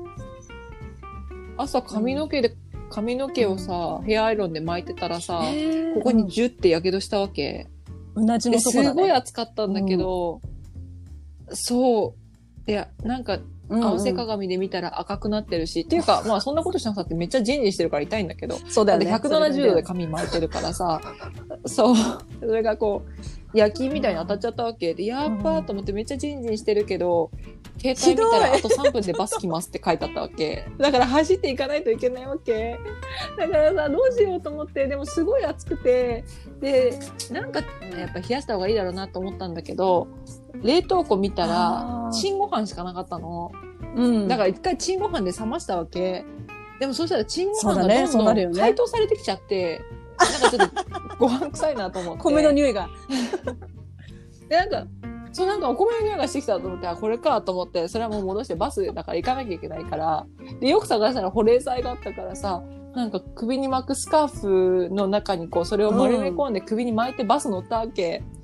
朝髪の毛をさ、ヘアアイロンで巻いてたらさ、ここにジュってやけどしたわけ。 うなじのとこだね。 すごい暑かったんだけど、そう。いや、なんか、合わせ鏡で見たら赤くなってるし、っていうか、まあそんなことしなくたってめっちゃジンジンしてるから痛いんだけど、 そうだよね。 170度で髪巻いてるからさ、そう。それがこう、焼きみたいに当たっちゃったわけで、やっばーと思ってめっちゃジンジンしてるけど、携帯見たらあと3分でバス来ますって書いてあったわけ。だから走っていかないといけないわけ。だからさ、どうしようと思って、でもすごい暑くて、で、なんかやっぱ冷やした方がいいだろうなと思ったんだけど、冷凍庫見たら、チンご飯しかなかったの。だから一回チンご飯で冷ましたわけ。でもそうしたらチンご飯がどんどん解凍されてきちゃって、なんかちょっとご飯臭いなと思って。 米の匂いが。 で、なんかお米の匂いがしてきたと思って、これかと思って、それはもう戻してバスだから行かなきゃいけないから。で、よく探したら保冷剤があったからさ、なんか首に巻くスカーフの中にこう、それを丸め込んで首に巻いてバス乗ったわけ。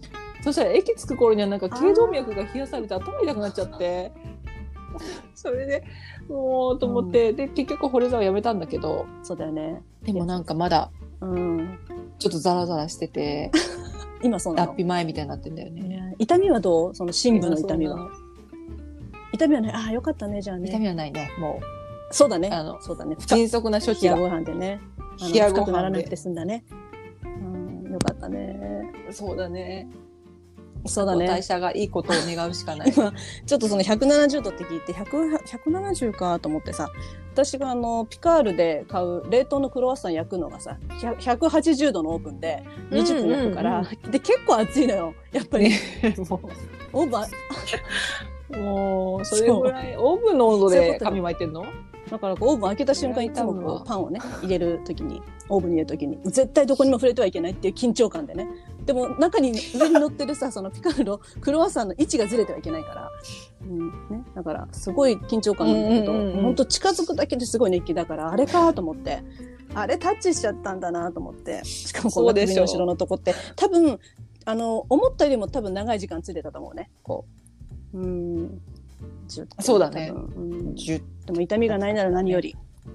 そしたら駅着く頃にはなんか頸動脈が冷やされて頭痛くなっちゃって、それでもうと思って、で結局保冷剤をやめたんだけど、 そうだよね。 でもなんかまだちょっとザラザラしてて、 今そうなの。 脱皮前みたいになってんだよね。 痛みはどう？その深部の痛みは。痛みはね、ああよかったねじゃあね。 痛みはないね、もう。そうだね。そうだね。 迅速な処置が。 冷やご飯でね。 冷やご飯で。 深くならなくて済んだね。よかったね。 そうだね。 そうだね。 代謝がいいことを願うしかない。 今ちょっとその170度って聞いて170かと思ってさ、私がピカールで買う冷凍のクロワッサン焼くのがさ180度のオーブンで20分焼くから、で結構熱いのよやっぱり、オーバーもうそれぐらいオーブンの温度で紙巻いてんの？ だからオーブン開けた瞬間いつもこうパンをね入れる時にオーブンに入れる時に絶対どこにも触れてはいけないっていう緊張感でね、でも中に上に乗ってるさそのピカールのクロワッサンの位置がずれてはいけないから、ね、だからすごい緊張感なんだけど、ほんと近づくだけですごい熱気だからあれかと思って、あれタッチしちゃったんだなと思って、しかもこの首の後ろのとこって多分思ったよりも多分長い時間ついてたと思うね。こうそうだね。 でも痛みがないなら何より。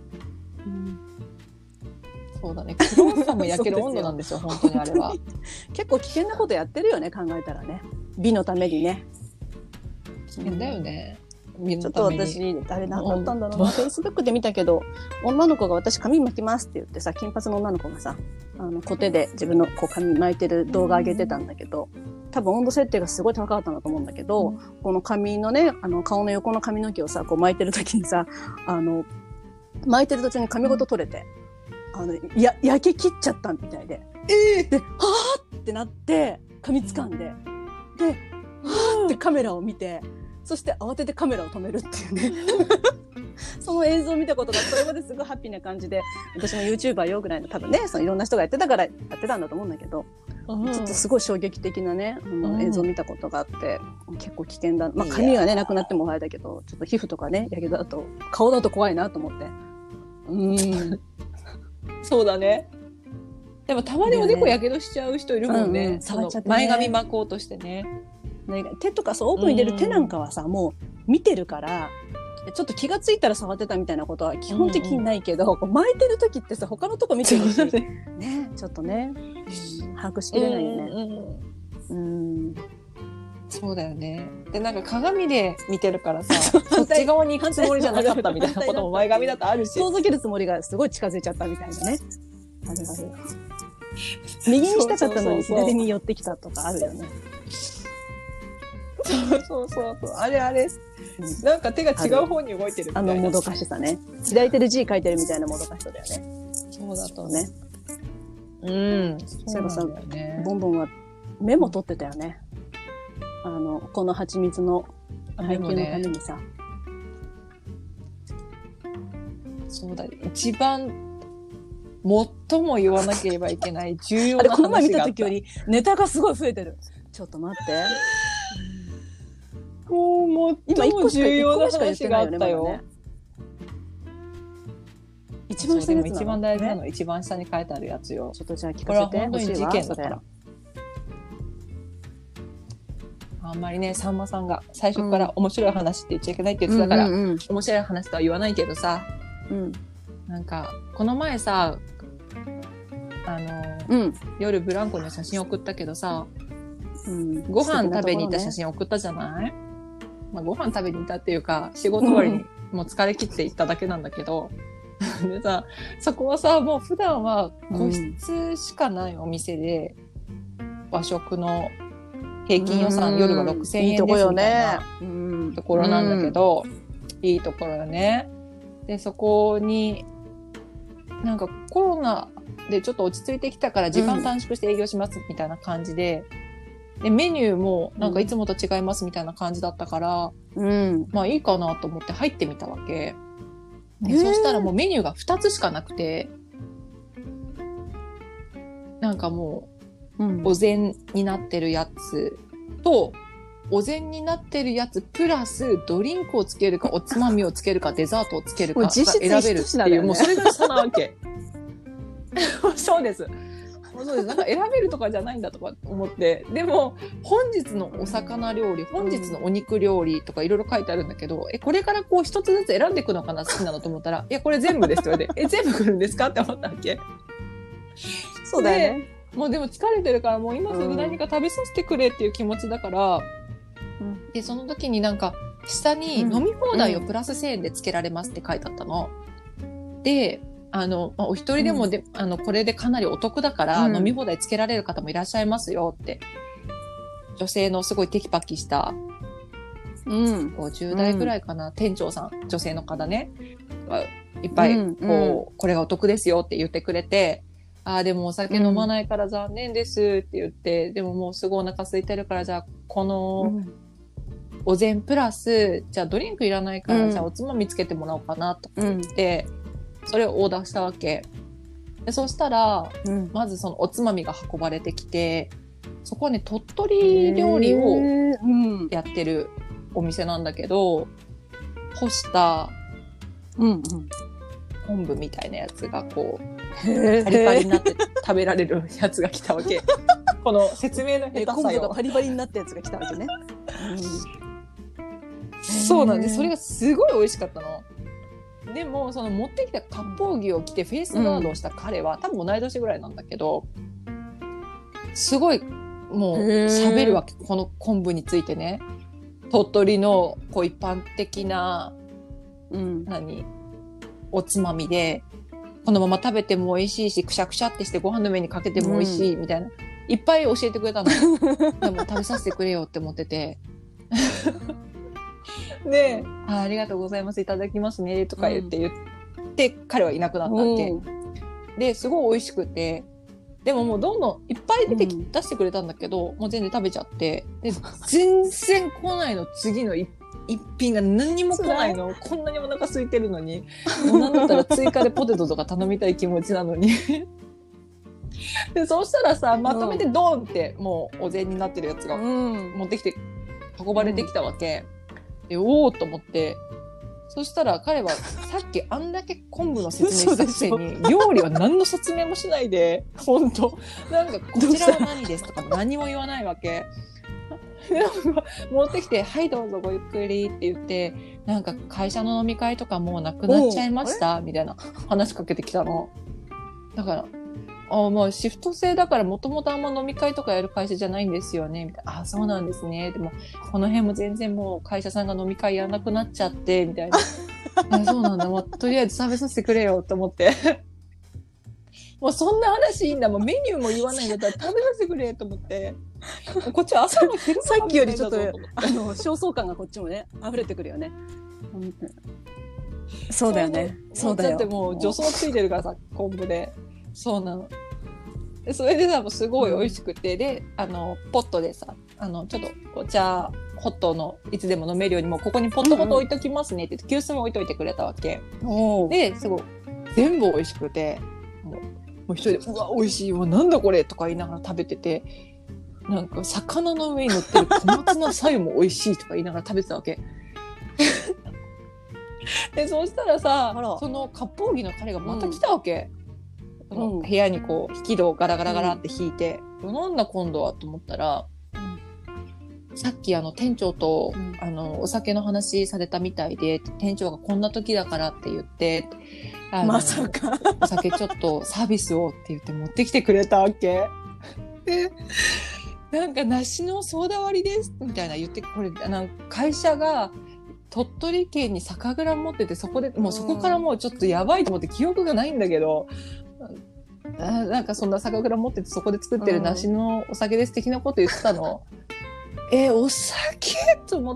そうだね。クロワッサンも焼ける温度なんですよ、本当にあれは。 結構危険なことやってるよね、考えたらね。美のためにね。 危険だよね。 ちょっと私、あれ何だったんだろうな。フェイスブックで見たけど、女の子が私髪巻きますって言ってさ、金髪の女の子がさ、コテで自分のこう髪巻いてる動画上げてたんだけど、多分温度設定がすごい高かったんだと思うんだけど、この髪のね、顔の横の髪の毛をさ、こう巻いてる時にさ、巻いてる途中に髪ごと取れて、焼け切っちゃったみたいで。で、はぁってなって、髪掴んで、で、はぁってカメラを見て、そして慌ててカメラを止めるっていうね。その映像を見たことがそれまですごいハッピーな感じで、私も YouTuber よぐらいの多分ね、いろんな人がやってたからやってたんだと思うんだけど、ちょっとすごい衝撃的なね、映像を見たことがあって、結構危険だ。まあ髪がね、なくなってもあれだけど、ちょっと皮膚とかね、やけどだと、顔だと怖いなと思って。 そうだね。でもたまにおでこやけどしちゃう人いるもんね。 触っちゃってね。 前髪巻こうとしてね。 手とかそうオープンに出る手なんかはさ、もう見てるからちょっと気がついたら触ってたみたいなことは基本的にないけど、巻いてる時ってさ他のとこ見てるしね、ちょっとね、把握しきれないよね。 そうだよね。でなんか鏡で見てるからさ、そっち側に行くつもりじゃなかったみたいなことも前髪だとあるし、 遠ざけるつもりがすごい近づいちゃったみたいなね。あるある。右にしたかったのに左に寄ってきたとかあるよね。 そう。あれ、なんか手が違う方に動いてるみたいな。 もどかしさね。左手で字書いてるみたいなもどかしさだよね。 そうだとね。 そういえばさ、ボンボンはメモ取ってたよね。この蜂蜜の配給のためにさ。 そうだ、一番最も言わなければいけない重要な話があった。 この前見た時よりネタがすごい増えてる。ちょっと待って。 もう最も重要な話があったよ。一番下のやつなの？一番大事なの、一番下に書いてあるやつよ。 ちょっとじゃあ聞かせて。 これは本当に事件だから。あんまりね、さんまさんが最初から面白い話って言っちゃいけないって言ってたから、面白い話とは言わないけどさ、なんかこの前さ、夜ブランコに写真送ったけどさ、ご飯食べに行った写真送ったじゃない？まあ、ご飯食べに行ったっていうか、仕事終わりにもう疲れ切って行っただけなんだけど、でさ、そこはさ、もう普段は個室しかないお店で、和食の平均予算、夜は6000円ですみたいなところなんだけど、いいところよね。で、そこに、なんかコロナでちょっと落ち着いてきたから時間短縮して営業しますみたいな感じで、でメニューもなんかいつもと違いますみたいな感じだったから、まあいいかなと思って入ってみたわけ。でそしたらもうメニューが2つしかなくて、なんかもう、お膳になってるやつと、お膳になってるやつプラスドリンクをつけるかおつまみをつけるかデザートをつけるかが選べるっていう、もうそれが下なわけ。そうです。 そうです。なんか選べるとかじゃないんだとか思って。でも、本日のお魚料理、本日のお肉料理とかいろいろ書いてあるんだけど、これからこう一つずつ選んでいくのかな、好きなのと思ったら、いや、これ全部ですって言われて、全部来るんですかって思ったわけ。 そうだよね。 もうでも疲れてるから、もう今すぐ何か食べさせてくれっていう気持ちだから、で、その時になんか、下に飲み放題をプラス1000円でつけられますって書いてあったの。で、お一人でもで、これでかなりお得だから、飲み放題つけられる方もいらっしゃいますよって、女性のすごいテキパキした、50代ぐらいかな、店長さん、女性の方ね、いっぱい、これがお得ですよって言ってくれて、でもお酒飲まないから残念ですって言って、でももうすごいお腹空いてるから、じゃあ、この、お膳プラス、じゃあドリンクいらないから、じゃあおつまみつけてもらおうかなと思って、それをオーダーしたわけ。でそうしたら、まずそのおつまみが運ばれてきて、そこはね、鳥取料理をやってるお店なんだけど、干した昆布みたいなやつがこう、パリパリになって食べられるやつが来たわけ。この説明の下手さよ。 昆布がパリパリになったやつが来たわけね。 そうなんです。それがすごい美味しかったの。でも、その持ってきた割烹着を着てフェイスガードをした彼は、多分同い年ぐらいなんだけど、すごい、もう喋るわけ。この昆布についてね。鳥取のこう一般的な、おつまみで、このまま食べても美味しいし、くしゃくしゃってしてご飯の上にかけても美味しいみたいな、いっぱい教えてくれたの。でも食べさせてくれよって思ってて。で、ありがとうございます、いただきますね、とか言って、彼はいなくなったわけ。で、すごい美味しくて、でももうどんどんいっぱい出してくれたんだけど、もう全然食べちゃって、で、全然来ないの、次の一品が何にも来ないの。こんなにお腹空いてるのに、もうなんだったら追加でポテトとか頼みたい気持ちなのに。で、そうしたらさ、まとめてドーンって、もうお膳になってるやつが持ってきて、運ばれてきたわけ。で、おーと思って、そしたら彼はさっきあんだけ昆布の説明したくせに、料理は何の説明もしないで、ほんと、なんかこちらは何ですとかも何も言わないわけ。持ってきて、はいどうぞごゆっくりって言って、なんか会社の飲み会とかもうなくなっちゃいましたみたいな話しかけてきたの。だから、まあシフト制だからもともとあんま飲み会とかやる会社じゃないんですよねみたいな。そうなんですね。でもこの辺も全然もう会社さんが飲み会やらなくなっちゃってみたいな。そうなんだ。もうとりあえず食べさせてくれよと思って。もうそんな話いいんだ。もうメニューも言わないんだったら食べさせてくれと思って。こっちは朝も昼もさっきよりちょっと焦燥感がこっちもね溢れてくるよね。そうだよね。そうだよ。 だってもう助走ついてるからさ、昆布で。そうなの。でそれでさ、すごい美味しくて、で、ポットでさ、ちょっとお茶、ホットのいつでも飲めるように、もうここにポットごと置いときますねって言って、急須も置いといてくれたわけ。で、すごい、全部美味しくて、もう一人で、うわ、美味しいわ、なんだこれとか言いながら食べてて、なんか、魚の上に乗ってる小松菜白湯も美味しいとか言いながら食べてたわけ。で、そうしたらさ、その割烹着の彼がまた来たわけ。部屋にこう引き戸をガラガラガラって引いて、なんだ今度はと思ったら、さっき店長と、お酒の話されたみたいで、店長がこんな時だからって言って、 まさかお酒ちょっとサービスをって言って持ってきてくれたわけ。で、なんか梨のソーダ割りですみたいな言って、これ会社が鳥取県に酒蔵持ってて、そこでもうそこからもうちょっとやばいと思って記憶がないんだけど、なんかそんな酒蔵持っててそこで作ってる梨のお酒です的なこと言ってたの。お酒と思って、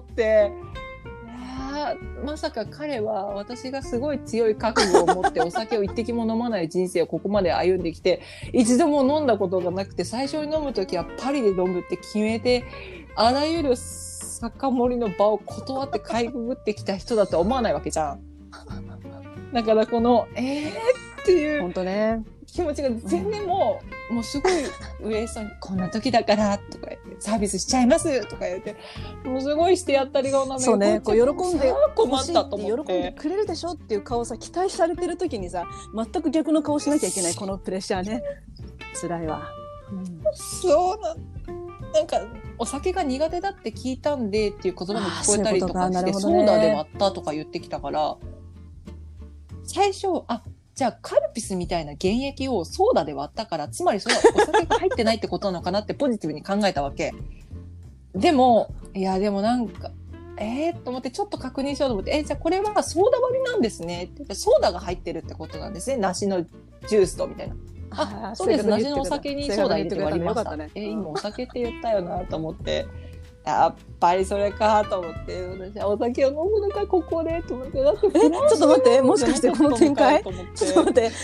まさか彼は私がすごい強い覚悟を持ってお酒を一滴も飲まない人生をここまで歩んできて、一度も飲んだことがなくて、最初に飲むときはパリで飲むって決めて、あらゆる酒盛りの場を断ってかいくぐってきた人だとは思わないわけじゃん。だからこのっていう本当ね気持ちが全然もうすごい嬉しそうに、こんな時だからとか言ってサービスしちゃいますとか言って、もうすごいしてやったり顔なのに、 そうね、こう喜んで困ったと思って、 喜んでくれるでしょっていう顔さ、期待されてる時にさ、全く逆の顔しなきゃいけないこのプレッシャーね、辛いわ。 そうなんかお酒が苦手だって聞いたんでっていう言葉も聞こえたりとかして、ソーダで割ったとか言ってきたから、最初じゃあカルピスみたいな原液をソーダで割ったから、つまりそれはお酒が入ってないってことなのかなってポジティブに考えたわけ。でもなんかと思ってちょっと確認しようと思って、じゃあこれはソーダ割りなんですねって。ソーダが入ってるってことなんですね。梨のジュースとみたいな。そうです。梨のお酒にソーダ入れて割りました。今お酒って言ったよなと思って。やっぱりそれかと思って、私はお酒を飲むのかここでと思って、だってちょっと待って、もしかしてこの展開ちょっと待って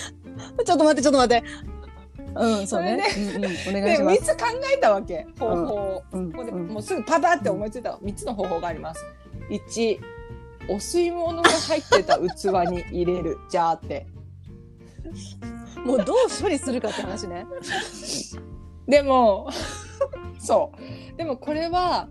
そうね。お願いします。 で3つ考えたわけ、方法。もうすぐパパって思いついた3つの方法があります。1、お吸い物が入ってた器に入れる。じゃあってもうどう処理するかって話ね。 でもでもこれは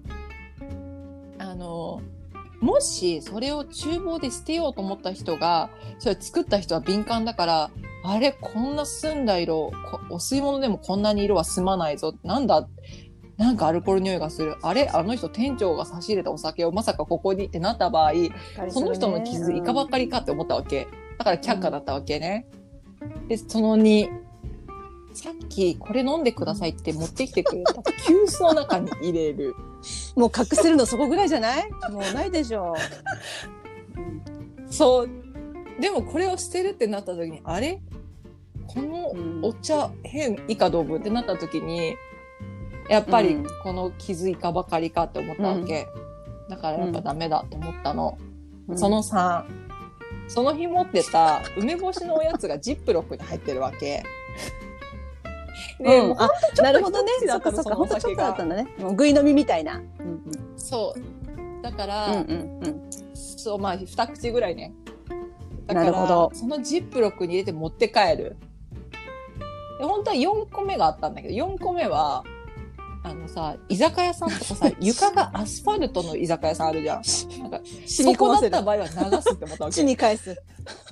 もしそれを厨房で捨てようと思った人が、それ作った人は敏感だから、あれこんな澄んだ色、お吸い物でもこんなに色は澄まないぞ、なんだ、なんかアルコール匂いがする、あの人店長が差し入れたお酒をまさかここにってなった場合、その人の傷いかばかりかって思ったわけ。だから却下だったわけね。でその2、さっきこれ飲んでくださいって持ってきてくれた急須の中に入れる。 もう隠せるのそこぐらいじゃない？もうないでしょう。そう。でもこれを捨てるってなった時に、あれこのお茶変以下同文ってなった時に、やっぱりこの気づいかばかりかって思ったわけ。だからやっぱダメだと思ったの。その3、その日持ってた梅干しのおやつがジップロックに入ってるわけ。 で、もうほんとちょっとなるほどね。そっかそっか、ほんとちょっとだったんだね。もう食い飲みみたいな。 そうだから、そう、まあ2口ぐらいね。だからなるほど。 そのジップロックに入れて持って帰る。で本当は4個目があったんだけど、4個目は居酒屋さんとかさ床がアスファルトの居酒屋さんあるじゃん。なんかそこだった場合は流すって思ったわけ。 地に返す。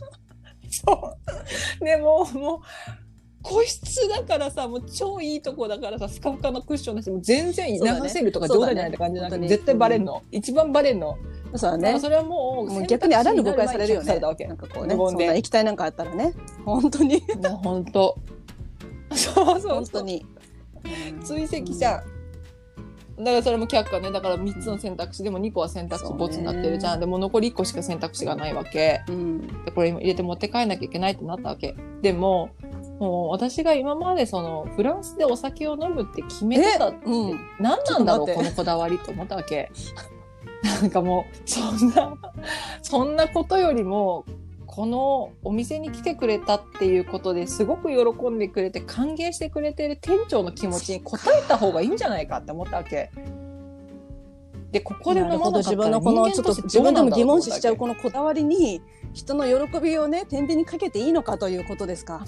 そうでもう個室だからさ、もう超いいとこだからさ、スカフカのクッションだし、もう全然流せるとか冗談じゃないって感じじゃなくて、絶対バレんの、一番バレんの。 そうだね。 それはもう逆にあらぬ誤解されるよね。 なんかこうね、 そんな液体なんかあったらね、本当に。 本当。そう本当に。 追跡じゃん。だからそれも却下ね。だから3つの選択肢でも2個は選択肢ボツになってるじゃん。でも残り1個しか選択肢がないわけ。でこれ入れて持って帰んなきゃいけないってなったわけ。でももう私が今までフランスでお酒を飲むって決めてたって何なんだろうこのこだわりと思ったわけ。なんかもうそんなことよりもこのお店に来てくれたっていうことですごく喜んでくれて歓迎してくれてる店長の気持ちに応えた方がいいんじゃないかって思ったわけ。でここで飲まなかったら自分のこのちょっと自分でも疑問視しちゃうこのこだわりに人の喜びをね天秤にかけていいのかということですか。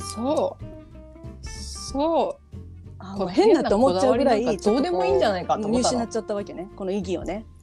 そう変なって思っちゃうぐらいどうでもいいんじゃないかと思ったの。 見失っちゃったわけね、この意義をね。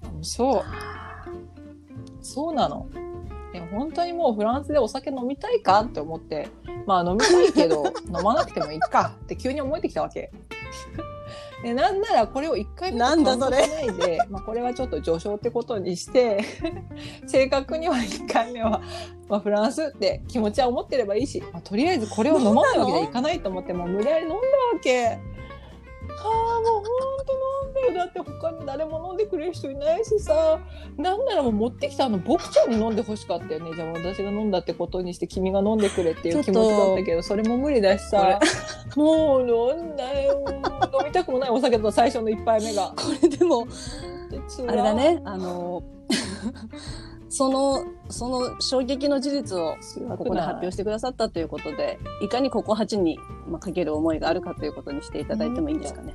そうなの。本当にもうフランスでお酒飲みたいかって思って、まあ飲みたいけど飲まなくてもいいかって急に思えてきたわけ。でなんならこれを1回目とカウントしないで、まあ、これはちょっと序章ってことにして正確には1回目は、まあ、フランスって気持ちは思ってればいいし、まあ、とりあえずこれを飲まないわけにはいかないと思ってもう無理やり飲んだわけ。もうほんと飲んでよ。だって他に誰も飲んでくれる人いないしさ、なんならもう持ってきた僕ちゃんに飲んでほしかったよね。じゃあ私が飲んだってことにして君が飲んでくれっていう気持ちだったけど、それも無理だしさもう飲んだよ。飲みたくもないお酒と最初の1杯目が。 これでもあれだね、その衝撃の事実をここで発表してくださったということで、いかにここ8にかける思いがあるかということにしていただいてもいいんですかね。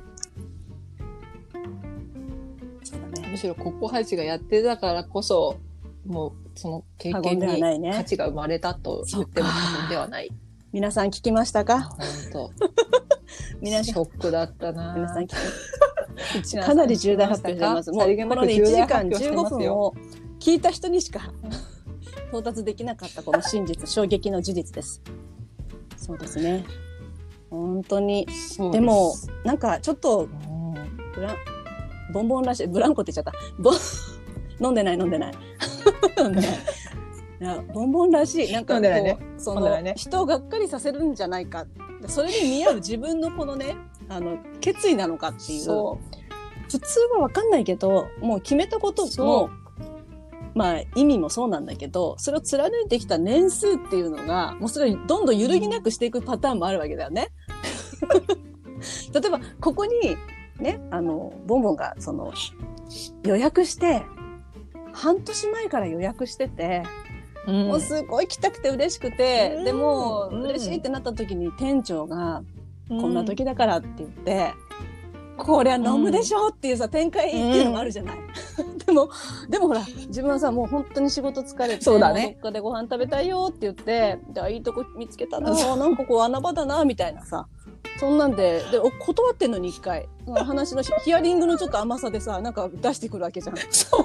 むしろここ8がやってたからこそもうその経験に価値が生まれたと言っても過言ではない。 皆さん聞きましたか。 本当ショックだったな。 皆さんかなり重大発表してます。もうこの、ね、1時間15分を聞いた人にしか到達できなかったこの真実、衝撃の事実です。そうですね。 本当に。 そうでもなんかちょっとボンボンらしい、ブランコって言っちゃった。飲んでない飲んでない飲んでない。いやボンボンらしい、なんかこう、 ね、 その、ね、人をがっかりさせるんじゃないか、それに見合う自分のこのね決意なのかっていう。普通は分かんないけど、もう決めたこともまあ意味もそうなんだけど、それを貫いてきた年数っていうのがもうそれをどんどん揺るぎなくしていくパターンもあるわけだよね。例えばここにね、ボンボンがその予約して半年前から予約してて、もうすごい来たくて嬉しくて、でも嬉しいってなった時に店長がこんな時だからって言って、こりゃ飲むでしょっていうさ、展開っていうのもあるじゃない。でもほら自分はさ、もう本当に仕事疲れて、そうだね、どっかでご飯食べたいよって言って、じゃあいいとこ見つけたな、なんかこう穴場だなみたいなさ、そんなんで断ってんのに一回話のヒアリングのちょっと甘さでさ、なんか出してくるわけじゃん。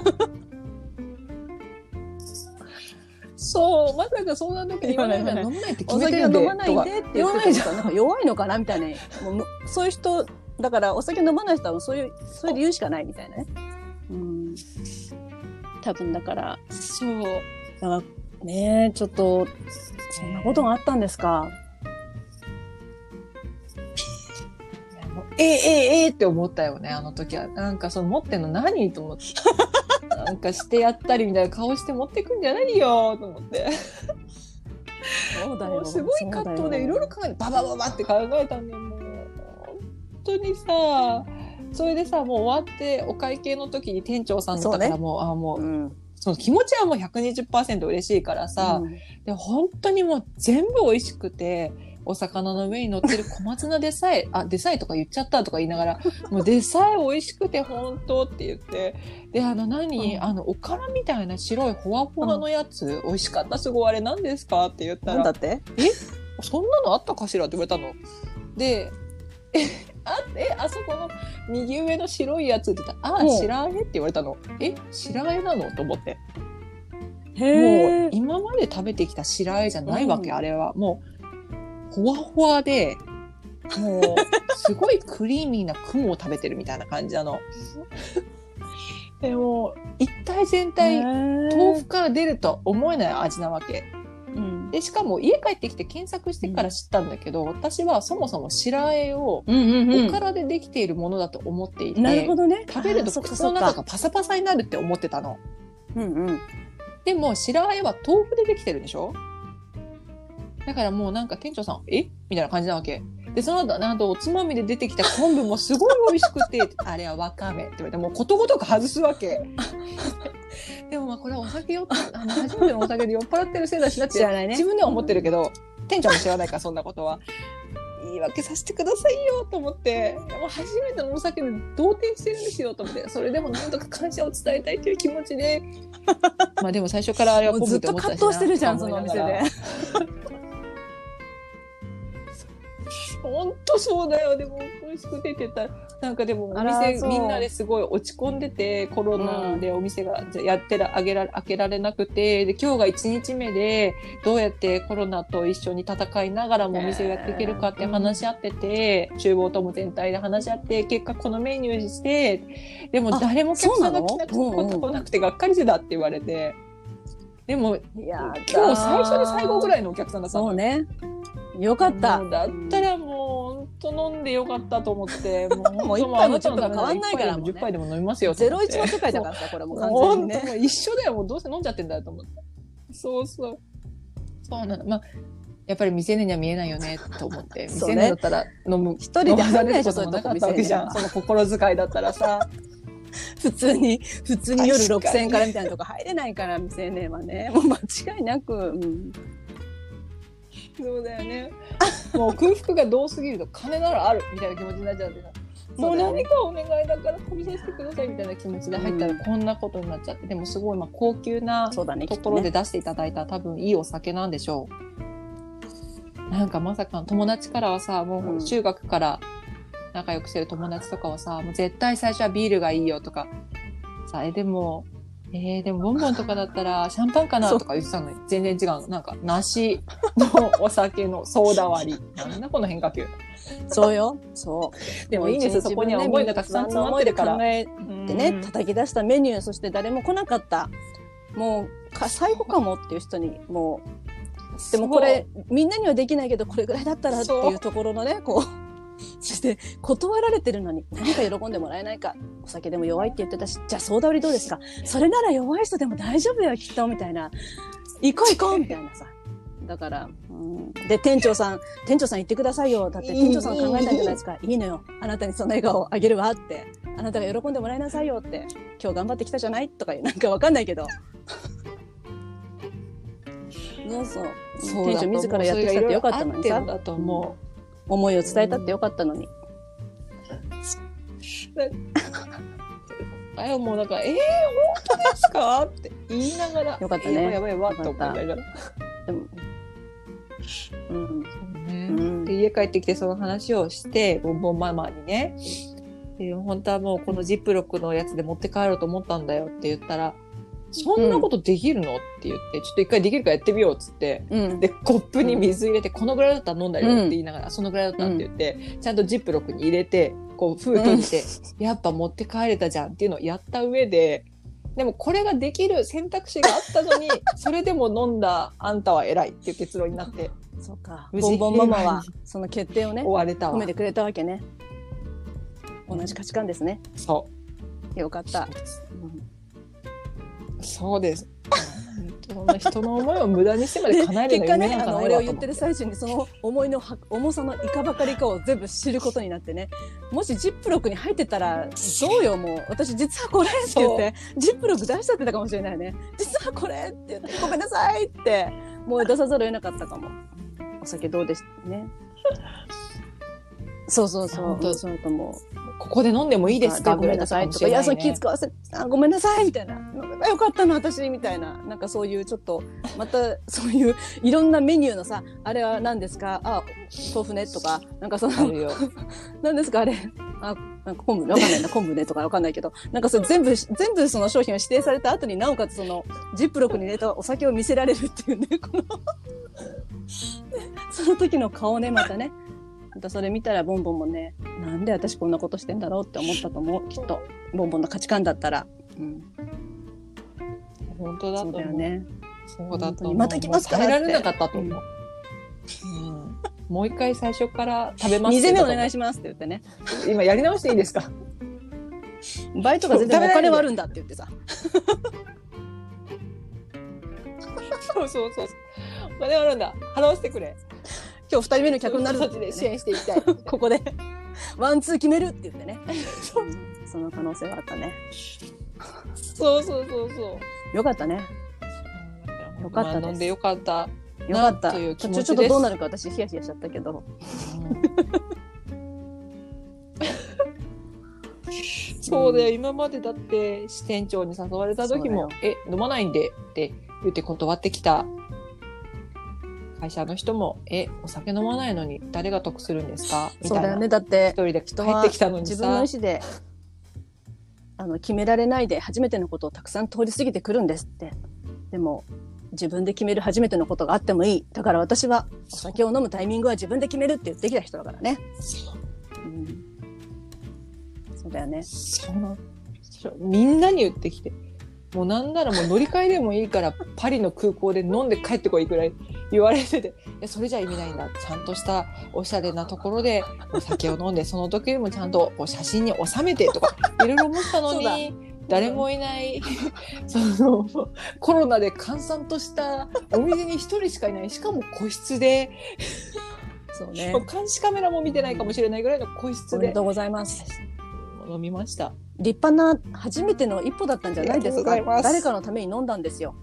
そう、まさかそんな時に言わないから飲まないって決めてるんで、 お酒は飲まないでって言ってたら、なんか弱いのかなみたいな、もうそういう人だから、お酒飲まない人はそういう理由しかないみたいなね。多分だからそうだからね、ちょっとそんなことがあったんですか。 って思ったよね、あの時は。なんかその持ってんの何と思って。なんかしてやったりみたいな顔して持ってくんじゃないよと思って。 そうだよ。 すごい葛藤でいろいろ考えてババババって考えたんだよ。もう本当にさ、それでさ、もう終わってお会計の時に店長さんだったからもう、その気持ちはもう 120% 嬉しいからさ、で本当にもう全部美味しくて、お魚の上に乗ってる小松菜でさえ、デサイとか言っちゃったとか言いながら、もうでさえ美味しくて本当って言って、で、おからみたいな白いほわほわのやつ、美味しかった、すごい、あれ何ですかって言ったら、 なんだって？ そんなのあったかしらって言われたの。で、あそこの右上の白いやつって言ったら、白あえって言われたの。白あえなのと思って。もう今まで食べてきた白あえじゃないわけ、あれは。もう、ほわほわで、もう、すごいクリーミーな雲を食べてるみたいな感じなの。でも、一体全体、豆腐から出るとは思えない味なわけ。で、しかも家帰ってきて検索してから知ったんだけど、私はそもそも白あえをおからでできているものだと思っていて、 なるほどね、 食べると口の中がパサパサになるって思ってたの。でも白あえは豆腐でできてるでしょ？だからもうなんか店長さん、みたいな感じなわけ。で、その後、なんとおつまみで出てきた昆布もすごい美味しくて、あれはわかめって言われて、もうことごとく外すわけ。でもまあこれはお酒初めてのお酒で酔っ払ってるせいだしなって、自分では思ってるけど、店長も知らないからそんなことは。言い訳させてくださいよと思って、もう初めてのお酒で動転してるんですよと思って、それでもなんとか感謝を伝えたいという気持ちで、まあでも最初からあれは昆布って思ってたしな。ずっと葛藤してるじゃん、そのお店で。本当そうだよ。でも美味しくてって言ったら、なんかでもお店みんなですごい落ち込んでて、コロナでお店が開けられなくて、で今日が1日目でどうやってコロナと一緒に戦いながらもお店をやっていけるかって話し合ってて、厨房とも全体で話し合って、結果このメニューにして、でも誰もお客さんが来なくてがっかりしてたって言われて、でも今日最初で最後ぐらいのお客さんだったの。 そうね。よかった。 だったらもう本当飲んでよかったと思って、 もう一杯もちょっと変わんないからも 10杯でも飲みますよ。 01の世界だからさ、これも完全にね。 もう一緒だよ。もうどうせ飲んじゃってんだよと思って。そうなの。まあやっぱり未成年には見えないよねと思って、未成年だったら飲む、 一人で入れないでしょ、 そういうとこなかったわけじゃん。その心遣いだったらさ。 普通に夜6000円からみたいなとこ入れないから、未成年はね。もう間違いなく。 そうだよね。もう空腹がどうすぎると金ならあるみたいな気持ちになっちゃってさ、もう何かお願いだから食べさせてくださいみたいな気持ちで入ったらこんなことになっちゃって、でもすごい高級なところで出していただいた多分いいお酒なんでしょう。なんかまさか友達からはさ、もう中学から仲良くしてる友達とかはさ、もう絶対最初はビールがいいよとかさ、でもでもボンボンとかだったらシャンパンかなとか言ってたのに全然違うの。なんか梨のお酒のソーダ割り。なんだこの変化球。 そうよ。そう。 でもいいんですよ。そこには思いがたくさん詰まってるから。 考えてね、叩き出したメニュー、そして誰も来なかった。もう最後かもっていう人にもう、でもこれみんなにはできないけどこれぐらいだったらっていうところのね、こう。そして断られてるのに何か喜んでもらえないか、お酒でも弱いって言ってたし、じゃあソーダ割りどうですか、それなら弱い人でも大丈夫よきっとみたいな、行こう行こうみたいなさ。だから、で店長さん言ってくださいよ、だって店長さん考えたんじゃないですか、いいのよあなたにその笑顔をあげるわって、あなたが喜んでもらいなさいよって、今日頑張ってきたじゃないとか、なんかわかんないけどそう店長自らやってきたってよかったのにさ、思いを伝えたってよかったのに。 もうなんか本当ですかって言いながら、 よかったね。 やばいって思いながら。でも、で家帰ってきてその話をしてボンボンママにね、本当はもうこのジップロックのやつで持って帰ろうと思ったんだよって言ったら、そんなことできるのって言って、ちょっと一回できるからやってみようっつって、でコップに水入れて、このぐらいだったら飲んだよって言いながら、そのぐらいだったって言って、ちゃんとジップロックに入れてこう封閉じて、やっぱ持って帰れたじゃんっていうのをやった上で、でもこれができる選択肢があったのにそれでも飲んだあんたは偉いっていう結論になって、 そうか、ボンボンママはその決定をね、 終われたわ、 褒めてくれたわけね。同じ価値観ですね。そうよかった。 そうです。そんな人の思いを無駄にしてまで叶えるの夢なんかないわと思って。 俺を言ってる最中にその思いの重さのいかばかりかを全部知ることになってね。もしジップロックに入ってたらどうよ、もう私実はこれって言ってジップロック出しちゃってたかもしれないね。実はこれって言ってごめんなさいってもう出さざるを得なかったかも。お酒どうでしたね。そうそうと思う。 ここで飲んでもいいですか、 ごめんなさいとか、いやその気使わせごめんなさいみたいな、飲めばよかったの私みたいな、なんかそういうちょっとまたそういういろんなメニューのさ、あれは何ですか、豆腐ねとか、なんかその何ですかあれ、なんか昆布ね、わかんないな、昆布ねとかわかんないけど、なんかそれ全部その商品を指定された後になおかつそのジップロックに入れたお酒を見せられるっていうね、このその時の顔ね、またね。またそれ見たらボンボンもね、なんで私こんなことしてんだろうって思ったと思う、きっとボンボンの価値観だったら、 本当だと思う。 そうだよね。 そうだと思う。 また来ますからって耐えられなかったと思う。もう一回最初から食べます。 2膳目お願いしますって言ってね。 今やり直していいですか？ バイトが全然お金はあるんだって言ってさ。 そう。お金はあるんだ。払わせてくれ。 今日2人目の客になるそっちで支援していきたい。 ここでワンツー決めるって言ってね。その可能性はあったね。 そう。 よかったね。よかったです。 飲んでよかった。 よかった。 という気持ちです。 ちょっとどうなるか私ヒヤヒヤしちゃったけど。 そうだよ、今までだって支店長に誘われた時も飲まないんでって言って断ってきた会社の人もお酒飲まないのに誰が得するんですかみたいな。 そうだよね。だって一人で帰ってきたのにさ、 自分の意思で決められないで初めてのことをたくさん通り過ぎてくるんですって。でも自分で決める初めてのことがあってもいい。だから私はお酒を飲むタイミングは自分で決めるって言ってきた人だからね。そうだよね。 みんなに言ってきて、もうなんならもう乗り換えでもいいからパリの空港で飲んで帰ってこいくらい言われてて、いやそれじゃ意味ないんだ。ちゃんとしたおしゃれなところでお酒を飲んで、その時にもちゃんと写真に収めてとかいろいろ思ったのに誰もいないそのコロナで閑散としたお店に一人しかいない、しかも個室でそうね、 監視カメラも見てないかもしれないぐらいの個室で。 おめでとうございます。 飲みました。 立派な初めての一歩だったんじゃないですか。誰かのために飲んだんですよ。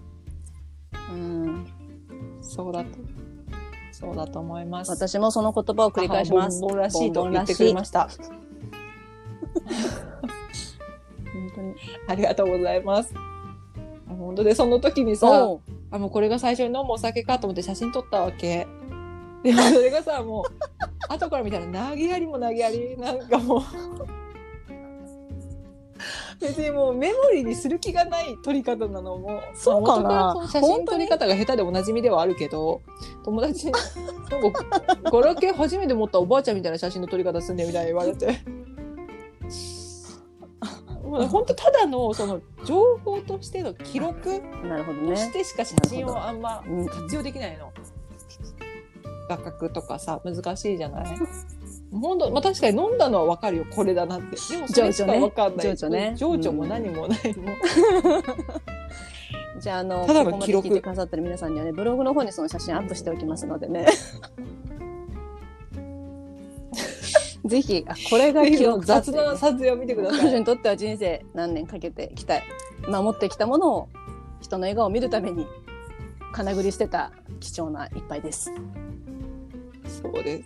そうだと思います。 私もその言葉を繰り返します。 ボンボンらしいと言ってくれました。 本当にありがとうございます。本当でその時にさ、もうこれが最初に飲むお酒かと思って写真撮ったわけ。でもそれがさ、もう後から見たら投げやりも投げやり、なんかもう別にもうメモリーにする気がない撮り方なのも、 そうかな、 まあ元からその写真撮り方が下手でおなじみではあるけど、友達になんかガラケー初めて持ったおばあちゃんみたいな写真の撮り方すんねみたいに言われて本当ただのその情報としての記録なるほどとしね。 てしか写真をあんま活用できないの。画角とかさ難しいじゃない。本当、まあ、確かに飲んだのは分かるよこれだなって。でもそれしか分かんない。 情緒ね。 情緒も何もないもん。 じゃあただの記録ここまで聞いてくださってる皆さんにはねブログの方にその写真アップしておきますのでね。ぜひこれが記録だって雑な撮影を見てください。 彼女にとっては人生何年かけてきた守ってきたものを人の笑顔を見るために金繰りしてた貴重な一杯です。 そうです。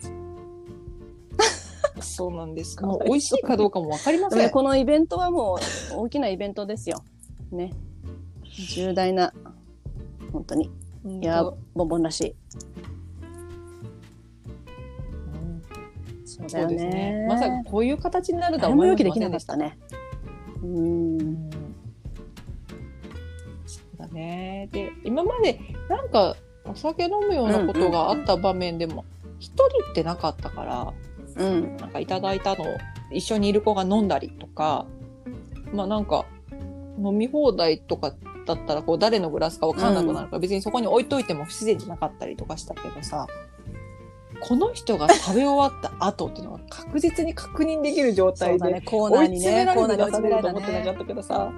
そうなんです。もう美味しいかどうかも分かりません。 このイベントはもう大きなイベントですよ。ね。重大な本当にいやボンボンらしい。そうだよね。 まさかこういう形になるとは思い思いませんでしませんでしたたね。 そうだね。で今までなんかお酒飲むようなことがあった場面でも一人ってなかったから、なんかいただいたのを一緒にいる子が飲んだりとか、まあなんか飲み放題とかだったらこう誰のグラスか分かんなくなるから、別にそこに置いといても不自然じゃなかったりとかしたけどさ、この人が食べ終わった後っていうのは確実に確認できる状態で、 コーナーにね、 追い詰められる出されると思ってなかったけどさ、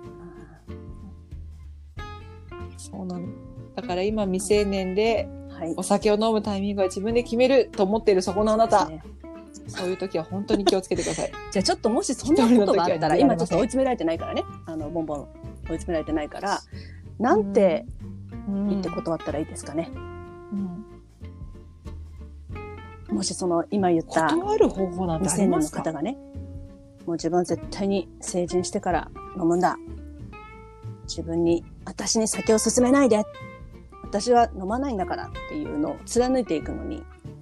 そうなの。だから今未成年でお酒を飲むタイミングは自分で決めると思っているそこのあなた、そういう時は本当に気をつけてください。 じゃあちょっともしそんなことがあったら、今ちょっと追い詰められてないからね、ボンボン追い詰められてないから、なんて言って断ったらいいですかね。もしその今言った断る方法なんてありますか？ 未成年の方がね、もう自分は絶対に成人してから飲むんだ。私に酒を勧めないで。私は飲まないんだからっていうのを貫いていくのに。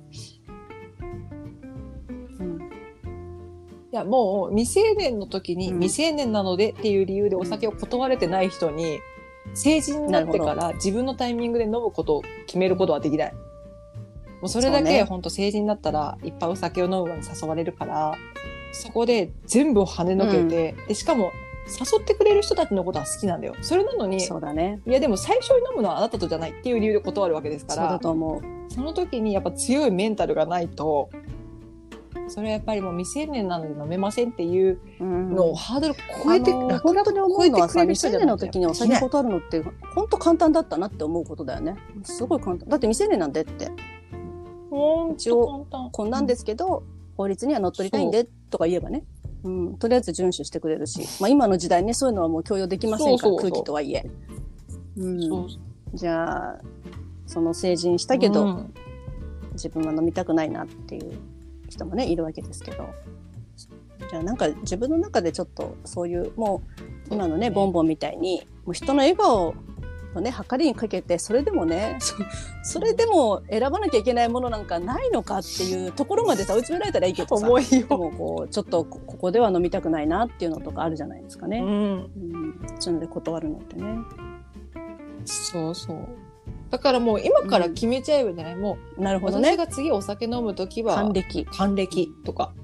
いやもう未成年の時に未成年なのでっていう理由でお酒を断れてない人に、成人になってから自分のタイミングで飲むことを決めることはできない。もうそれだけ本当成人になったらいっぱいお酒を飲むのに誘われるから、そこで全部を跳ねのけて、でしかも誘ってくれる人たちのことは好きなんだよ。それなのに、 そうだね。 いやでも最初に飲むのはあなたとじゃないっていう理由で断るわけですから、 そうだと思う。 その時にやっぱ強いメンタルがないと、それはやっぱりもう未成年なので飲めませんっていうのをハードル超えて、 本当に思うのはさ、未成年の時にお酒断るのって本当簡単だったなって思うことだよね。すごい簡単。だって未成年なんでって。一応こんなんですけど、法律には乗っ取りたいんでとか言えばね、とりあえず遵守してくれるし、まあ今の時代ね、そういうのはもう強要できませんから、空気とはいえ。じゃあその成人したけど、自分は飲みたくないなっていう人もねいるわけですけど、じゃあなんか自分の中でちょっとそういうもう今のねボンボンみたいにもう人の笑顔のね計りにかけて、それでもねそれでも選ばなきゃいけないものなんかないのかっていうところまでさ追い詰められたらいいけどさ、 重いよ。 でもこうちょっとここでは飲みたくないなっていうのとかあるじゃないですかね。そういうので断るのってね。 そうそう。だからもう今から決めちゃえばいいんじゃない？もうなるほどね。 私が次お酒飲むときは還暦とか。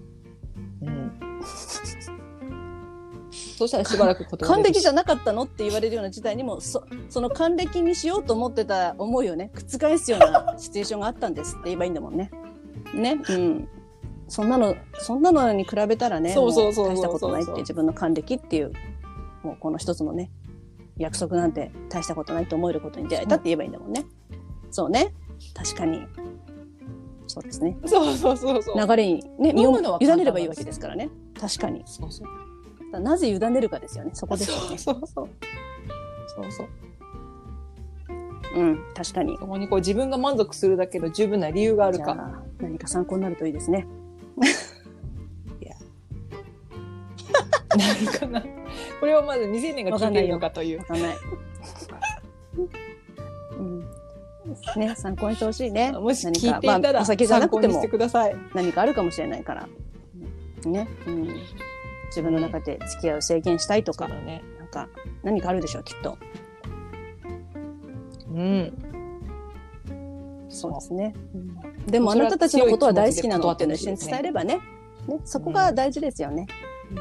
そうしたらしばらく断れる。 還暦じゃなかったのって言われるような事態にもその還暦にしようと思ってた思いをね覆すようなシチュエーションがあったんですって言えばいいんだもんね。ね、そんなのに比べたらね、大したことないって自分の還暦っていうもうこの一つのね約束なんて大したことないと思えることに出会えたって言えばいいんだもんね。そうね、確かにそうですね。 そう流れにね身を委ねればいいわけですからね。確かに。なぜ委ねるかですよね。そこですよね。そう。確かに。 そこにこう自分が満足するだけの十分な理由があるか。 何か参考になるといいですね。 いや。何かな。これはまず未成年が聞いているのかという。 わかんない。ね、参考にしてほしいね。 もし聞いていたら、 お酒じゃなくても参考にしてください。 何かあるかもしれないから。ね。 自分の中で付き合いを制限したいとか、 ね、 なんか何かあるでしょうきっと。 うん。 そうですね。でもあなたたちのことは大好きなのっていうのを一緒に伝えればね、そこが大事ですよね。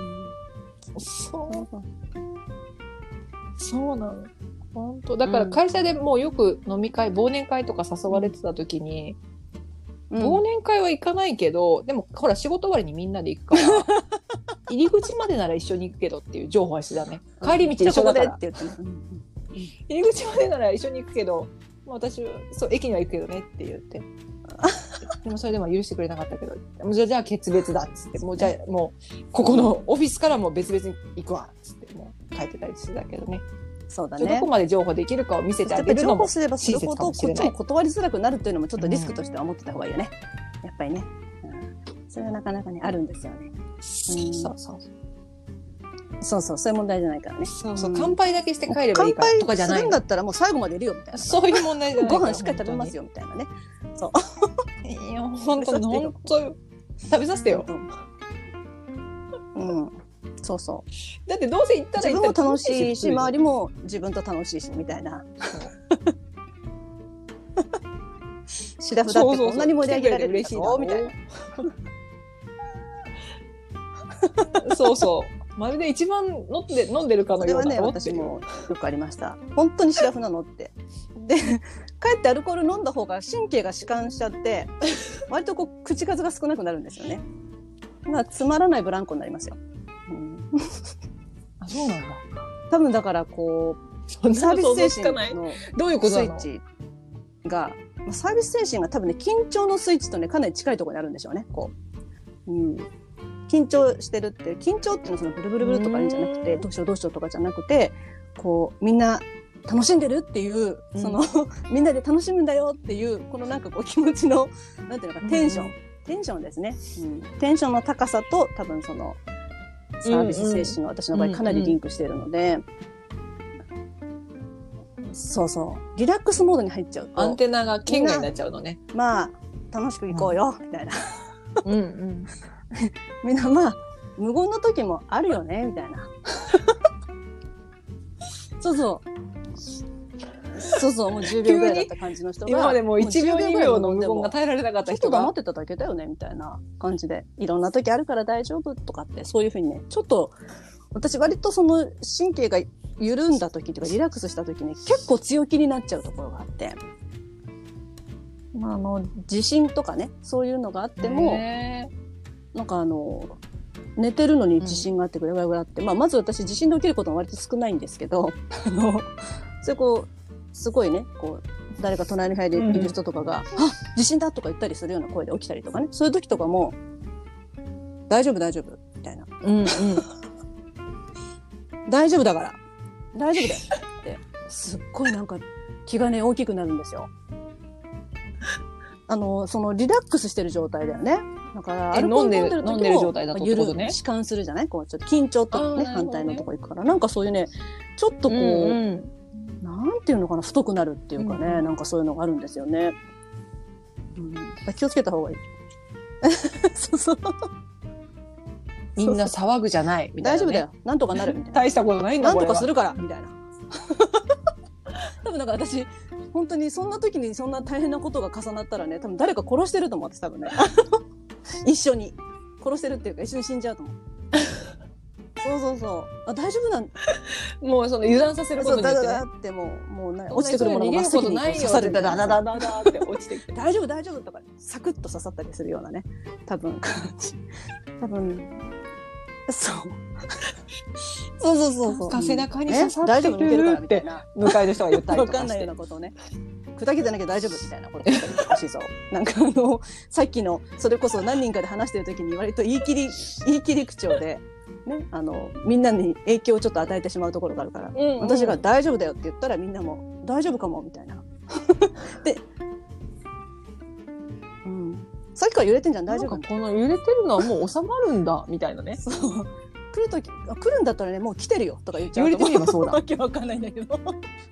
そうなの。本当だから会社でもうよく飲み会、忘年会とか誘われてた時に、忘年会は行かないけど、でもほら仕事終わりにみんなで行くから入り口までなら一緒に行くけどっていう情報はしてたね。帰り道一緒だからって言って、入り口までなら一緒に行くけど、私そう駅には行くけどねって言ってでもそれでも許してくれなかったけど、じゃあ決別だっつって、もうじゃあもうここのオフィスからも別々に行くわっつってもう帰ってたりしてたけどね。 そうだね。 どこまで情報できるかを見せてあげるのも親切かもしれない。こっちも断りづらくなるっていうのもちょっとリスクとしては思ってた方がいいよね。やっぱりね、それはなかなかねあるんですよね。そういう問題じゃないからね。 乾杯だけして帰ればいいからとかじゃない。乾杯するんだったらもう最後までいるよみたいな。 そういう問題じゃない。 ご飯しっかり食べますよみたいなね。そう。 いや本当食べさせてよ。 そうそう。 だってどうせ行ったら自分も楽しいし、周りも自分と楽しいしみたいな。シラフだってこんなに盛り上げられる嬉しいのみたいな。そうそう。まるで一番飲んでるかのような。 それはね、私もよくありました。本当にシラフなのって。で、かえってアルコール飲んだ方が神経が弛緩しちゃって、割とこう口数が少なくなるんですよね。つまらないブランコになりますよ。 あ、そうなんだ。 多分だからこうサービス精神のスイッチがサービス精神が多分ね緊張のスイッチとねかなり近いところにあるんでしょうね。こう、緊張してるって緊張っていうのはそのブルブルブルとかじゃなくてどうしようどうしようとかじゃなくてこうみんな楽しんでるっていうその、みんなで楽しむんだよっていうこのなんかこう気持ちのなんていうのかテンションですね。テンションの高さと多分そのサービス精神が私の場合かなりリンクしているので、そうそうリラックスモードに入っちゃうとアンテナが圏外になっちゃうのね。 まあ楽しく行こうよ、みたいなみんなまあ無言の時もあるよねみたいなそうもう10秒ぐらいだった感じの人が今までもう1秒2秒の無言が耐えられなかった人がちょっと黙ってただけだよねみたいな感じでいろんな時あるから大丈夫とかってそういうふうにねちょっと私割とその神経が緩んだ時とかリラックスした時に結構強気になっちゃうところがあって、地震とかねそういうのがあってもなんか寝てるのに地震があってぐらぐらぐらって、まず私地震で起きることも割と少ないんですけどそれこうすごいねこう誰か隣の部屋でいる人とかが、あ地震だとか言ったりするような声で起きたりとかねそういう時とかも大丈夫みたいな、大丈夫だから大丈夫だよってすっごいなんか気がね大きくなるんですよ。そのリラックスしてる状態だよね。だからアルコール飲んでる時も飲んでる状態だとってことね。 弛緩するじゃないこうちょっと緊張とね反対のとこ行くからなんかそういうねちょっとこう、なんていうのかな太くなるっていうかね、なんかそういうのがあるんですよね。気をつけた方がいい。そうみんな騒ぐじゃないみたいな、ね、 大丈夫だよなんとかなるみたいな大したことないんだなんとかするからみたいな多分なんか私本当にそんな時にそんな大変なことが重なったらね多分誰か殺してると思って多分ね一緒に殺してるっていうか一緒に死んじゃうと思うそうあ大丈夫なんもうその油断させることによってねだってもう落ちてくるものがまっすぐに刺さるダダダダダって落ちてきて大丈夫とかサクッと刺さったりするようなね多分そう背中に刺さってくるって向かいの人が言ったりとかして分かんないようななことをね砕けてなきゃ大丈夫みたいなこと言ったりとかしそうなんかさっきのそれこそ何人かで話してる時に割と言い切り口調でね、みんなに影響をちょっと与えてしまうところがあるから、私が大丈夫だよって言ったらみんなも大丈夫かもみたいなで、さっきから揺れてんじゃん大丈夫この揺れてるのはもう収まるんだみたいなねそう来るんだったらねもう来てるよとか言っちゃうと揺れてみればそうだわけわかんないんだけど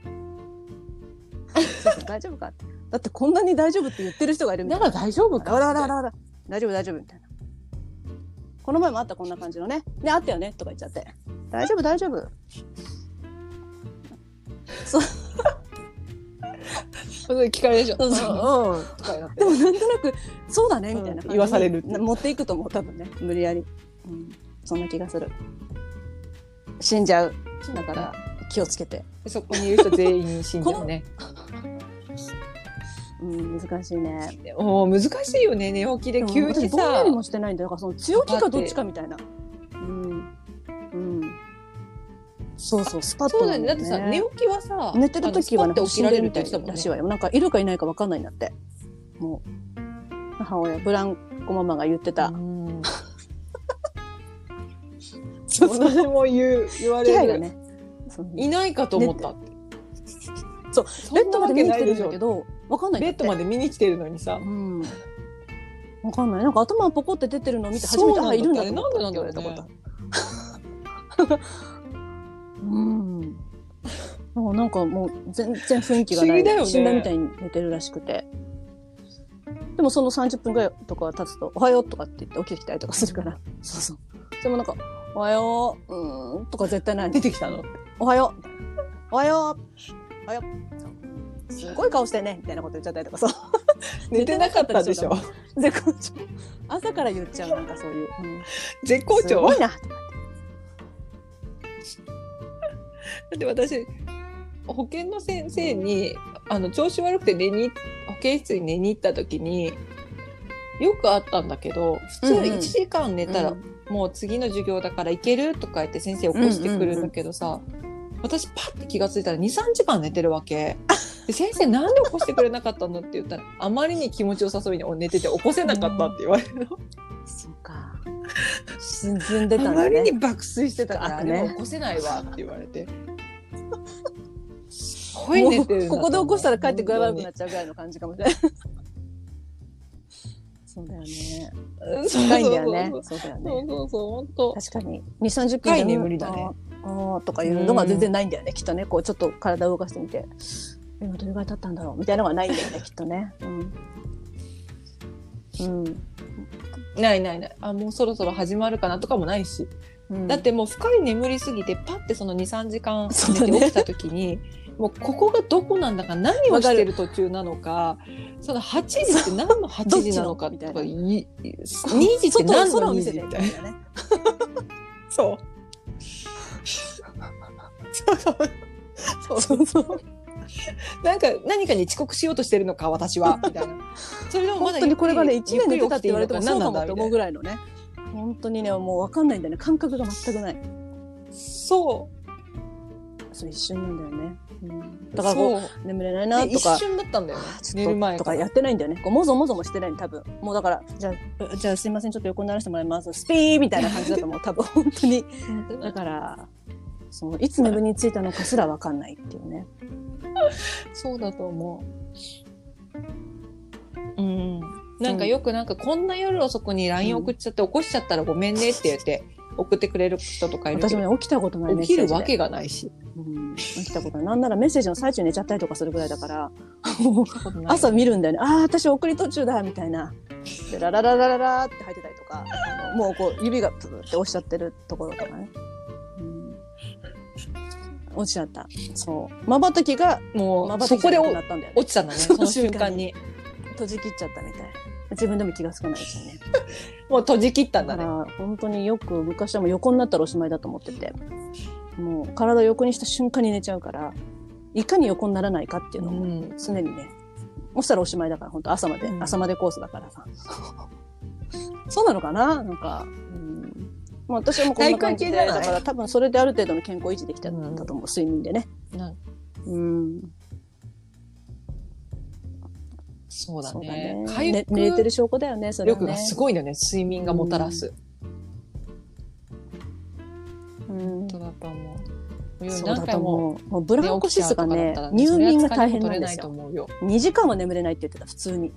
そう大丈夫かってだってこんなに大丈夫って言ってる人がいるみたいな大丈夫か大丈夫みたいなこの前もあったこんな感じのね。ね、あったよねとか言っちゃって。大丈夫大丈夫。そう。 それ聞かれるでしょ。 そうそう。うん。 とかやってでもなんとなくそうだねみたいな感じ言わされる持っていくと思う多分ね無理やり、そんな気がする。死んじゃう。だから気をつけて。 そこにいる人全員死んじゃうね。 難しいね。 難しいよね。寝起きで急にさ。 ぼんやりもしてないんだよ。だからその強気かどっちかみたいな。そうそうスパッと、 そうだね。だってさ寝起きはさ寝てる時はなんか起きられるみたいらしいわよ。なんかいるかいないかわかんないんだって。もう母親ブランコママが言ってた。 私も言われる。 気配がね。 いないかと思ったって。 そうベッドまで見に来てるんだけどわかんない。 ベッドまで見に来てるのにさ。 わかんない。なんか頭ポコって出てるのを見て初めているんだと思った。 なんでなんだろうね。 なんかもう全然雰囲気がない、死んだみたいに寝てるらしくて。でもその30分ぐらいとか経つと「おはよう」とかって言って起きてきたりとかするから。そうそう。でもなんか「おはよう」とか絶対ない。 出てきたの。 おはようおはようおはようすごい顔してねみたいなこと言っちゃったりとかさ。 寝てなかったでしょ。 絶好調。朝から言っちゃうなんかそういう。 絶好調。 すごいな。だって私保健の先生に調子悪くて保健室に寝に行った時によくあったんだけど、普通1時間寝たら、もう次の授業だから行けるとか言って先生起こしてくるんだけどさ、私パッて気がついたら 2,3 時間寝てるわけで、先生なんで起こしてくれなかったのって言ったら、あまりに気持ちよさそうに寝てて起こせなかったって言われるの。 そうか、沈んでたんだね。 あまりに爆睡してたから、起こせないわって言われて。すごい寝てるんだと思う。 ここで起こしたら帰って具合悪くなっちゃうぐらいの感じかもしれない。そうだよね。深いんだよね。そうだよね。 そう本当。 確かに2、30分で眠りだね。 とかいうのが全然ないんだよね。きっとね、こうちょっと体を動かしてみて、今どれぐらい経ったんだろうみたいなのがないんだよね。きっとね。 ない。もうそろそろ始まるかなとかもないし。だってもう深い眠りすぎてパッてその 2,3 時間寝て起きた時に、もうここがどこなんだか何をしてる途中なのか、その8時って何の8時なのかとか、2時って何の2時みたいなね。そうなんか何かに遅刻しようとしてるのか私はみたいな。それでもまだ本当にこれがね1年寝てたって言われてもそうかもと思うぐらいのね。本当にねもう分かんないんだよね。感覚が全くない。それ一瞬なんだよね。だからこう眠れないなとか一瞬だったんだよね。寝る前とかやってないんだよね。こうもぞもぞもしてない多分。もうだからじゃあすいませんちょっと横にならせてもらいます。スピーみたいな感じだと思う多分本当に。だからいつ眠りについたのかすら分かんないっていうね。 そうだと思う。なんかよくこんな夜遅くに LINE 送っちゃって起こしちゃったらごめんねって言って送ってくれる人とかいるけど、 私もね起きたことない。 起きるわけがないし、 起きたことない。なんならメッセージの最中に寝ちゃったりとかするぐらいだから朝見るんだよね。私送り途中だみたいな。でララララララって入ってたりとか、もうこう指がプーって押しちゃってるところとかね。落ちちゃった。そう瞬きがもうそこで落ちたんだね。その瞬間に閉じ切っちゃったみたい。自分でも気がつかないですよね。 もう閉じ切ったんだね。 だから本当によく昔はもう横になったらおしまいだと思ってて、もう体を横にした瞬間に寝ちゃうから、いかに横にならないかっていうのも常にね、そしたらおしまいだから本当朝までコースだからさ。そうなのかななんか。まあ、私はもうこんな感じでだから多分それである程度の健康維持できたんだと思う、睡眠でね。 そうだね。 寝れてる証拠だよね。それはね。 力がすごいよね。睡眠がもたらす。本当だと思う。 そうだと思う。もうブランコシスがね入眠が大変なんですよ。2時間は眠れないって言ってた普通に。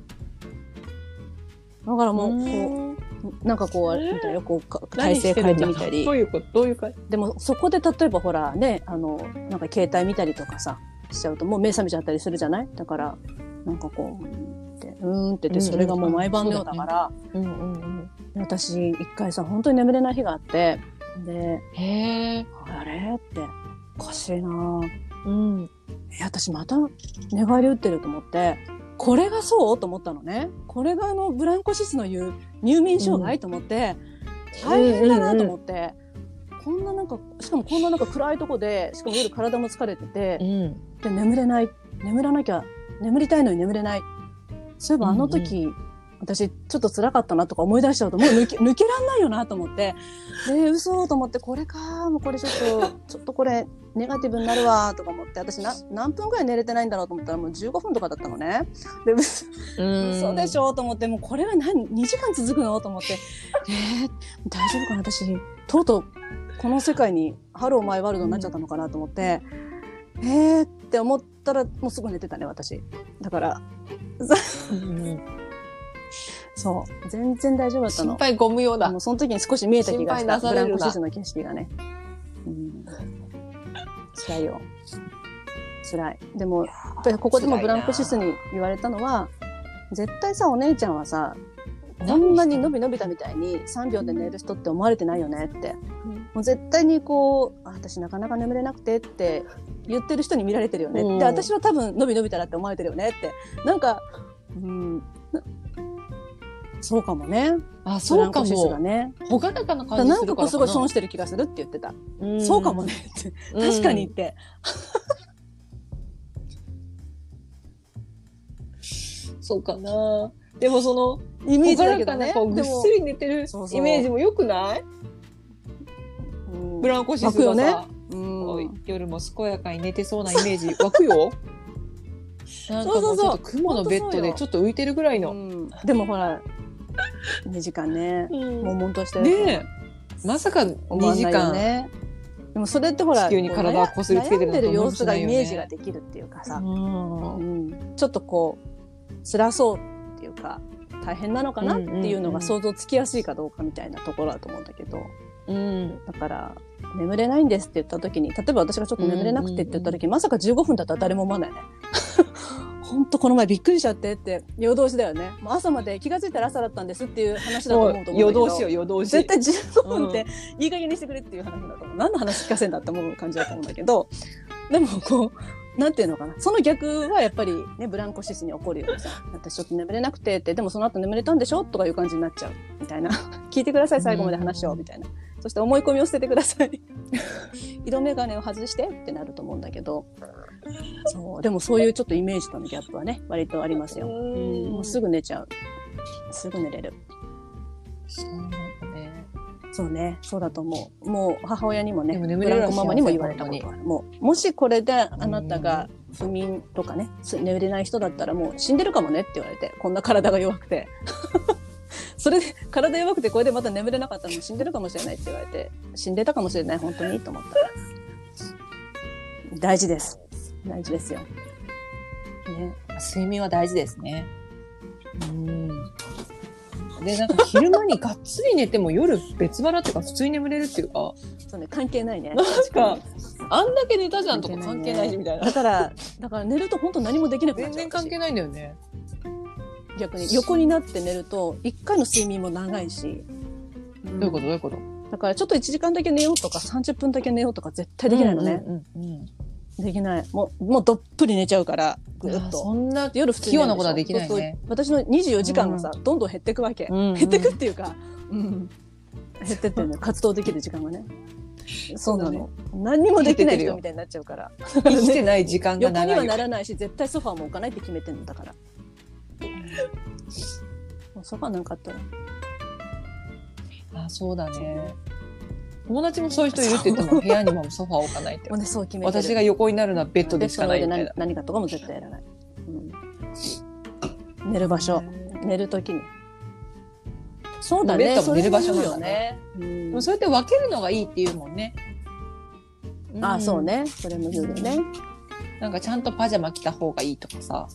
だからもうなんかこうみたいなこう体勢変えてみたり。 どういうこと？どういうか。 でもそこで例えばほらねなんか携帯見たりとかさしちゃうともう目覚めちゃったりするじゃない？だからなんかこうってってそれがもう毎晩のようだから私一回さ本当に眠れない日があって、でへえ。 あれっておかしいな、 うん。 私また寝返り打ってると思って、これがそうと思ったのね。これがブランコシスの言う入眠障害と思って、大変だなと思って、こんななんか、しかもこんななんか暗いとこで、しかも夜体も疲れてて、で眠れない、眠らなきゃ、眠りたいのに眠れない。そういえばあの時、私ちょっと辛かったなとか思い出しちゃうともう抜けらんないよなと思って、嘘と思って、これか、もうこれちょっとこれネガティブになるわとか思って、私何分ぐらい寝れてないんだろうと思ったらもう15分とかだったのね。で嘘でしょと思って、もうこれは2時間続くのと思って、大丈夫かな、私とうとうこの世界にハローマイワールドになっちゃったのかなと思って、って思ったらもうすぐ寝てたね私。だからそう全然大丈夫だったの。 心配ご無用だ。 もうその時に少し見えた気がした。ブランコシスの景色がね。辛いよ。辛い。でもやっぱりここでもブランコシスに言われたのは、絶対さお姉ちゃんはさこんなに伸び伸びたみたいに3秒で寝る人って思われてないよねって、もう絶対にこう私なかなか眠れなくてって言ってる人に見られてるよね、で私は多分伸び伸びたらって思われてるよねって、なんかそうかもね。 あ、そうかも。 ほがらかな感じするからかな。なんかこうすごい損してる気がするって言ってた。そうかもねって。確かにって。 そうかな。でもそのイメージだけどね。 ぐっすり寝てるイメージも良くない？ブランコシスがさ、夜も健やかに寝てそうなイメージ湧くよ。なんかもうちょっと雲のベッドでちょっと浮いてるぐらいの。 でもほら2時間ね、悶々としてるね。まさか2時間ね。 でもそれってほら地球に体をこすりつけてる悩んでる様子がイメージができるっていうかさ、ちょっとこう辛そうっていうか大変なのかなっていうのが想像つきやすいかどうかみたいなところだと思うんだけど、だから眠れないんですって言った時に、例えば私がちょっと眠れなくてって言った時に、まさか15分だったら誰も思わないね。ほんとこの前びっくりしちゃってって夜通しだよね。もう朝まで気がついたら朝だったんですっていう話だと思うと思うんだけど、 夜通しよ夜通し。 絶対15分っていい加減にしてくれっていう話だと思う。何の話聞かせんだって思う感じだと思うんだけど、でもこうなんていうのかな、その逆はやっぱりねブランコシスに起こるようにさ、私ちょっと眠れなくてって、でもその後眠れたんでしょとかいう感じになっちゃうみたいな。聞いてください最後まで話しようみたいな。そして思い込みを捨ててください。色眼鏡を外してってなると思うんだけど、そうでもそういうちょっとイメージとのギャップはね割とありますよ。もうすぐ寝ちゃう。すぐ寝れる。そうね、そうだと思う。もう母親にもね、ブランコママにも言われたことある。もしこれであなたが不眠とかね、眠れない人だったらもう死んでるかもねって言われて、こんな体が弱くて。それで体弱くてこれでまた眠れなかったらもう死んでるかもしれないって言われて、死んでたかもしれない本当にと思った。大事です。大事ですよ。ね、 睡眠は大事ですね。でなんか昼間にがっつり寝ても夜別腹っていうか普通に眠れるっていうか、 そうね、関係ないね。 なんかあんだけ寝たじゃんとか関係ないしみたいな。 だから寝ると本当何もできなくなっちゃう。 全然関係ないんだよね。 逆に横になって寝ると1回の睡眠も長いし、 どういうことどういうこと？ だからちょっと1時間だけ寝ようとか30分だけ寝ようとか絶対できないのね。できない。もうどっぷり寝ちゃうからぐっと。 そんな夜普通に器用なことはできないね。 私の24時間がさ、どんどん減っていくわけ。減っていくっていうか、減ってってね、活動できる時間がね。そうなの。何にもできない人みたいになっちゃうから。 生きてない時間が長い。 横にはならないし、絶対ソファーも置かないって決めてるんだから。ソファーなんかあったら。 あ、そうだね。友達もそういう人いるって言っても部屋にもソファー置かないって。 そう決めてる。 私が横になるのはベッドでしかないみたいな。 何かとかも絶対やらない。寝る場所、寝るときに。そうだね。 ベッドも寝る場所なんだね。そうやって分けるのがいいっていうもんね。 あ、そうね。それも言うよね。 なんかちゃんとパジャマ着た方がいいとかさ。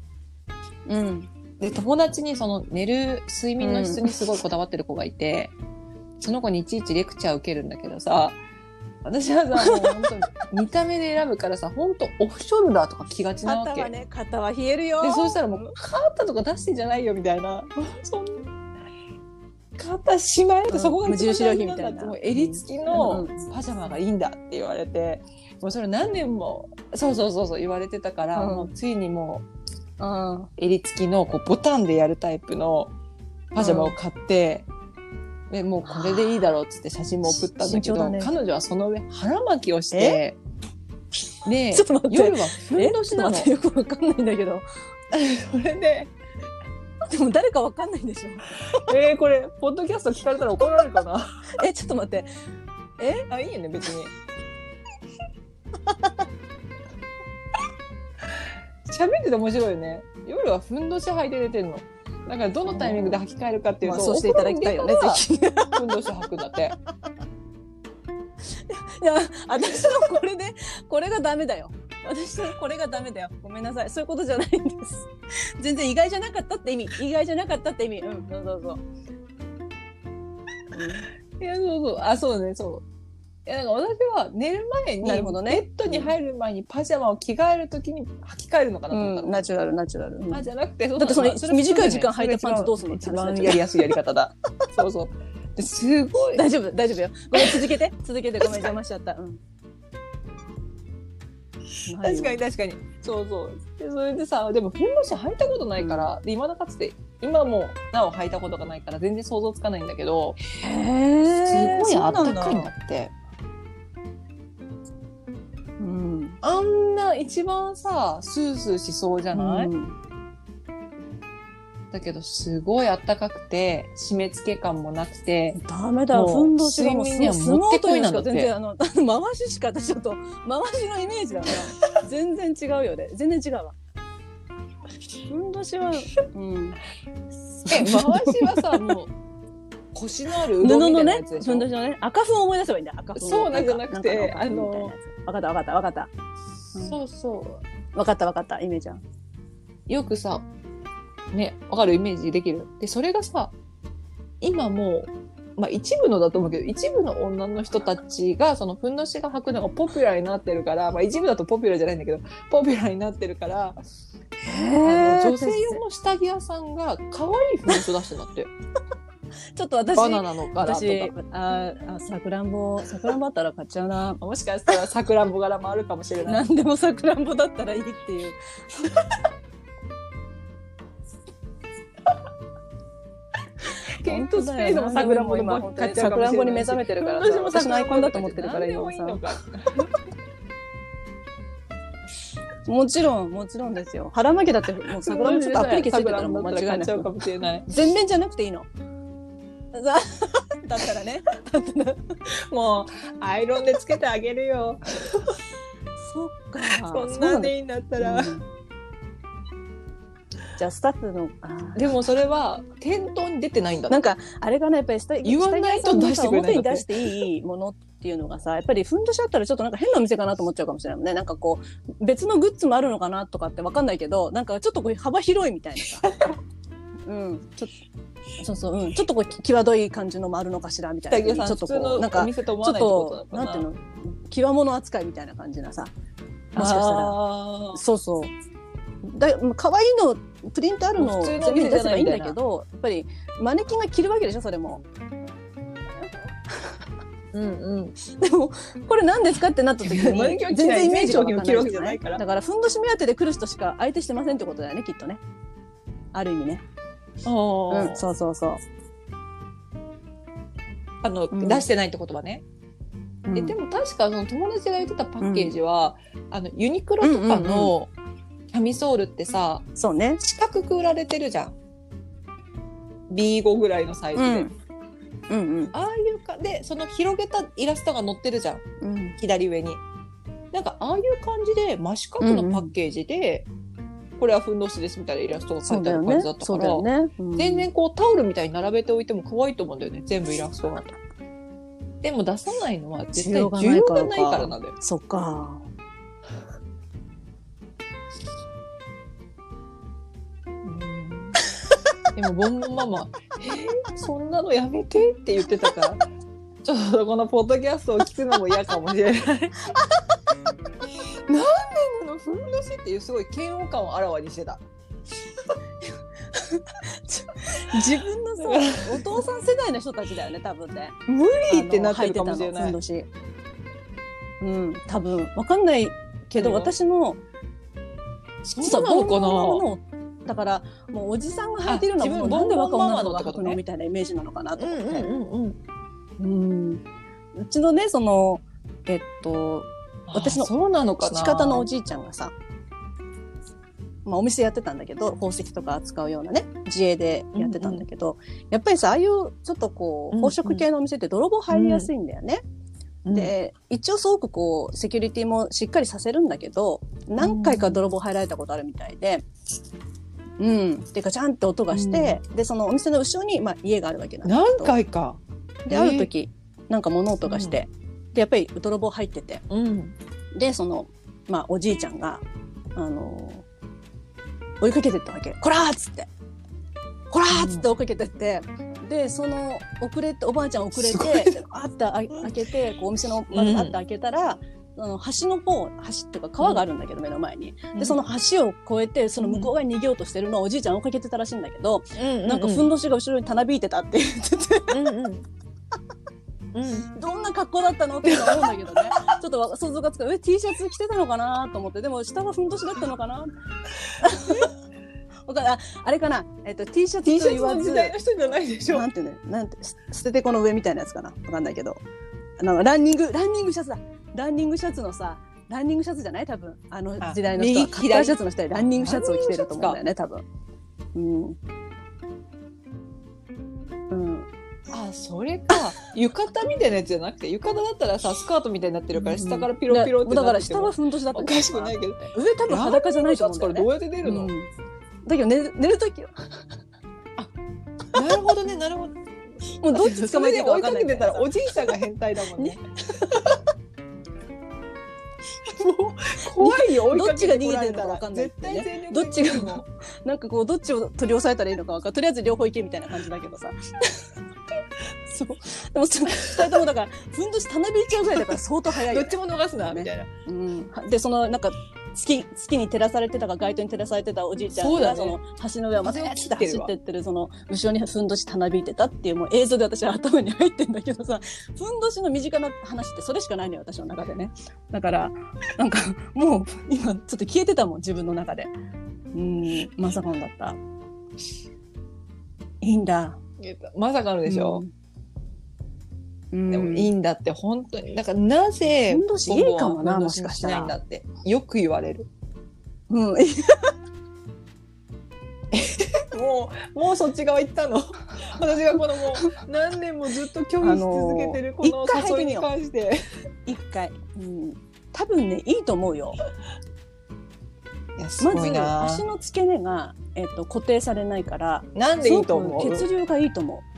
で友達にその寝る睡眠の質にすごいこだわってる子がいて、その子にいちいちレクチャー受けるんだけどさ、私はさもう本当に見た目で選ぶからさ、本当オフショルダーとか着がちなわけ。 肩は冷えるよ。 でそうしたらもう肩とか出してんじゃないよみたいな。 肩しまえてそこが無印良品みたいなもう襟付きのパジャマがいいんだって言われて、もうそれ何年もそう言われてたから、もうついにもう襟付きのこうボタンでやるタイプのパジャマを買って、でもうこれでいいだろうっつって写真も送ったんだけど、彼女はその上腹巻きをして、でちょっと待って、 夜はふんどしなの。 よくわかんないんだけどそれでも誰かわかんないんでしょこれポッドキャスト聞かれたら怒られるかなちょっと待って、 あ、いいよね別に喋ってて面白いよね。夜はふんどし履いて寝てんの。だからどのタイミングで履き替えるかっていうと、 そうしていただきたいよね、ぜひ。 ふんどし履くんだって。 いや、私のこれがダメだよ。私のこれがダメだよ。ごめんなさい。そういうことじゃないんです。全然意外じゃなかったって意味。意外じゃなかったって意味。そう。 いや、そう。あ、そうね、そう。いや、なんか私は寝る前に、ベッドに入る前にパジャマを着替えるときに履き替えるのかなと思ったの。 ナチュラル。 あ、じゃなくて、 だってその短い時間履いたパンツどうするの？ 一番やりやすいやり方だ。そう。ですごい。 大丈夫よ。ごめん、続けて。ごめん、邪魔しちゃった。 確かに。そうで、それでさ、でもふんどし履いたことないから、で今だかつて今もなお履いたことがないから全然想像つかないんだけど、すごいあったかいんだって。あんな一番さスースーしそうじゃない？だけどすごいあったかくて締め付け感もなくて、 ダメだ、ふんどしがもう睡眠にはもってこいなんだって。 全然回ししか私ちょっと回しのイメージだから全然違うよね。全然違うわ。ふんどしは、回しはさもう腰のあるうどんみたいなやつでしょ。 ふんどしのね、赤ふん思い出せばいいんだよ。赤ふん。 そうなんじゃなくて、 わかった。 そう。 わかった、イメージは。 よくさ、ね、わかるイメージできる。で、それがさ、今もう、まあ一部のだと思うけど、一部の女の人たちが、そのふんどしが履くのがポピュラーになってるから、まあ一部だとポピュラーじゃないんだけど、ポピュラーになってるから、女性用の下着屋さんが可愛いふんどしを出してんだって。 ちょっと私、 バナナの柄とか。さくらんぼあったら買っちゃうな。 もしかしたらさくらんぼ柄もあるかもしれない。 何でもさくらんぼだったらいいっていう。 ケントスペードもさくらんぼ今買っちゃうかもしれない。さくらんぼに目覚めてるからさ、私のアイコンだと思ってるから今さ。もちろんですよ。腹巻きだってもうさくらんぼちょっとアップリケついてたらもう間違いない。全面じゃなくていいの。だったらね。 もうアイロンでつけてあげるよ。 そっか。 そんなんでいいんだったら。 じゃあスタッフのでもそれは店頭に出てないんだ。 なんかあれがね、やっぱり言わないと出してくれないんだって。 表に出していいものっていうのがさ、やっぱりふんどしあったらちょっとなんか変なお店かなと思っちゃうかもしれないもんね。なんかこう別のグッズもあるのかなとかってわかんないけど、なんかちょっとこう幅広いみたいなさ。ちょっとこう際どい感じのもあるのかしらみたいな。ちょっとこうなんかちょっとなんていうの、際物扱いみたいな感じなさ。もしかしたらそう。可愛いのプリントあるのを全部出せばいいんだけど、やっぱりマネキンが着るわけでしょ、それも。でもこれ何ですかってなった時に全然イメージが分かんないじゃない。だからふんどし目当てで来る人しか相手してませんってことだよね、きっとね。ある意味ね。そう。 出してないってことはね。でも確かその友達が言ってたパッケージは、ユニクロとかのキャミソールってさ、 そうね、 四角く売られてるじゃん。B5 ぐらいのサイズで。ああいうかで、その広げたイラストが載ってるじゃん。左上に。なんかああいう感じで真四角のパッケージで、これはふんどしですみたいなイラストが書いてある感じだったから、全然こうタオルみたいに並べておいても可愛いと思うんだよね。全部イラストが。でも出さないのは絶対需要がないからなんだよ。 そっか。 でもボンボンママそんなのやめてって言ってたから、ちょっとこのポッドキャストを聞くのも嫌かもしれない。なんでなのふんどしっていうすごい嫌悪感をあらわにしてた。 自分のさお父さん世代の人たちだよね多分ね。 無理ってなってるかもしれない。 ふんどし。多分わかんないけど、私のそうなのかな。 だからもうおじさんが履いてるのはなんで若者が履くのみたいなイメージなのかなと思って。うちのねその私の父方のおじいちゃんがさ、お店やってたんだけど、宝石とか扱うようなね自営でやってたんだけど、やっぱりさああいうちょっとこう宝飾系のお店って泥棒入りやすいんだよね。で一応すごくこうセキュリティもしっかりさせるんだけど、何回か泥棒入られたことあるみたいで、でガチャンって音がして、でそのお店の後ろに家があるわけなんだけど、 何回かである時なんか物音がして、でやっぱり泥棒入ってて、でそのおじいちゃんが追いかけてったわけ。こらーっつってこらーっつって追いかけてって、でその遅れておばあちゃん遅れてあって開けてこうお店の窓あって開けたら、橋の方橋っていうか川があるんだけど、目の前にでその橋を越えてその向こう側に逃げようとしてるのをおじいちゃん追いかけてたらしいんだけど、なんかふんどしが後ろにたなびいてたって言っててどんな格好だったのって思うんだけどねちょっと想像がつかない。T シャツ着てたのかなと思って、でも下はふんどしだったのかなあれかな、T シャツと言わず T シャツの時代の人じゃないでしょ。 なんて捨ててこの上みたいなやつかな、わかんないけど、ランニングシャツだ。ランニングシャツのさ、ランニングシャツじゃない多分時代の人はカッターシャツの人はランニングシャツを着てると思うんだよね多分。 それか浴衣みたいなやつじゃなくて、浴衣だったらさスカートみたいになってるから下からピロピロってなっててもだから下はふんどしだったおかしくないけど、 上多分裸じゃないと思うんだよね。 どうやって出るの？ だけど寝るときよ。 なるほどね、なるほど。 もうどっち捕まえてるか分かんない。 追いかけてたらおじいさんが変態だもんね。もう怖いよ、追いかけてこられたら。 どっちが逃げてるのか分かんない。 絶対全力どっちがなんかこうどっちを取り押さえたらいいのか分かんない。とりあえず両方行けみたいな感じだけどさ。そうでも2人ともだからふんどしたなびいちゃうぐらいだから相当早いよ、 どっちも逃すな、みたいな。 でそのなんか月に照らされてたか街灯に照らされてたおじいちゃんがその橋の上をまた走ってってるその後ろにふんどしたなびいてたっていうもう映像で私は頭に入ってんだけどさ、ふんどしの身近な話ってそれしかないのよ私の中でね。だからなんかもう今ちょっと消えてたもん自分の中で。まさかのだった。いいんだ。 まさかのでしょ。でもいいんだって本当に。だからなぜふんどしいいかもな、もしかしたら。 ないんだってよく言われる。もうそっち側行ったの。私がこのもう何年もずっと拒否し続けてるこの誘いに関して一回、多分ねいいと思うよ。 いやすごいな。 まず足の付け根が、固定されないから、 なんでいいと思う？ 血流がいいと思う。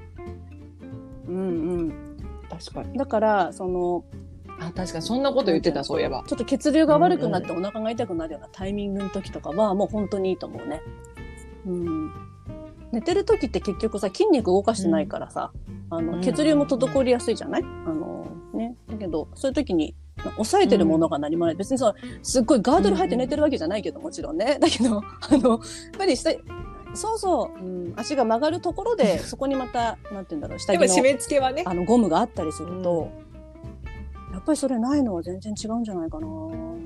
確かに。 だからその確かにそんなこと言ってた。そういえばちょっと血流が悪くなってお腹が痛くなるようなタイミングの時とかはもう本当にいいと思うね。寝てる時って結局さ筋肉動かしてないからさ、血流も滞りやすいじゃない？だけどそういう時に抑えてるものが何もない。別にさすっごいガードル入って寝てるわけじゃないけど、もちろんね。だけどやっぱり足が曲がるところでそこにまたなんて言うんだろう、下着の締め付けはね、 ゴムがあったりすると、やっぱりそれないのは全然違うんじゃないかな。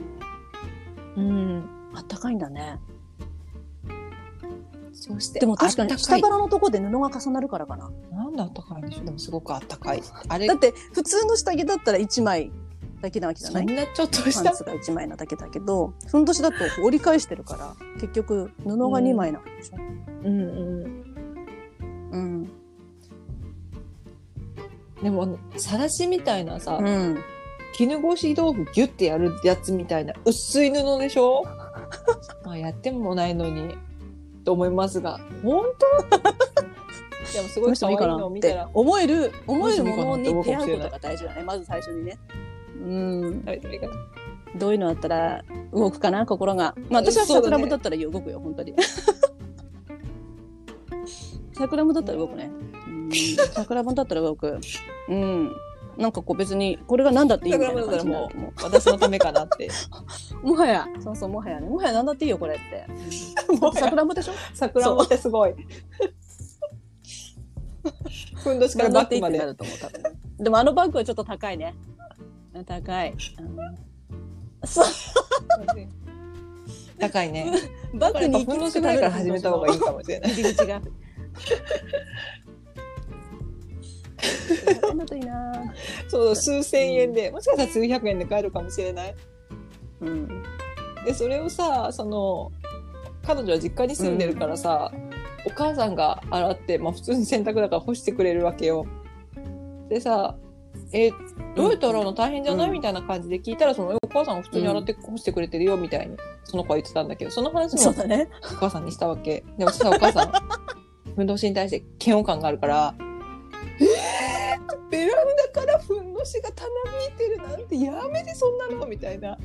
あったかいんだね。 そしてでも確かに下腹のところで布が重なるからかな。 なんであったかいんでしょう。でもすごくあったかい。あれだって普通の下着だったら1枚だけなわけじゃない？ そんなちょっとしたパンツが1枚なだけだけど、ふんどしだと折り返してるから結局布が2枚なわけでしょ。 でもさらしみたいなさ、絹ごし豆腐ギュッてやるやつみたいな薄い布でしょ。やってもないのにと思いますが、本当？でもすごい可愛いのを見たら思えるものに出会うことが大事だね。まず最初にね。どういうのだったら動くかな、心が。私は桜もだったら動くよ、本当に。桜もだったら動くね。桜もだったら動く。なんかこう別にこれが何だっていいみたいな感じになると思う。 私のためかなって。 もはや何だっていいよこれって。桜もでしょ？ 桜もってすごい。 ふんどしからバッグまで。 なると思う多分。でもあのバッグはちょっと高いね。高い。そう。 高いね。 バッグにふんどしぐらいから始めた方がいいかもしれない。 入り口が。だといいな。 そう、数千円で、もしかしたら数百円で買えるかもしれない。 うん。 でそれをさ、彼女は実家に住んでるからさ、お母さんが洗って、まあ普通に洗濯だから干してくれるわけよ。でさ、どうやって洗うの大変じゃない、みたいな感じで聞いたら、お母さんが普通に洗って干してくれてるよみたいにその子は言ってたんだけど、その話もお母さんにしたわけ。でもさ、お母さんふんどしに対して嫌悪感があるから、ベランダからふんどしがたなびいてるなんてやめて、そんなのみたいな。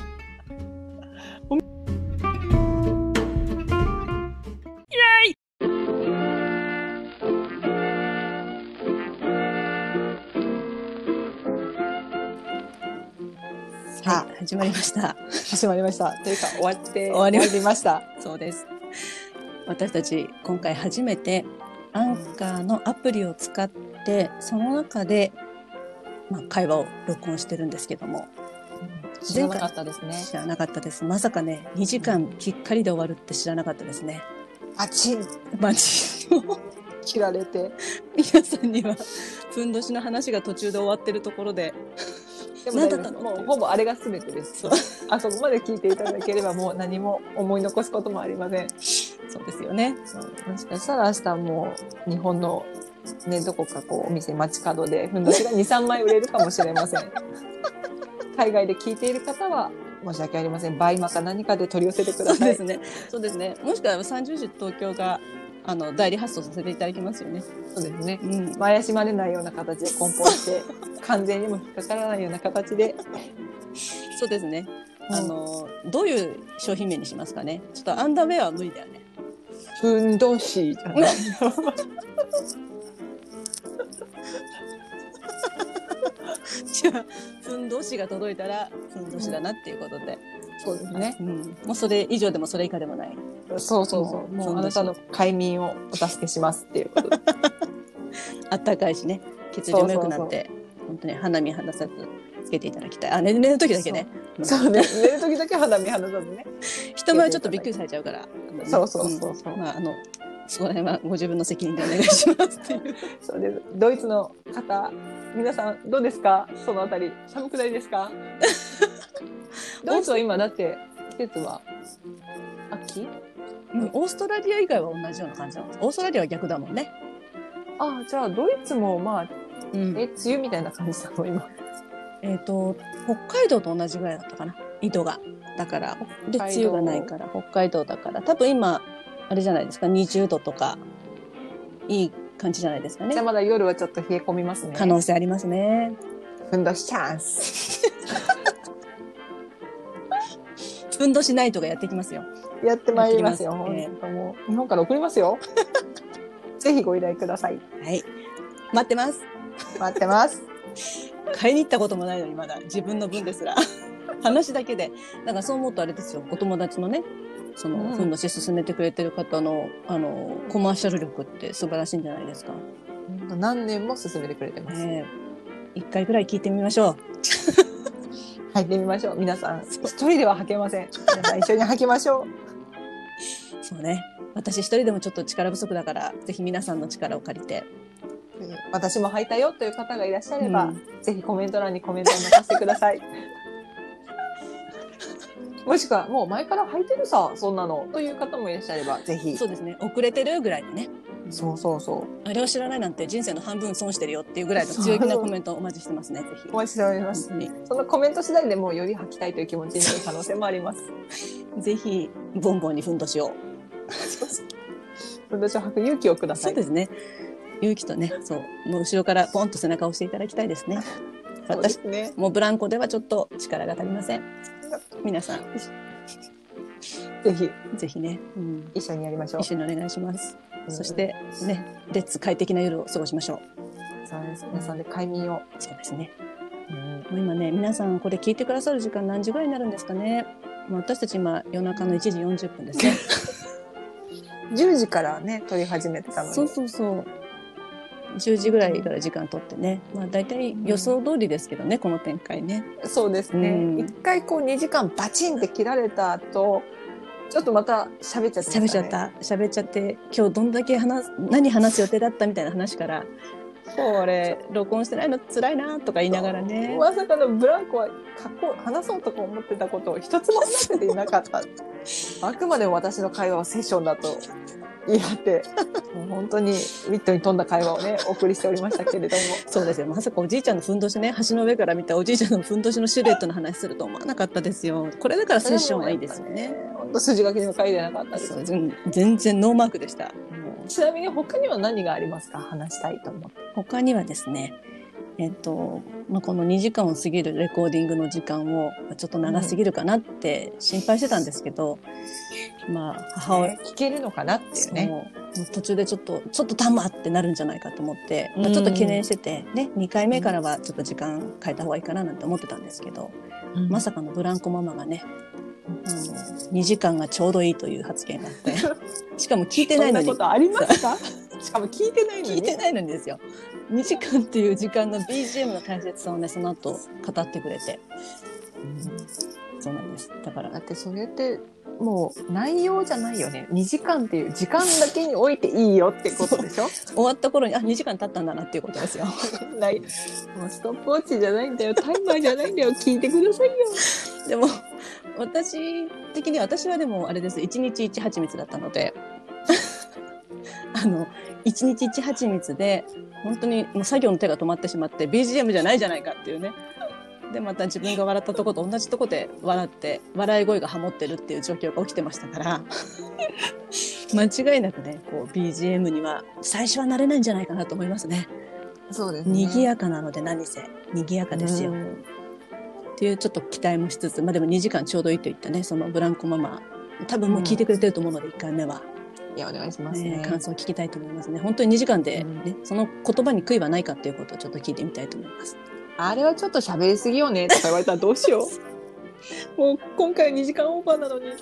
はい、始まりました。 始まりました。というか終わりました。 そうです。私たち今回初めてアンカーのアプリを使ってその中で、会話を録音してるんですけども、 知らなかったですね。 知らなかったです。まさかね、2時間きっかりで終わるって知らなかったですね。 バチン切られて、 皆さんにはふんどしの話が途中で終わってるところで、 でももうほぼあれが全てです。あそこまで聞いていただければもう何も思い残すこともありません。 そうですよね。 もしかしたら明日もう日本のね、どこかお店街角でふんどしが 2,3 枚売れるかもしれません。海外で聞いている方は申し訳ありません。バイマか何かで取り寄せてください。 そうですね。もしくは30時東京が代理発送させていただきますよね。 そうですね。怪しまれないような形で梱包して完全にも引っかからないような形で。 そうですね。どういう商品名にしますかね。ちょっとアンダーウェアは無理だよね。 ふんどしじゃない。 じゃあふんどしが届いたらふんどしだなっていうことで。 そうですね。 もうそれ以上でもそれ以下でもない。 そう。もうあなたの快眠をお助けしますっていうことで。 あったかいしね、血流も良くなって、本当に鼻身離さずつけていただきたい。寝る時だけね。 そうね。寝る時だけ鼻身離さずね。 人前はちょっとびっくりされちゃうから。 そう。 そこら辺はご自分の責任でお願いしますっていう。 そうです。ドイツの方、皆さんどうですか？そのあたり寒くないですか？ドイツは今だって季節は秋？ オーストラリア以外は同じような感じなんです。オーストラリアは逆だもんね。 あ、じゃあドイツも梅雨みたいな感じなの今。 北海道と同じぐらいだったかな、緯度が。だからで梅雨がないから北海道だから多分今あれじゃないですか、20度とかいい感じじゃないですかね。 じゃあまだ夜はちょっと冷え込みますね。 可能性ありますね。 ふんどしチャンス。 ふんどしナイトがやってきますよ。 やってまいりますよ。本当もう日本から送りますよ。ぜひご依頼ください。 はい。待ってます。 待ってます。 買いに行ったこともないのにまだ自分の分ですら話だけで。だからそう思うとあれですよ。お友達のね、ふんどし進めてくれてる方のコマーシャル力って素晴らしいんじゃないですか。 何年も進めてくれてます。 一回ぐらい聞いてみましょう。 履いてみましょう。皆さん一人では履けません。皆さん一緒に履きましょう。 そうね。私一人でもちょっと力不足だから、ぜひ皆さんの力を借りて。 私も履いたよという方がいらっしゃれば、ぜひコメント欄にコメントを残してください。もしくはもう前から履いてるさ、そんなのという方もいらっしゃれば、ぜひ。 そうですね。遅れてるぐらいでね。 そう。 あれを知らないなんて人生の半分損してるよっていうぐらいの強気なコメントをお待ちしてますね。ぜひ。 お待ちしております。そのコメント次第でもうより履きたいという気持ちになる可能性もあります。 ぜひボンボンにふんどしを。 ふんどしを履く勇気をください。 そうですね。勇気とね、もう後ろからポンと背中を押していただきたいですね。私ね、もうブランコではちょっと力が足りません。皆さんぜひね、 一緒にやりましょう。 一緒にお願いします。そしてね、レッツ快適な夜を過ごしましょう。 そうです。皆さんで快眠を。 そうですね。もう今ね、皆さんこれ聞いてくださる時間何時ぐらいになるんですかね。私たち今夜中の1時40分ですね。 10時からね撮り始めてたのに。 そう。 10時ぐらいから時間取ってね、まあ大体予想通りですけどね、この展開ね。 そうですね。一回こう2時間バチンって切られた後、ちょっとまた喋っちゃってましたね。 喋っちゃって、今日どんだけ何話す予定だったみたいな話から、これ録音してないの辛いなとか言いながらね。 まさかのブランコは話そうとか思ってたことを一つも話せていなかった。あくまでも私の会話はセッションだと言い張って、もう本当にウィットに富んだ会話をね、お送りしておりましたけれども。 そうですよ。まさかおじいちゃんのふんどしね、橋の上から見たおじいちゃんのふんどしのシルエットの話すると思わなかったですよ。これだからセッションはいいですよね。 本当筋書きにも書いてなかったです。 全然ノーマークでした。 ちなみに他には何がありますか？話したいと思って。 他にはですね、この2時間を過ぎるレコーディングの時間をちょっと長すぎるかなって心配してたんですけど、まあ母親聞けるのかなっていうね。 もう途中でちょっとたまってなるんじゃないかと思って、まあ、ちょっと懸念しててね、2回目からはちょっと時間変えた方がいいかななんて思ってたんですけど、まさかのブランコママがね、2時間がちょうどいいという発言があって、しかも聞いてないのに。 そんなことありますか？しかも聞いてないのに。 聞いてないのにですよ。2時間っていう時間の BGM の大切さをね、その後語ってくれて。そうなんです。だってそれってもう内容じゃないよね。2時間っていう時間だけにおいていいよってことでしょ？ 終わった頃に2時間経ったんだなっていうことですよ。 もうストップウォッチじゃないんだよ。タイマーじゃないんだよ。聞いてくださいよ。 でも私的にはでもあれです。1日1蜂蜜だったので1日1蜂蜜で本当にもう作業の手が止まってしまって BGM じゃないじゃないかっていうね。でまた自分が笑ったとこと同じとこで笑って笑い声がハモってるっていう状況が起きてましたから間違いなくねこう BGM には最初は慣れないんじゃないかなと思いますね。 そうですね。 賑やかなので何せ賑やかですよ。っていうちょっと期待もしつつ、まあでも2時間ちょうどいいと言ったねそのブランコママ多分もう聞いてくれてると思うので1回目は。 いやお願いしますね。 感想を聞きたいと思いますね。本当に2時間で、ねその言葉に悔いはないかっていうことをちょっと聞いてみたいと思います。 あれはちょっと喋りすぎよねとか言われたらどうしよう。もう今回2時間オーバーなのに。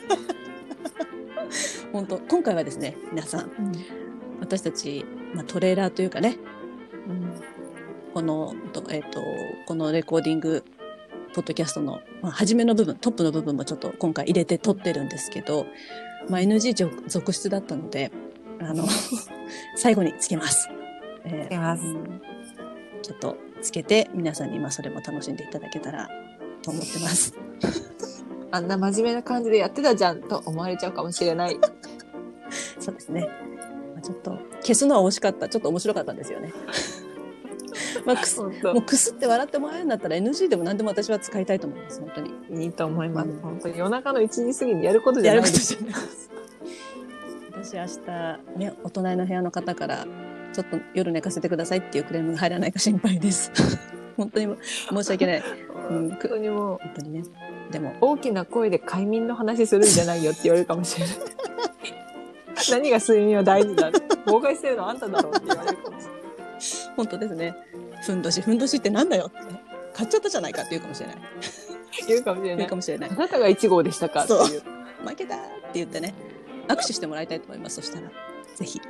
本当今回はですね皆さん、私たち、トレーラーというかね、このレコーディングポッドキャストの、初めの部分トップの部分もちょっと今回入れて撮ってるんですけど、NG 続出だったので最後につけます。 つけます。 ちょっとつけて皆さんにそれも楽しんでいただけたらと思ってます。 あんな真面目な感じでやってたじゃんと思われちゃうかもしれない。 そうですね。ちょっと消すのは惜しかった。ちょっと面白かったんですよね。もうくすって笑ってもらえるんだったら NG でも何でも私は使いたいと思います。本当に。 いいと思います。本当に夜中の1時過ぎにやることじゃないです。 私明日ねお隣の部屋の方からちょっと夜寝かせてくださいっていうクレームが入らないか心配です。本当に申し訳ない。 本当にもう本当にね。でも大きな声で快眠の話するんじゃないよって言われるかもしれない。何が睡眠は大事だ。妨害してるのあんただろうって言われるかもしれない。 本当ですね。ふんどしってなんだよって買っちゃったじゃないかって言うかもしれない。 言うかもしれない。あなたが1号でしたかっていう。 負けたって言ってね握手してもらいたいと思います。そしたらぜひ。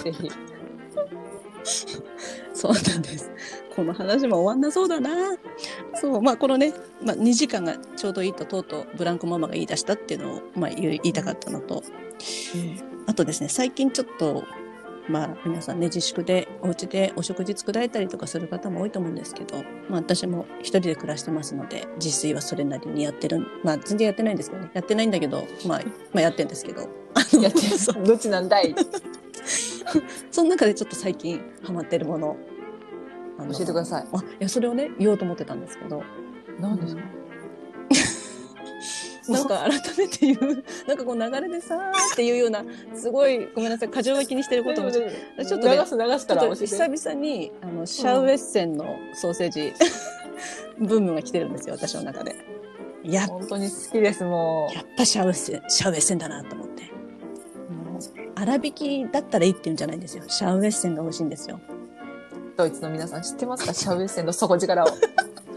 そうなんです。この話も終わんなそうだな。そう、このね、2時間がちょうどいいととうとうブランコママが言い出したっていうのを、言いたかったのと、あとですね、最近ちょっと、皆さんね、自粛でお家でお食事作られたりとかする方も多いと思うんですけど、私も一人で暮らしてますので、自炊はそれなりにやってる。全然やってないんですけどね。やってないんだけど、やってんですけど。 やってる。どっちなんだいその中でちょっと最近ハマってるもの教えてください。 いやそれをね言おうと思ってたんですけど、 何ですか？ なんか改めて言うなんかこう流れでさーっていうようなすごいごめんなさい過剰書きにしてることもちょっとね流すから教えて。 久々にシャウエッセンのソーセージブームが来てるんですよ私の中で。 本当に好きですもう。 やっぱシャウエッセンだなと思って。粗挽きだったらいいっていうんじゃないんですよ。シャウエッセンが美味しいんですよ。 ドイツの皆さん知ってますか？シャウエッセンの底力を。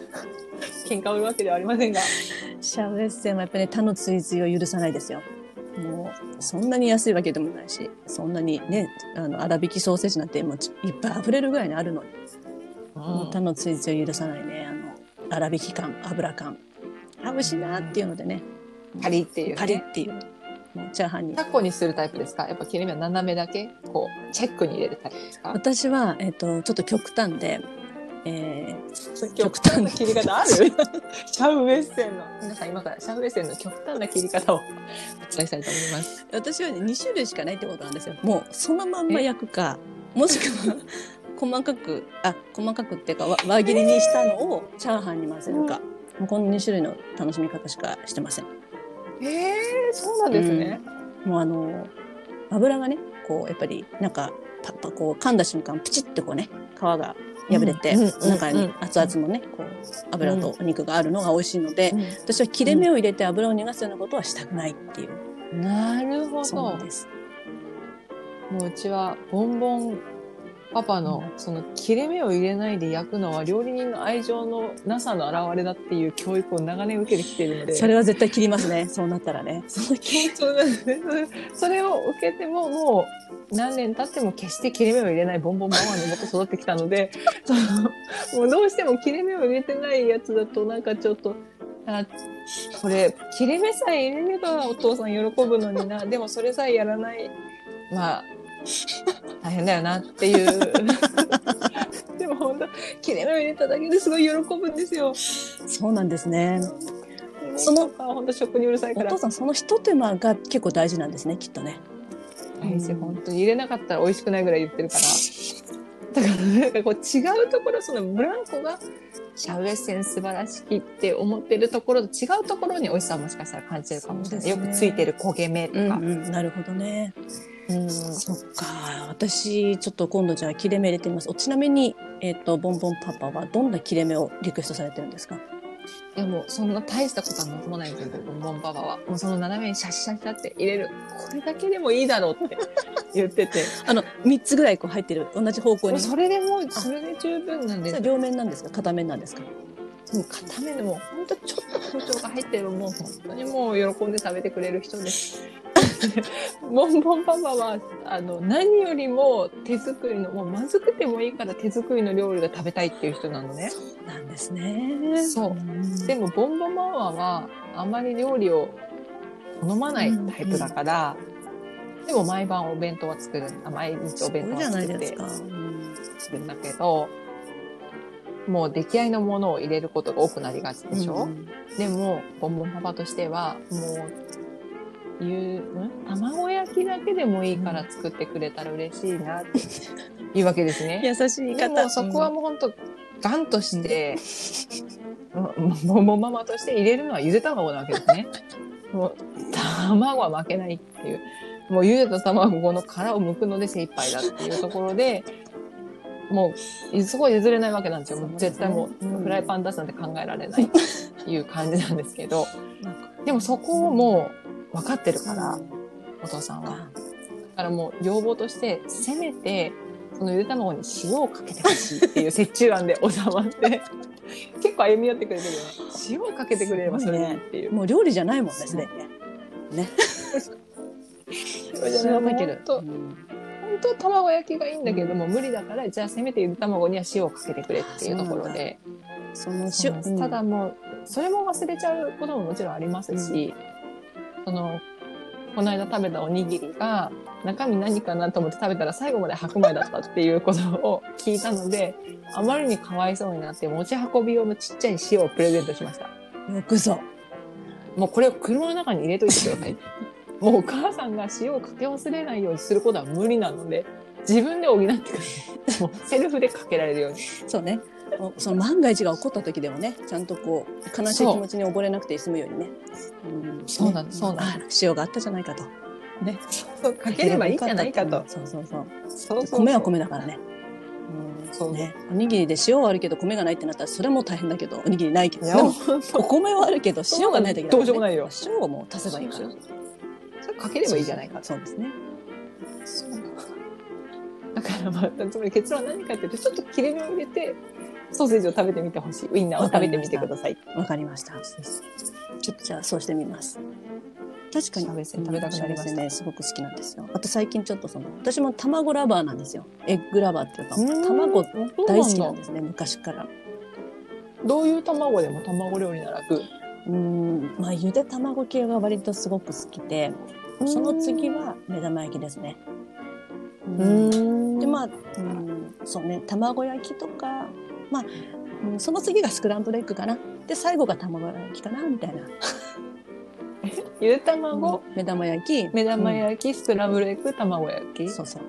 喧嘩を売るわけではありませんが。 シャウエッセンはやっぱり他の追随を許さないですよ。 もうそんなに安いわけでもないし、そんなにね、粗挽きソーセージなんてもういっぱい溢れるぐらいにあるのに、もう他の追随を許さないね、粗挽き感、油感、美味しいなっていうのでね、 パリっていう、ね、 パリっていう、もうチャーハンに。 タコにするタイプですか？やっぱ切れ目は斜めだけこうチェックに入れるタイプですか？ 私はちょっと極端で、 極端な切り方ある？シャウエッセンの皆さん今からシャウエッセンの極端な切り方をお伝えしたいと思います。 私はね2種類しかないってことなんですよ。もうそのまんま焼くか、もしくは細かくっていうか輪切りにしたのをチャーハンに混ぜるか、もうこの2種類の楽しみ方しかしてません。 そうなんですね。 もう油がねこうやっぱりなんかパッパこう噛んだ瞬間プチッとこうね皮が破れて、中に熱々のねこう油とお肉があるのが美味しいので、私は切れ目を入れて油を逃がすようなことはしたくないっていう。 なるほど。 そうです。 もううちはボンボンパパのその切れ目を入れないで焼くのは料理人の愛情のなさの表れだっていう教育を長年受けてきているので、 それは絶対切りますね。そうなったらね。 それを受けてももう何年経っても決して切れ目を入れないボンボンママのもと育ってきたのでもうどうしても切れ目を入れてないやつだとなんかちょっとこれ切れ目さえ入れればお父さん喜ぶのにな、でもそれさえやらないまあ大変だよなっていうでも本当切れ目を入れただけですごい喜ぶんですよ。 そうなんですね。 その本当食にうるさいから、 お父さんその一手間が結構大事なんですね、きっとね。 本当に入れなかったら美味しくないぐらい言ってるから、だからなんかこう違うところ、そのブランコがシャウエッセン素晴らしきって思ってるところと違うところに美味しさをもしかしたら感じてるかもしれない、ね、よくついてる焦げ目とか、 なるほどね。そっか。私ちょっと今度じゃあ切れ目入れてみます。ちなみにボンボンパパはどんな切れ目をリクエストされてるんですか？ いやもうそんな大したことは望まないんですよ、ボンボンパパは。もうその斜めにシャッシャッシャって入れる、これだけでもいいだろうって言ってて 3つぐらいこう入ってる、同じ方向に。 それで十分なんです。 両面なんですか？片面なんですか？ もう片面でも本当ちょっと包丁が入ってればもう本当にもう喜んで食べてくれる人ですボンボンパパは何よりも手作りの、もうまずくてもいいから手作りの料理が食べたいっていう人なのね。 そうなんですね。 そう。でもボンボンママはあまり料理を好まないタイプだから、でも毎晩お弁当は作る。毎日お弁当は作ってするんだけど、もう出来合いのものを入れることが多くなりがちでしょ、でもボンボンパパとしてはもう卵焼きだけでもいいから作ってくれたら嬉しいなっていうわけですね。 優しい方。 でもそこはもう本当ガンとして、ボンボンママとして入れるのはゆで卵なわけですね。もう卵は負けないっていう、もうゆでた卵この殻を剥くので精一杯だっていうところで、もうすごい譲れないわけなんですよ。もう絶対もうフライパン出すなんて考えられないっていう感じなんですけど、でもそこをもう分かってるから、お父さんは。だからもう要望としてせめてそのゆで卵に塩をかけてほしいっていう折衷案で収まって結構歩み寄ってくれてるよね。塩をかけてくれればそれでいいっていう。 もう料理じゃないもんですね。ね。 塩かける。本当卵焼きがいいんだけれども、無理だからじゃあせめてゆで卵には塩をかけてくれっていうところで、ただもうそれも忘れちゃうことももちろんありますし、この間食べたおにぎりが中身何かなと思って食べたら最後まで白米だったっていうことを聞いたので、あまりにかわいそうになって持ち運び用のちっちゃい塩をプレゼントしました。 よくぞ。もうこれを車の中に入れといてください。もうお母さんが塩をかけ忘れないようにすることは無理なので、自分で補ってくれる。もうセルフでかけられるように。 そうね。その万が一が起こった時でもね、ちゃんとこう悲しい気持ちに溺れなくて済むようにね。 そうなんです。そうなんです。 塩があったじゃないかと。 ね。そうかければいいじゃないかと。 そう米は米だからね。そうね。おにぎりで塩はあるけど米がないってなったらそれはもう大変だけど、おにぎりないけど。お米はあるけど塩がない時だからね。 どうしようもないよ。 塩をもう足せばいいから。 それかければいいじゃないか。 そうですね。 だからつまり結論は何かっていうと、ちょっと切れ目を入れてソーセージを食べてみてほしい。ウインナーを食べてみてください。 わかりました。ちょっとじゃあそうしてみます。 確かにシャウエッセン食べたくなりました。 シャウエッセンね、すごく好きなんですよ。あと最近ちょっと私も卵ラバーなんですよ。エッグラバーっていうか、卵大好きなんですね、昔から。 どういう卵でも卵料理なら食う？ まあ、ゆで卵系が割とすごく好きで、その次は目玉焼きですね。で、まあ、そうね、卵焼きとか、まあ、その次がスクランブルエッグかな。で、最後が卵焼きかな、みたいな。 ゆで卵、 目玉焼き、 スクランブルエッグ、卵焼き。 そうそう。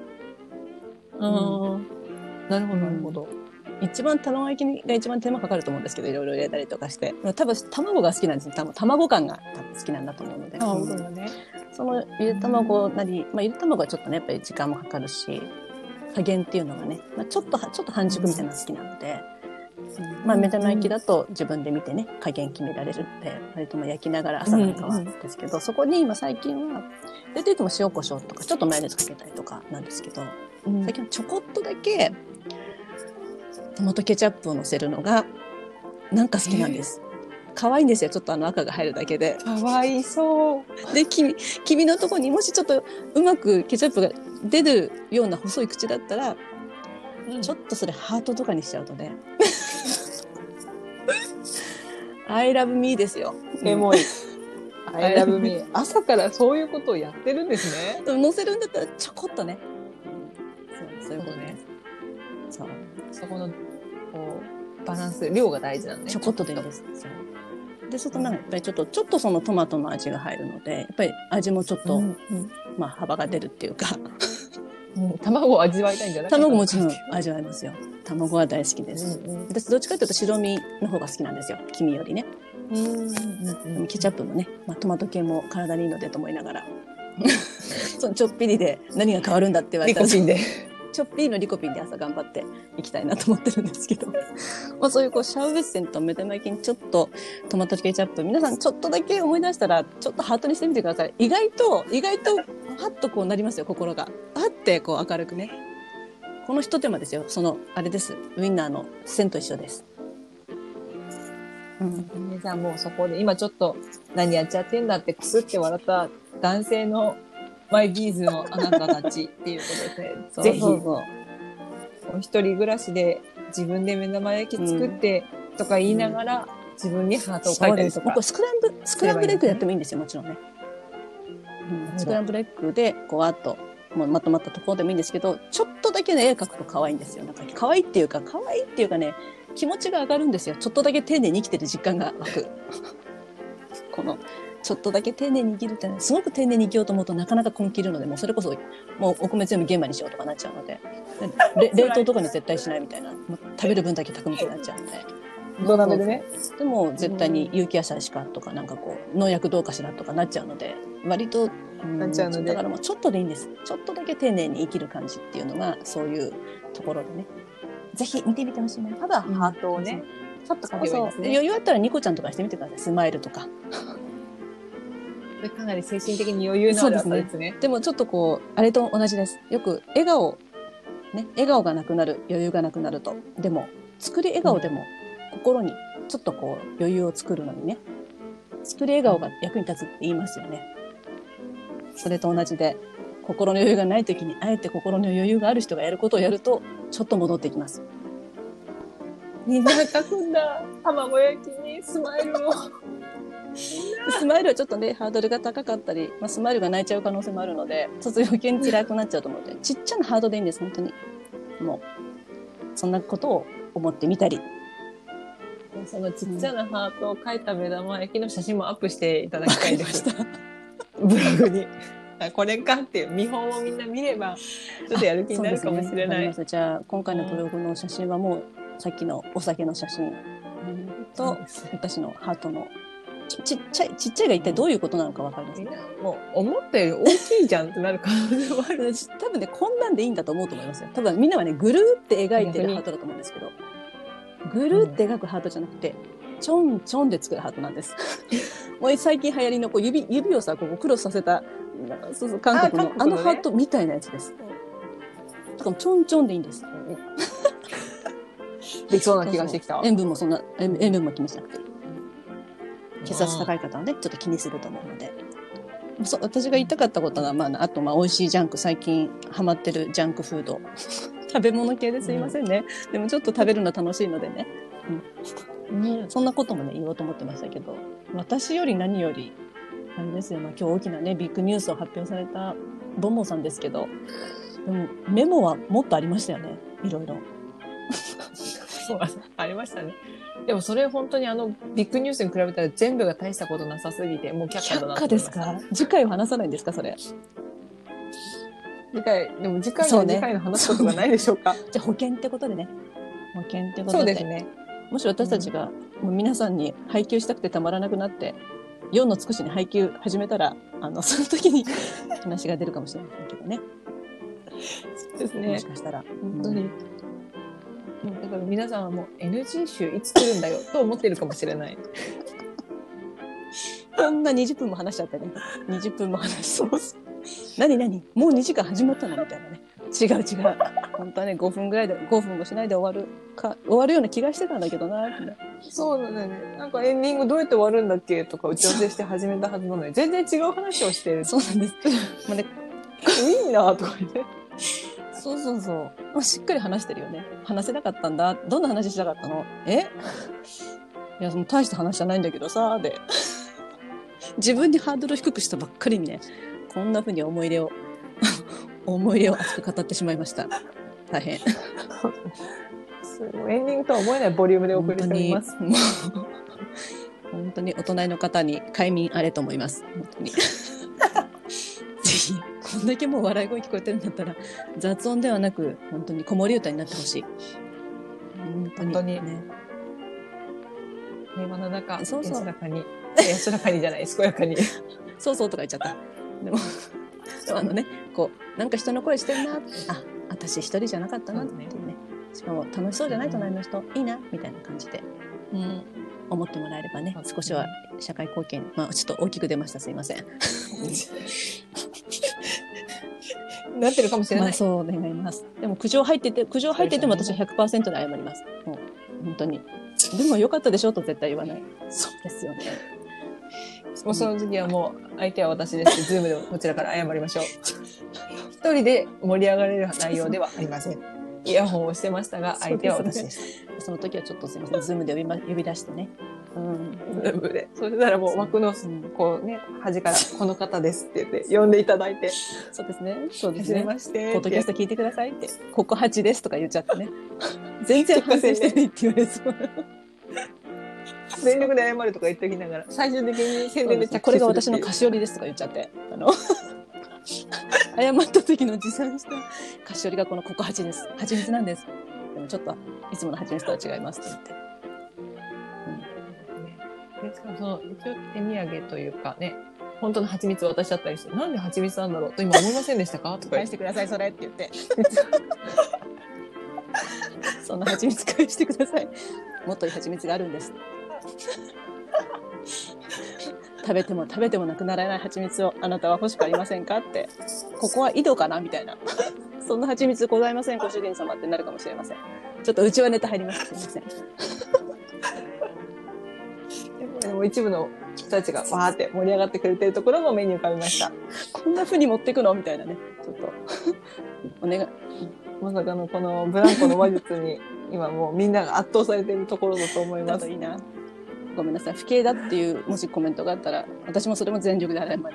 なるほど、なるほど。 一番卵焼きが一番手間かかると思うんですけど、いろいろ入れたりとかして。多分卵が好きなんですよ。卵感が多分好きなんだと思うので。 そうだね。 そのゆで卵なり、まあゆで卵はちょっとね、やっぱり時間もかかるし、加減っていうのがね、まあちょっと半熟みたいなのが好きなので、まあ目玉焼きだと自分で見てね、加減決められるので、割とも焼きながら朝なんかはですけど、そこに今最近は、大体いつも塩コショウとか、ちょっとマヨネーズかけたりとかなんですけど、最近はちょこっとだけ、トマトケチャップを乗せるのが、なんか好きなんです。可愛いんですよ。ちょっと赤が入るだけで。 可愛いそう。 で、君のところにもしちょっとうまくケチャップが出るような細い口だったら、ちょっとそれハートとかにしちゃうとね。I love me ですよ。 エモい。I love me。朝からそういうことをやってるんですね。 乗せるんだったらちょこっとね。そういうことね。 そこのバランス、量が大事なんで。 ちょこっとでいいです。で、そうするとなんかやっぱりちょっとそのトマトの味が入るので、やっぱり味もちょっと、まあ幅が出るっていうか。 卵を味わいたいんじゃない？ 卵もちろん味わいますよ。卵は大好きです。私どっちかというと白身の方が好きなんですよ。黄身よりね。ケチャップもね、まあトマト系も体にいいのでと思いながら。そのちょっぴりで何が変わるんだって言われたら。 リコピンで。 ちょっぴりのリコピンで朝頑張っていきたいなと思ってるんですけど。まあそういうシャウエッセンと目玉焼きにちょっとトマトケチャップ、皆さんちょっとだけ思い出したら、ちょっとハートにしてみてください。意外と、ハッとこうなりますよ、心が。はってこう明るくね。この一手間ですよ。あれです。ウインナーの線と一緒です。 皆さんもうそこで、今ちょっと何やっちゃってんだってクスって笑った男性のマイビーズのあなたたちっていうことですね。ぜひ、一人暮らしで自分で目玉焼き作ってとか言いながら、自分にハートを描いたりとか。 スクランブルエッグやってもいいんですよ、もちろんね。スクランブルエッグで、こう、あと、もうまとまったところでもいいんですけど、ちょっとだけね、絵描くと可愛いんですよ。なんか、可愛いっていうかね、気持ちが上がるんですよ。ちょっとだけ丁寧に生きてる実感が湧く。ちょっとだけ丁寧に生きるってね、すごく丁寧に生きようと思うとなかなか根気いるので、もうそれこそ、もうお米全部玄米にしようとかなっちゃうので、冷凍とかに絶対しないみたいな、食べる分だけ炊くみたいになっちゃうので。 土鍋でね。 でも絶対に有機野菜しかとか、なんかこう、農薬どうかしらとかなっちゃうので、割と、 なっちゃうので。 だからもうちょっとでいいんです。ちょっとだけ丁寧に生きる感じっていうのが、そういうところでね。ぜひ見てみてほしいな。 ただハートをね、ちょっとかけばいいですね。 余裕あったらニコちゃんとかしてみてください。スマイルとか。 かなり精神的に余裕のある朝ですね。 でもちょっとこう、あれと同じです。よく笑顔がなくなる、余裕がなくなると。でも、笑顔でも心にちょっとこう余裕を作るのにね、作り笑顔が役に立つって言いますよね。それと同じで、心の余裕がない時に、あえて心の余裕がある人がやることをやると、ちょっと戻ってきます。 みんな書くんだ。卵焼きにスマイルを。 スマイルはちょっとね、ハードルが高かったり、スマイルが泣いちゃう可能性もあるので、ちょっと余計に辛くなっちゃうと思うので、ちっちゃなハードでいいんです、本当に。もう、そんなことを思ってみたり。 そのちっちゃなハートを描いた目玉焼きの写真もアップしていただきたいです。ブログに。これかっていう見本をみんな見れば、ちょっとやる気になるかもしれない。 じゃあ、今回のブログの写真はもう、さっきのお酒の写真と、私のハートのちっちゃいが一体どういうことなのかわかりますね。 もう思ったより大きいじゃんってなる可能性もある。 多分ね、こんなんでいいんだと思うと思いますよ。多分みんなはね、ぐるーって描いてるハートだと思うんですけど、ぐるーって描くハートじゃなくて、ちょんちょんで作るハートなんです。もう最近流行りのこう指をさ、こうクロスさせた、そう韓国のあのハートみたいなやつです。だからちょんちょんでいいんです。 できそうな気がしてきた。 塩分も気にしなくていい。血圧高い方はね、ちょっと気にすると思うので。 私が言いたかったことは、あと美味しいジャンク、最近ハマってるジャンクフード食べ物系ですいませんね、でもちょっと食べるの楽しいのでね、そんなこともね言おうと思ってましたけど、私より何よりあれですよ、今日大きなねビッグニュースを発表されたボンボンさんですけど、でもメモはもっとありましたよね、いろいろ。 そうありましたね。でもそれ本当にビッグニュースに比べたら全部が大したことなさすぎて、もう却下だなと思いました。 却下ですか？次回は話さないんですかそれ？ 次回の次回の話すことがないでしょうか。 じゃあ保険ってことでね。保険ってことで。 そうですね。 もし私たちが、もう皆さんに配給したくてたまらなくなって、4の尽くしに配給始めたら、その時に話が出るかもしれませんけどね。 そうですね。 もしかしたら。 本当に。だから皆さんはもう NG 集いつ来るんだよと思ってるかもしれない。 こんな20分も話しちゃってね。20分も話しそう。何もう2時間始まったのみたいなね。違う。本当はね、5分ぐらいで、5分もしないで終わるような気がしてたんだけどな。 そうなんだよね。なんかエンディングどうやって終わるんだっけとか打ち合わせして始めたはずなのに、全然違う話をしてる。 そうなんです。ね、 いいなとか言って。 そう。しっかり話してるよね。話せなかったんだ。どんな話したかったの？いや、その大した話じゃないんだけどさ、で。自分にハードル低くしたばっかりにね、こんな風に思い入れを熱く語ってしまいました。大変。すごいエンディングとは思えないボリュームでお送りしております。 本当にお隣の方に快眠あれと思います。本当に。ぜひ、こんだけもう笑い声聞こえてるんだったら、雑音ではなく、本当に子守歌になってほしい。 本当に。 ね。 平和の中、 そう安らかに。安らかにじゃない、健やかに。 そうとか言っちゃった。でも、なんか人の声してるな、私一人じゃなかったなっていうね。しかも楽しそうじゃない隣の人、いいな、みたいな感じで、思ってもらえればね、少しは社会貢献、ちょっと大きく出ました、すいません。 なってるかもしれない。 そう願います。でも苦情入ってても私は 100% で謝ります。もう、本当に。でも良かったでしょと絶対言わない。そうですよね。 もうその時はもう相手は私です。ズームでこちらから謝りましょう。一人で盛り上がれる内容ではありません。イヤホンをしてましたが、相手は私でした。 その時はちょっとすいません。ズームで呼び出してね。 ズームで。そしたらもう枠の、こうね、端から、この方ですって言って呼んでいただいて。 そうですね。はじめまして。 ポッドキャスト聞いてくださいって。ここ8ですとか言っちゃってね。全然反省してないって言われそう。 全力で謝るとか言っておきながら、最終的に宣伝で着地する。 これが私の菓子折りですとか言っちゃって。謝った時の持参した菓子折りがここ8です。蜂蜜なんです。でもちょっといつもの蜂蜜とは違いますって言って。 しかもその一応手土産というかね、本当の蜂蜜を渡しちゃったりして、なんで蜂蜜なんだろうと今思いませんでしたかとか返してくださいそれって言って。そんな蜂蜜返してください。もっといい蜂蜜があるんです。食べてもなくならない蜂蜜をあなたは欲しくありませんかって。ここは井戸かなみたいな。そんな蜂蜜ございませんご主人様ってなるかもしれません。ちょっとうちはネタ入ります。すいません。 でも一部の人たちがわーって盛り上がってくれてるところも目に浮かびました。 こんな風に持ってくのみたいなね。ちょっとお願い。 まさかのこのブランコの話術に今もうみんなが圧倒されているところだと思います。 いいな。ごめんなさい。不敬だっていうもしコメントがあったら、私もそれも全力で謝ります。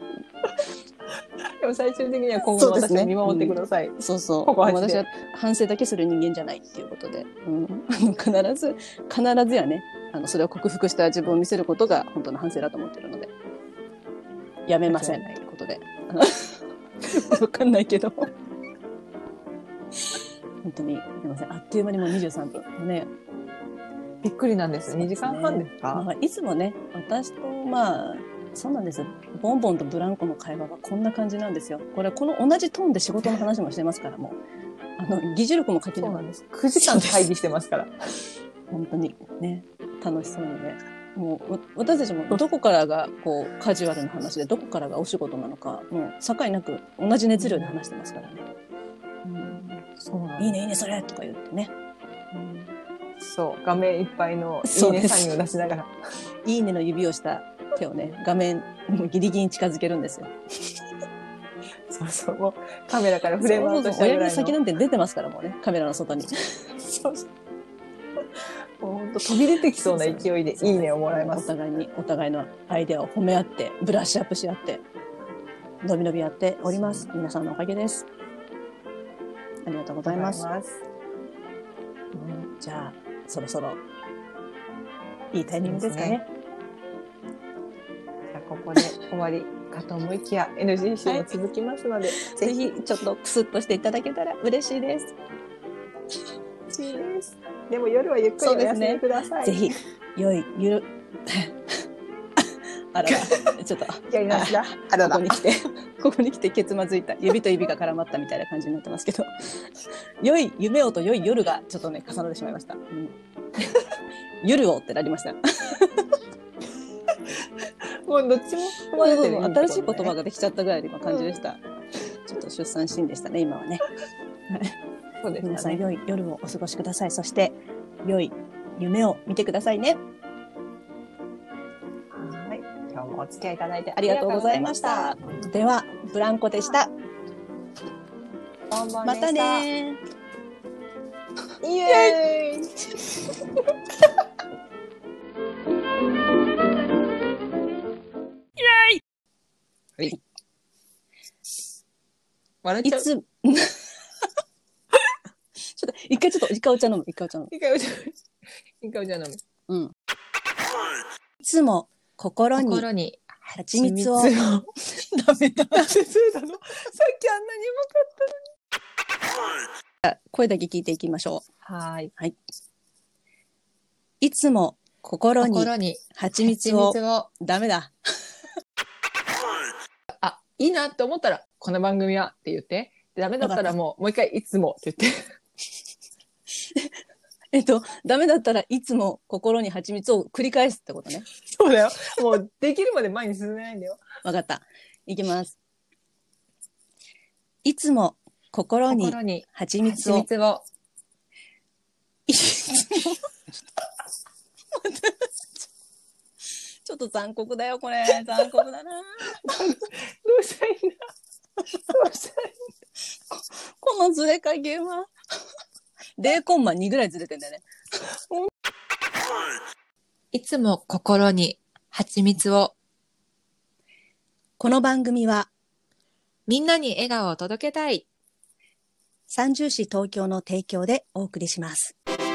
でも最終的には今後の私を見守ってください。 そうそう。私は反省だけする人間じゃないっていうことで、必ずやね、それを克服した自分を見せることが本当の反省だと思ってるので、やめませんということで。わかんないけど。本当に、すみません。あっという間にもう23分。ね。 びっくりなんです。2時間半ですか？ いつもね、私とそうなんですよ。ボンボンとブランコの会話はこんな感じなんですよ。これこの同じトーンで仕事の話もしてますから、もう議事録も書きながらです。 9時間会議してますから。 本当にね、楽しそうにね。もう私たちもどこからがこうカジュアルな話でどこからがお仕事なのか、もう境なく同じ熱量で話してますからね。 そうなんです。 いいねいいねそれとか言ってね。 そう、画面いっぱいのいいねサインを出しながら。 いいねの指をした手をね、画面ギリギリに近づけるんですよ。 そうそう、もうカメラからフレームアウトしたぐらいの。 親指先なんて出てますからもうね、カメラの外に。 そうそう。もう本当飛び出てきそうな勢いでいいねをもらいます。 お互いのアイデアを褒め合って、ブラッシュアップし合って、のびのびやっております。皆さんのおかげです。ありがとうございます。じゃあ、そろそろ、いいタイミングですかね。 じゃあ、ここで終わりかと思いきや、NG 集も続きますので、 ぜひ、ちょっとクスッとしていただけたら嬉しいです。 嬉しいです。でも夜はゆっくりお休みください。 ぜひ、あらら、ちょっと、 やり直しだ。 ここに来てケツまずいた。指と指が絡まったみたいな感じになってますけど。良い夢をと良い夜がちょっとね、重なってしまいました。夜をってなりました。 もうどっちも新しい言葉ができちゃったぐらいの今感じでした。ちょっと出産シーンでしたね、今はね。そうですね。皆さん良い夜をお過ごしください。そして良い夢を見てくださいね。 はい。今日もお付き合いいただいてありがとうございました。では、ブランコでした。またねー。 イエーイ。はい。笑っちゃう。ちょっと一回お茶飲む。うん。いつも心に蜂蜜を。ダメだ。さっきあんなにうまかったのに。声だけ聞いていきましょう。 はい。 いつも心に蜂蜜を。ダメだ。 あ、いいなって思ったら、この番組はって言って。ダメだったらもう一回いつもって言って。 ダメだったらいつも心に蜂蜜を繰り返すってことね。 そうだよ。もうできるまで前に進めないんだよ。 わかった。いきます。いつも心に蜂蜜を。ちょっと残酷だよ、これ。残酷だな。どうしたらいいんだ。 このずれ加減は。0コンマ2ぐらいずれてんだよね。 いつも心に蜂蜜を。 この番組はみんなに笑顔を届けたい三重市東京の提供でお送りします。